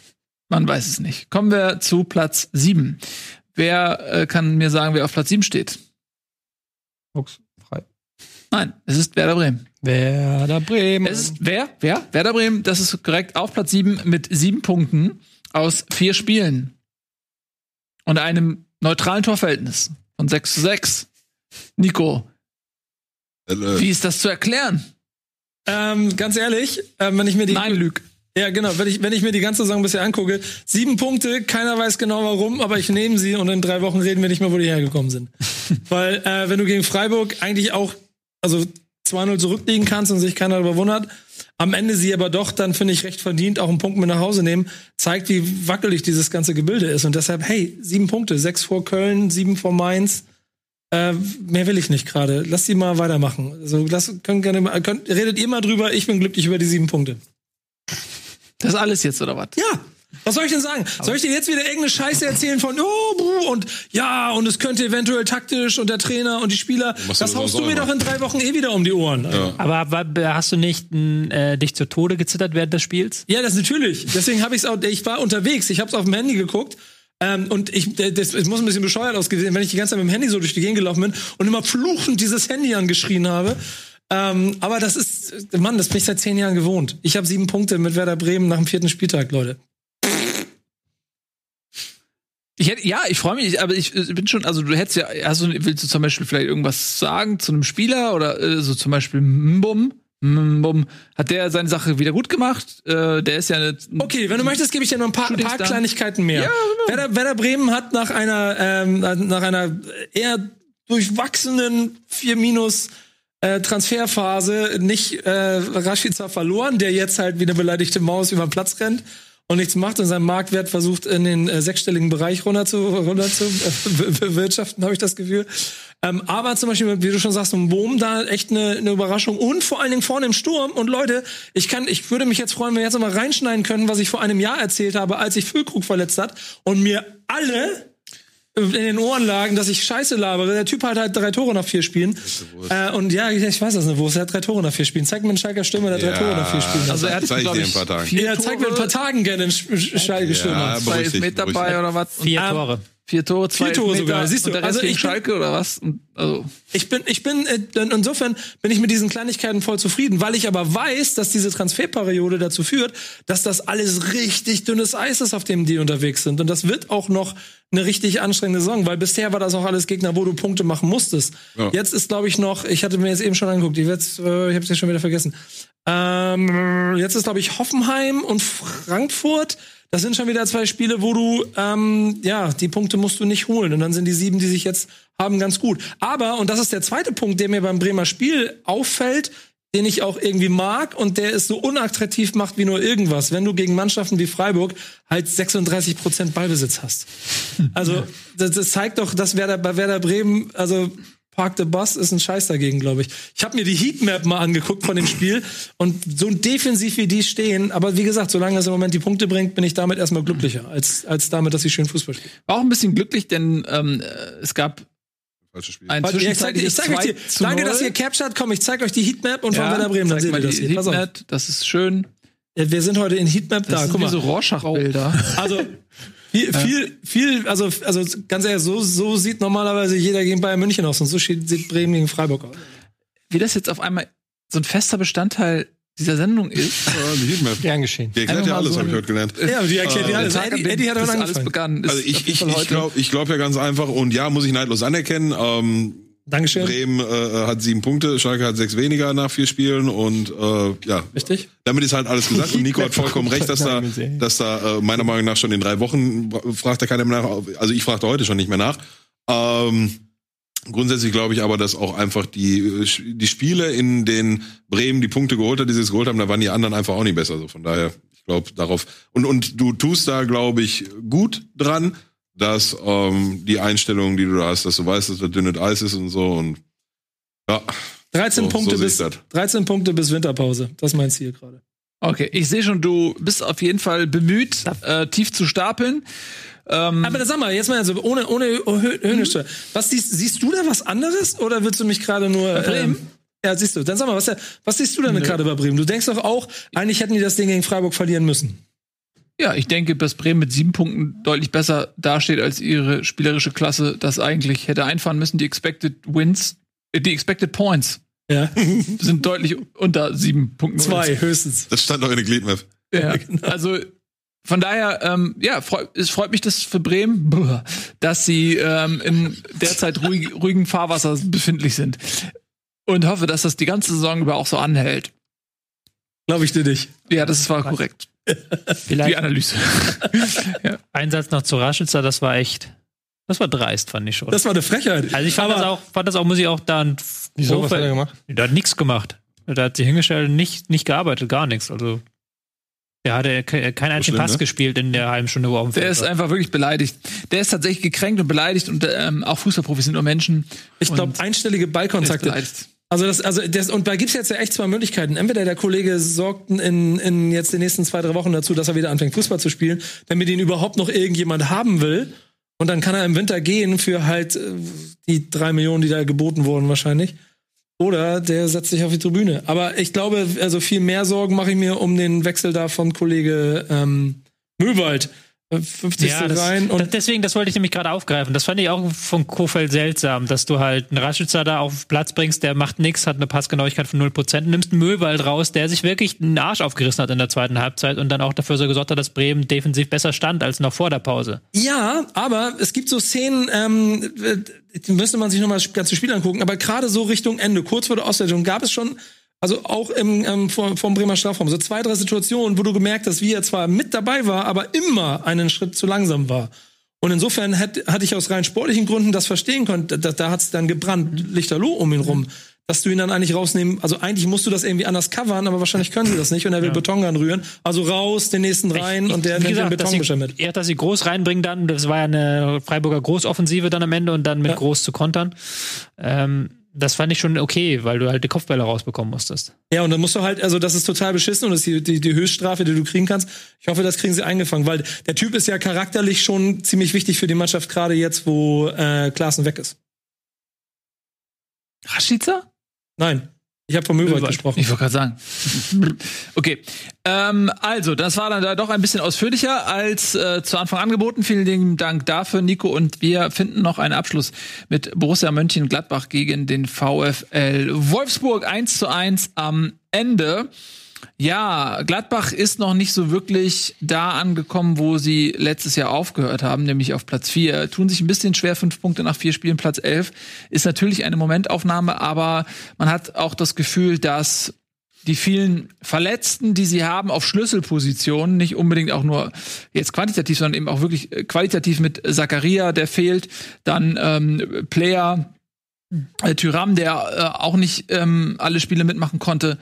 Man weiß es nicht. Kommen wir zu Platz sieben. Wer äh, kann mir sagen, wer auf Platz sieben steht? Fuchs, frei. Nein, es ist Werder Bremen. Werder Bremen. Es ist wer? Wer? Werder Bremen, das ist korrekt, auf Platz sieben mit sieben Punkten aus vier Spielen. Und einem neutralen Torverhältnis von sechs zu sechs. Nico, Äh, wie ist das zu erklären? Ähm, ganz ehrlich, ähm, wenn ich mir die Nein, Lüg. Ja, genau. Wenn ich, wenn ich mir die ganze Saison bisher angucke, sieben Punkte, keiner weiß genau warum, aber ich nehme sie und in drei Wochen reden wir nicht mehr, wo die hergekommen sind. Weil, äh, wenn du gegen Freiburg eigentlich auch, also zwei null zurückliegen kannst und sich keiner darüber wundert, am Ende sie aber doch dann, finde ich, recht verdient auch einen Punkt mit nach Hause nehmen, zeigt, wie wackelig dieses ganze Gebilde ist. Und deshalb, hey, sieben Punkte, sechs vor Köln, sieben vor Mainz. Äh, mehr will ich nicht gerade. Lass die mal weitermachen. Also, lass, können gerne mal, könnt, redet ihr mal drüber. Ich bin glücklich über die sieben Punkte. Das ist alles jetzt, oder was? Ja. Was soll ich denn sagen? Aber soll ich dir jetzt wieder irgendeine Scheiße erzählen von oh, und ja, und es könnte eventuell taktisch und der Trainer und die Spieler, das haust du mir doch in drei Wochen eh wieder um die Ohren. Ja. Aber, aber hast du nicht äh, dich zu Tode gezittert während des Spiels? Ja, das natürlich. Deswegen habe ich es auch, ich war unterwegs, ich habe es auf dem Handy geguckt. Ähm, und ich, das, das muss ein bisschen bescheuert ausgesehen, wenn ich die ganze Zeit mit dem Handy so durch die Gegend gelaufen bin und immer fluchend dieses Handy angeschrien habe. Ähm, aber das ist, Mann, das bin ich seit zehn Jahren gewohnt. Ich habe sieben Punkte mit Werder Bremen nach dem vierten Spieltag, Leute. Ich hätte, ja, ich freue mich, aber ich bin schon, also du hättest ja, hast du, willst du zum Beispiel vielleicht irgendwas sagen zu einem Spieler oder äh, so zum Beispiel Mbum? Mbum, hat der seine Sache wieder gut gemacht? Äh, der ist ja eine. Okay, wenn du möchtest, gebe ich dir noch ein paar, ein paar Kleinigkeiten mehr. Ja, genau. Werder, Werder Bremen hat nach einer, ähm, nach einer eher durchwachsenen vier Minus äh, Transferphase nicht äh, Rashica verloren, der jetzt halt wie eine beleidigte Maus über den Platz rennt und nichts macht und seinen Marktwert versucht in den äh, sechsstelligen Bereich runter zu, runter zu äh, bewirtschaften, habe ich das Gefühl. Ähm, aber zum Beispiel, wie du schon sagst, um Bohm da echt eine, eine Überraschung und vor allen Dingen vorne im Sturm. Und Leute, ich kann, ich würde mich jetzt freuen, wenn wir jetzt noch mal reinschneiden können, was ich vor einem Jahr erzählt habe, als sich Füllkrug verletzt hat und mir alle in den Ohren lagen, dass ich Scheiße labere. Der Typ hat halt drei Tore nach vier Spielen. Äh, und ja, ich, ich weiß das nicht, wo es. Er hat drei Tore nach vier Spielen. Zeig mir einen Schalker Stürmer, der ja, drei Tore nach vier Spielen hat. Also er hat, glaube ich, ein paar Tagen. vier ja, zeig mir ein paar Tagen gerne einen Schalker Stürmer. Ja, zwei Elfmeter dabei oder was? Vier um, Tore. Vier Tore, zwei Vier Tore Elfmeter, sogar, siehst du. Und der Rest Also gegen ich Schalke bin, oder was? Also ich bin, ich bin, äh, insofern bin ich mit diesen Kleinigkeiten voll zufrieden, weil ich aber weiß, dass diese Transferperiode dazu führt, dass das alles richtig dünnes Eis ist, auf dem die unterwegs sind. Und das wird auch noch eine richtig anstrengende Saison, weil bisher war das auch alles Gegner, wo du Punkte machen musstest. Ja. Jetzt ist, glaube ich, noch, ich hatte mir jetzt eben schon angeguckt, ich, jetzt, äh, ich habe es ja schon wieder vergessen. Ähm, jetzt ist, glaube ich, Hoffenheim und Frankfurt. Das sind schon wieder zwei Spiele, wo du, ähm, ja, die Punkte musst du nicht holen. Und dann sind die sieben, die sich jetzt haben, ganz gut. Aber, und das ist der zweite Punkt, der mir beim Bremer Spiel auffällt, den ich auch irgendwie mag und der es so unattraktiv macht wie nur irgendwas, wenn du gegen Mannschaften wie Freiburg halt sechsunddreißig Prozent Ballbesitz hast. Also, das, das zeigt doch, dass Werder, bei Werder Bremen, also Park the Bus ist ein Scheiß dagegen, glaube ich. Ich habe mir die Heatmap mal angeguckt von dem Spiel und so defensiv wie die stehen, aber wie gesagt, solange es im Moment die Punkte bringt, bin ich damit erstmal glücklicher, als, als damit, dass sie schön Fußball spielen. War auch ein bisschen glücklich, denn ähm, es gab ein zwischenzeitliches ich zeig, ich zeig euch die, Danke, dass ihr captured. Komm, ich zeig euch die Heatmap und von ja, Werder Bremen, dann seht ihr das. Die Heatmap, das ist schön. Ja, wir sind heute in Heatmap das da. Sind Guck mal, so Rorschach-Bilder. Also viel, viel, viel, also, also ganz ehrlich, so, so sieht normalerweise jeder gegen Bayern München aus und so sieht Bremen gegen Freiburg aus. Wie das jetzt auf einmal so ein fester Bestandteil dieser Sendung ist. Gern geschehen. Die erklärt ja alles, so habe ich heute gelernt. Ja, die erklärt ja alles. Eddie, Eddie hat alles begangen. Also ich, ich, ich glaube ich glaub ja ganz einfach, und ja, muss ich neidlos anerkennen, ähm, Dankeschön. Bremen äh, hat sieben Punkte, Schalke hat sechs weniger nach vier Spielen und äh, ja. Richtig. Damit ist halt alles gesagt und Nico hat vollkommen recht, dass da, dass da äh, meiner Meinung nach schon in drei Wochen fragt da keiner mehr nach. Also ich fragte heute schon nicht mehr nach. Ähm, grundsätzlich glaube ich aber, dass auch einfach die die Spiele, in denen Bremen die Punkte geholt hat, die sie es geholt haben, da waren die anderen einfach auch nicht besser. So von daher, ich glaube darauf und und du tust da, glaube ich, gut dran, dass ähm, die Einstellung, die du da hast, dass du weißt, dass da dünnes Eis ist und so und ja. dreizehn so, Punkte so bis dreizehn Punkte bis Winterpause. Das ist mein Ziel gerade. Okay, ich sehe schon, du bist auf jeden Fall bemüht, äh, tief zu stapeln. Ähm, Aber sag mal, jetzt mal also ohne ohne Höhensteuer. Was siehst, siehst du da was anderes oder willst du mich gerade nur Bremen? Ähm, ja, siehst du. Dann sag mal, was, was siehst du denn gerade bei Bremen? Du denkst doch auch, eigentlich hätten die das Ding gegen Freiburg verlieren müssen. Ja, ich denke, dass Bremen mit sieben Punkten deutlich besser dasteht, als ihre spielerische Klasse das eigentlich hätte einfahren müssen. Die Expected Wins, äh, die Expected Points ja. sind deutlich unter sieben Punkten. Zwei höchstens. Das stand auch in der Gliedmap. Ja, genau. Also von daher, ähm, ja, freu, es freut mich das für Bremen, dass sie ähm, in derzeit ruhig, ruhigen Fahrwasser befindlich sind. Und hoffe, dass das die ganze Saison über auch so anhält. Glaube ich dir nicht. Ja, das war korrekt. Vielleicht die Analyse. Ja. Ein Satz noch zu Rashica, das war echt, das war dreist, fand ich schon. Das war eine Frechheit. Also ich fand das auch, fand das auch, muss ich auch da ein Wieso, was hat er gemacht? Der hat nichts gemacht. Der hat sich hingestellt und nicht, nicht gearbeitet, gar nichts. Also Der hatte keinen einzigen Pass ne? gespielt in der halben Stunde, wo er auf dem Feld war. Der ist einfach wirklich beleidigt. Der ist tatsächlich gekränkt und beleidigt und ähm, auch Fußballprofis sind nur Menschen. Ich glaube, einstellige Ballkontakte. Also das, also das, und da gibt's jetzt ja echt zwei Möglichkeiten. Entweder der Kollege sorgt in, in jetzt den nächsten zwei, drei Wochen dazu, dass er wieder anfängt, Fußball zu spielen, damit ihn überhaupt noch irgendjemand haben will. Und dann kann er im Winter gehen für halt die drei Millionen, die da geboten wurden wahrscheinlich. Oder der setzt sich auf die Tribüne. Aber ich glaube, also viel mehr Sorgen mache ich mir um den Wechsel da von Kollege ähm, Möwald. fünfzig Ja, das, rein. Und das, deswegen, das wollte ich nämlich gerade aufgreifen. Das fand ich auch von Kofeld seltsam, dass du halt einen Rashica da auf Platz bringst, der macht nichts, hat eine Passgenauigkeit von null Prozent, nimmst einen Möwald raus, der sich wirklich einen Arsch aufgerissen hat in der zweiten Halbzeit und dann auch dafür so gesorgt hat, dass Bremen defensiv besser stand als noch vor der Pause. Ja, aber es gibt so Szenen, ähm, die müsste man sich nochmal das ganze Spiel angucken, aber gerade so Richtung Ende, kurz vor der Auswertung, gab es schon, also auch im, ähm, vom, vom Bremer Strafraum, so zwei, drei Situationen, wo du gemerkt hast, wie er zwar mit dabei war, aber immer einen Schritt zu langsam war. Und insofern hätte hatte ich aus rein sportlichen Gründen das verstehen können, da, da hat's dann gebrannt, Lichterloh um ihn rum, dass du ihn dann eigentlich rausnehmen, also eigentlich musst du das irgendwie anders covern, aber wahrscheinlich können sie das nicht und er will ja. Beton anrühren. Also raus, den nächsten rein ich, und der nimmt den Betonmischer mit. Er hat das sie groß reinbringen dann, das war ja eine Freiburger Großoffensive dann am Ende und dann mit ja. groß zu kontern. Ähm, Das fand ich schon okay, weil du halt die Kopfbälle rausbekommen musstest. Ja, und dann musst du halt, also das ist total beschissen und das ist die, die, die Höchststrafe, die du kriegen kannst. Ich hoffe, das kriegen sie eingefangen, weil der Typ ist ja charakterlich schon ziemlich wichtig für die Mannschaft, gerade jetzt, wo äh, Klaassen weg ist. Rashica? Nein. Ich habe vom Möwald gesprochen. Ich wollte gerade sagen. Okay. Ähm, also, das war dann da doch ein bisschen ausführlicher als äh, zu Anfang angeboten. Vielen lieben Dank dafür, Nico. Und wir finden noch einen Abschluss mit Borussia Mönchengladbach gegen den VfL Wolfsburg. eins zu eins am Ende. Ja, Gladbach ist noch nicht so wirklich da angekommen, wo sie letztes Jahr aufgehört haben, nämlich auf Platz vier. Tun sich ein bisschen schwer, fünf Punkte nach vier Spielen, Platz elf. Ist natürlich eine Momentaufnahme, aber man hat auch das Gefühl, dass die vielen Verletzten, die sie haben auf Schlüsselpositionen, nicht unbedingt auch nur jetzt quantitativ, sondern eben auch wirklich qualitativ mit Zakaria, der fehlt, dann ähm, Player, äh, Thuram, der äh, auch nicht ähm, alle Spiele mitmachen konnte.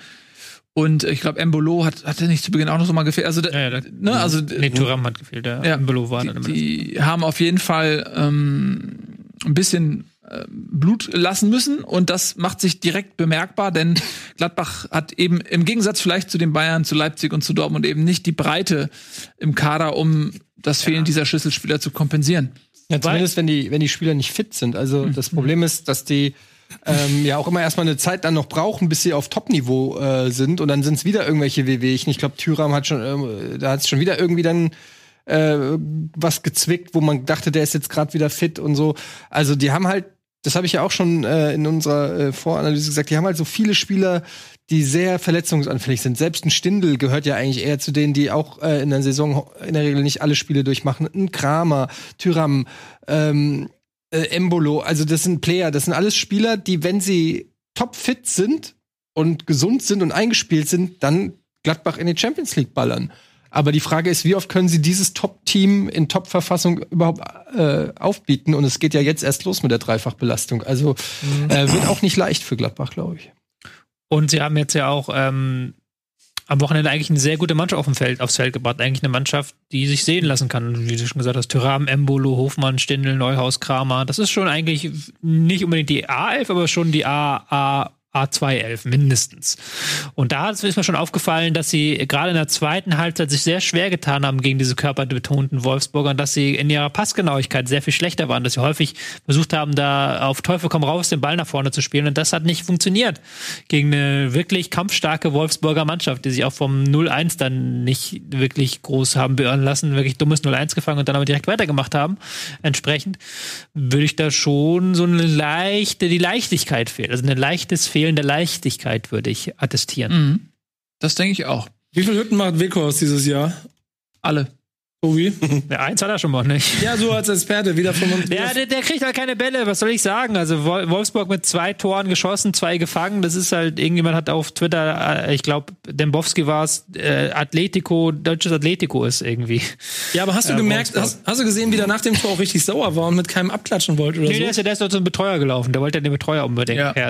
Und ich glaube, Embolo hat hat nicht zu Beginn auch noch so mal gefehlt. Also, ja, ja, ne, also nee, Thuram hat gefehlt, ja. ja Embolo war die, dann die haben auf jeden Fall ähm, ein bisschen äh, Blut lassen müssen und das macht sich direkt bemerkbar, denn Gladbach hat eben im Gegensatz vielleicht zu den Bayern, zu Leipzig und zu Dortmund eben nicht die Breite im Kader, um das Fehlen ja. dieser Schlüsselspieler zu kompensieren. Ja, zumindest wenn die wenn die Spieler nicht fit sind. Also mhm. das Problem ist, dass die ähm, ja auch immer erstmal eine Zeit dann noch brauchen, bis sie auf Top-Niveau äh, sind und dann sind es wieder irgendwelche Wehwehchen. Ich glaube, Thuram hat schon, äh, da hat es schon wieder irgendwie dann äh, was gezwickt, wo man dachte, der ist jetzt gerade wieder fit und so. Also die haben halt, das habe ich ja auch schon äh, in unserer äh, Voranalyse gesagt, die haben halt so viele Spieler, die sehr verletzungsanfällig sind. Selbst ein Stindl gehört ja eigentlich eher zu denen, die auch äh, in der Saison in der Regel nicht alle Spiele durchmachen. Ein Kramer, Thuram, ähm, Äh, Embolo, also das sind Player, das sind alles Spieler, die, wenn sie topfit sind und gesund sind und eingespielt sind, dann Gladbach in die Champions League ballern. Aber die Frage ist, wie oft können sie dieses Top-Team in Top-Verfassung überhaupt äh, aufbieten? Und es geht ja jetzt erst los mit der Dreifachbelastung. Also mhm. äh, wird auch nicht leicht für Gladbach, glaube ich. Und sie haben jetzt ja auch ähm am Wochenende eigentlich eine sehr gute Mannschaft auf dem Feld, aufs Feld gebracht. Eigentlich eine Mannschaft, die sich sehen lassen kann. Wie du schon gesagt hast, Thuram, Embolo, Hofmann, Stindl, Neuhaus, Kramer. Das ist schon eigentlich nicht unbedingt die A elf, aber schon die A, A, A zwei elf mindestens. Und da ist mir schon aufgefallen, dass sie gerade in der zweiten Halbzeit sich sehr schwer getan haben gegen diese körperbetonten Wolfsburger und dass sie in ihrer Passgenauigkeit sehr viel schlechter waren, dass sie häufig versucht haben, da auf Teufel komm raus den Ball nach vorne zu spielen und das hat nicht funktioniert gegen eine wirklich kampfstarke Wolfsburger Mannschaft, die sich auch vom null eins dann nicht wirklich groß haben beirren lassen, wirklich dummes null eins gefangen und dann aber direkt weitergemacht haben. Entsprechend würde ich da schon so eine leichte, die Leichtigkeit fehlt, also ein leichtes Fehlen der Leichtigkeit würde ich attestieren. Mhm. Das denke ich auch. Wie viele Hütten macht Weghorst dieses Jahr? Alle. Tobi? Ja, eins hat er schon mal nicht. Ja, so als Experte, wieder von uns. Ja, der, der kriegt halt keine Bälle, was soll ich sagen? Also Wolfsburg mit zwei Toren geschossen, zwei gefangen, das ist halt, irgendjemand hat auf Twitter, ich glaube, Dembowski war es, äh, Atletico, deutsches Atletico ist irgendwie. Ja, aber hast du äh, gemerkt, hast, hast du gesehen, wie der nach dem Tor auch richtig sauer war und mit keinem abklatschen wollte oder nee, so? Der ist ja der ist dort zum Betreuer gelaufen, der wollte ja den Betreuer unbedingt ja. herzen.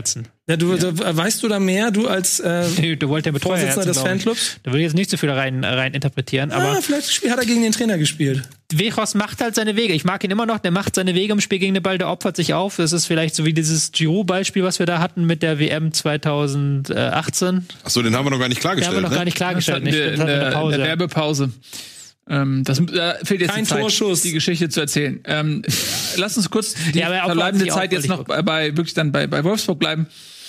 Ja, du, ja. Da, weißt du da mehr, du als äh, du wolltest ja mit Vorsitzender des Fanclubs? Da will ich jetzt nicht so viel rein, rein interpretieren. Ja, aber vielleicht hat er gegen den Trainer gespielt. Weghorst macht halt seine Wege. Ich mag ihn immer noch. Der macht seine Wege im Spiel gegen den Ball. Der opfert sich auf. Das ist vielleicht so wie dieses Giroud-Beispiel, was wir da hatten mit der W M zwanzig achtzehn. Achso, den haben wir noch gar nicht klargestellt. Den haben wir noch ne? gar nicht klargestellt. Das in, der, in, der, in der Werbepause. Ähm, das da fehlt jetzt Kein die Zeit, Torschuss. die Geschichte zu erzählen. Ähm, lass uns kurz die ja, verbleibende Zeit jetzt noch bei, bei wirklich dann bei, bei Wolfsburg bleiben.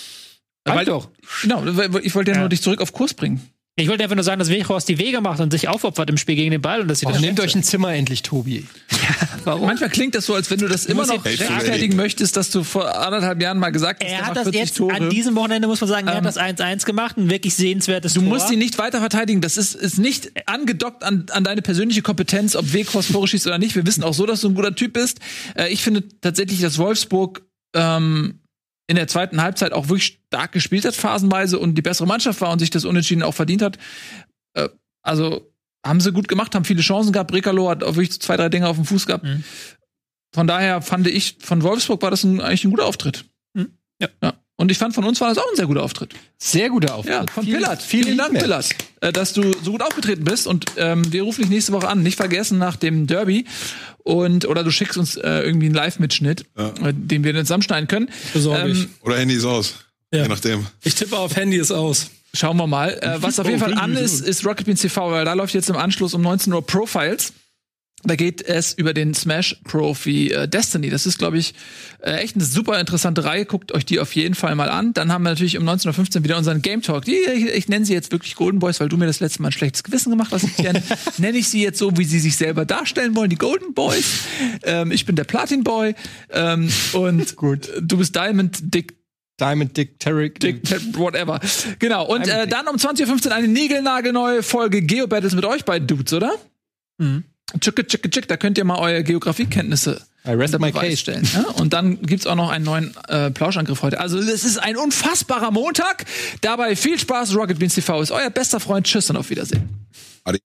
Weil doch. Genau, ich wollte ja, ja nur dich zurück auf Kurs bringen. Ich wollte einfach nur sagen, dass Weghorst die Wege macht und sich aufopfert im Spiel gegen den Ball und dass sie oh, das nehmt euch ein Zimmer endlich, Tobi. Ja, warum? Manchmal klingt das so, als wenn du das du immer noch rechtfertigen möchtest, dass du vor anderthalb Jahren mal gesagt hast, er der hat macht das jetzt Tore. An diesem Wochenende muss man sagen, er ähm, hat das eins eins gemacht, ein wirklich sehenswertes Du Tor. musst ihn nicht weiter verteidigen. Das ist, ist nicht angedockt an, an deine persönliche Kompetenz, ob Weghorst Tore schießt oder nicht. Wir wissen auch so, dass du ein guter Typ bist. Äh, ich finde tatsächlich, dass Wolfsburg ähm, in der zweiten Halbzeit auch wirklich stark gespielt hat, phasenweise, und die bessere Mannschaft war und sich das Unentschieden auch verdient hat. Äh, also haben sie gut gemacht, haben viele Chancen gehabt. Brekalo hat auch wirklich zwei, drei Dinge auf dem Fuß gehabt. Mhm. Von daher fand ich, von Wolfsburg war das ein, eigentlich ein guter Auftritt. Mhm. Ja. ja. Und ich fand, von uns war das auch ein sehr guter Auftritt. Sehr guter Auftritt. Ja, von Pillard. Vielen, vielen Dank, Pillard, äh, dass du so gut aufgetreten bist. Und ähm, wir rufen dich nächste Woche an. Nicht vergessen, nach dem Derby. Und, oder du schickst uns äh, irgendwie einen Live-Mitschnitt, ja. äh, den wir dann zusammenschneiden können. Ähm, oder Handy ist aus. Ja. Je nachdem. Ich tippe auf Handy ist aus. Schauen wir mal. Äh, was auf jeden Fall an ist, ist Rocket Beans T V, weil da läuft jetzt im Anschluss um neunzehn Uhr Profiles. Da geht es über den Smash-Profi äh, Destiny. Das ist, glaube ich, äh, echt eine super interessante Reihe. Guckt euch die auf jeden Fall mal an. Dann haben wir natürlich um neunzehn Uhr fünfzehn wieder unseren Game Talk. Die, ich, ich nenne sie jetzt wirklich Golden Boys, weil du mir das letzte Mal ein schlechtes Gewissen gemacht hast. Ich nenne ich sie jetzt so, wie sie sich selber darstellen wollen, die Golden Boys. Ähm, ich bin der Platin Boy. Ähm, und Gut. Du bist Diamond Dick. Diamond Dick, Tarek. Dick, whatever. Genau. Und äh, dann um zwanzig Uhr fünfzehn eine niegelnagelneue Folge Geo-Battles mit euch beiden Dudes, oder? Mhm. Tschick, tschick, tschick, da könnt ihr mal eure Geografiekenntnisse stellen. Ja? Und dann gibt's auch noch einen neuen äh, Plauschangriff heute. Also es ist ein unfassbarer Montag. Dabei viel Spaß. Rocket Beans T V ist euer bester Freund. Tschüss und auf Wiedersehen. Adi.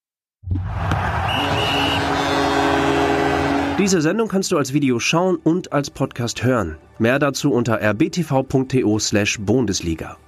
Diese Sendung kannst du als Video schauen und als Podcast hören. Mehr dazu unter r b t v punkt t o slash Bundesliga.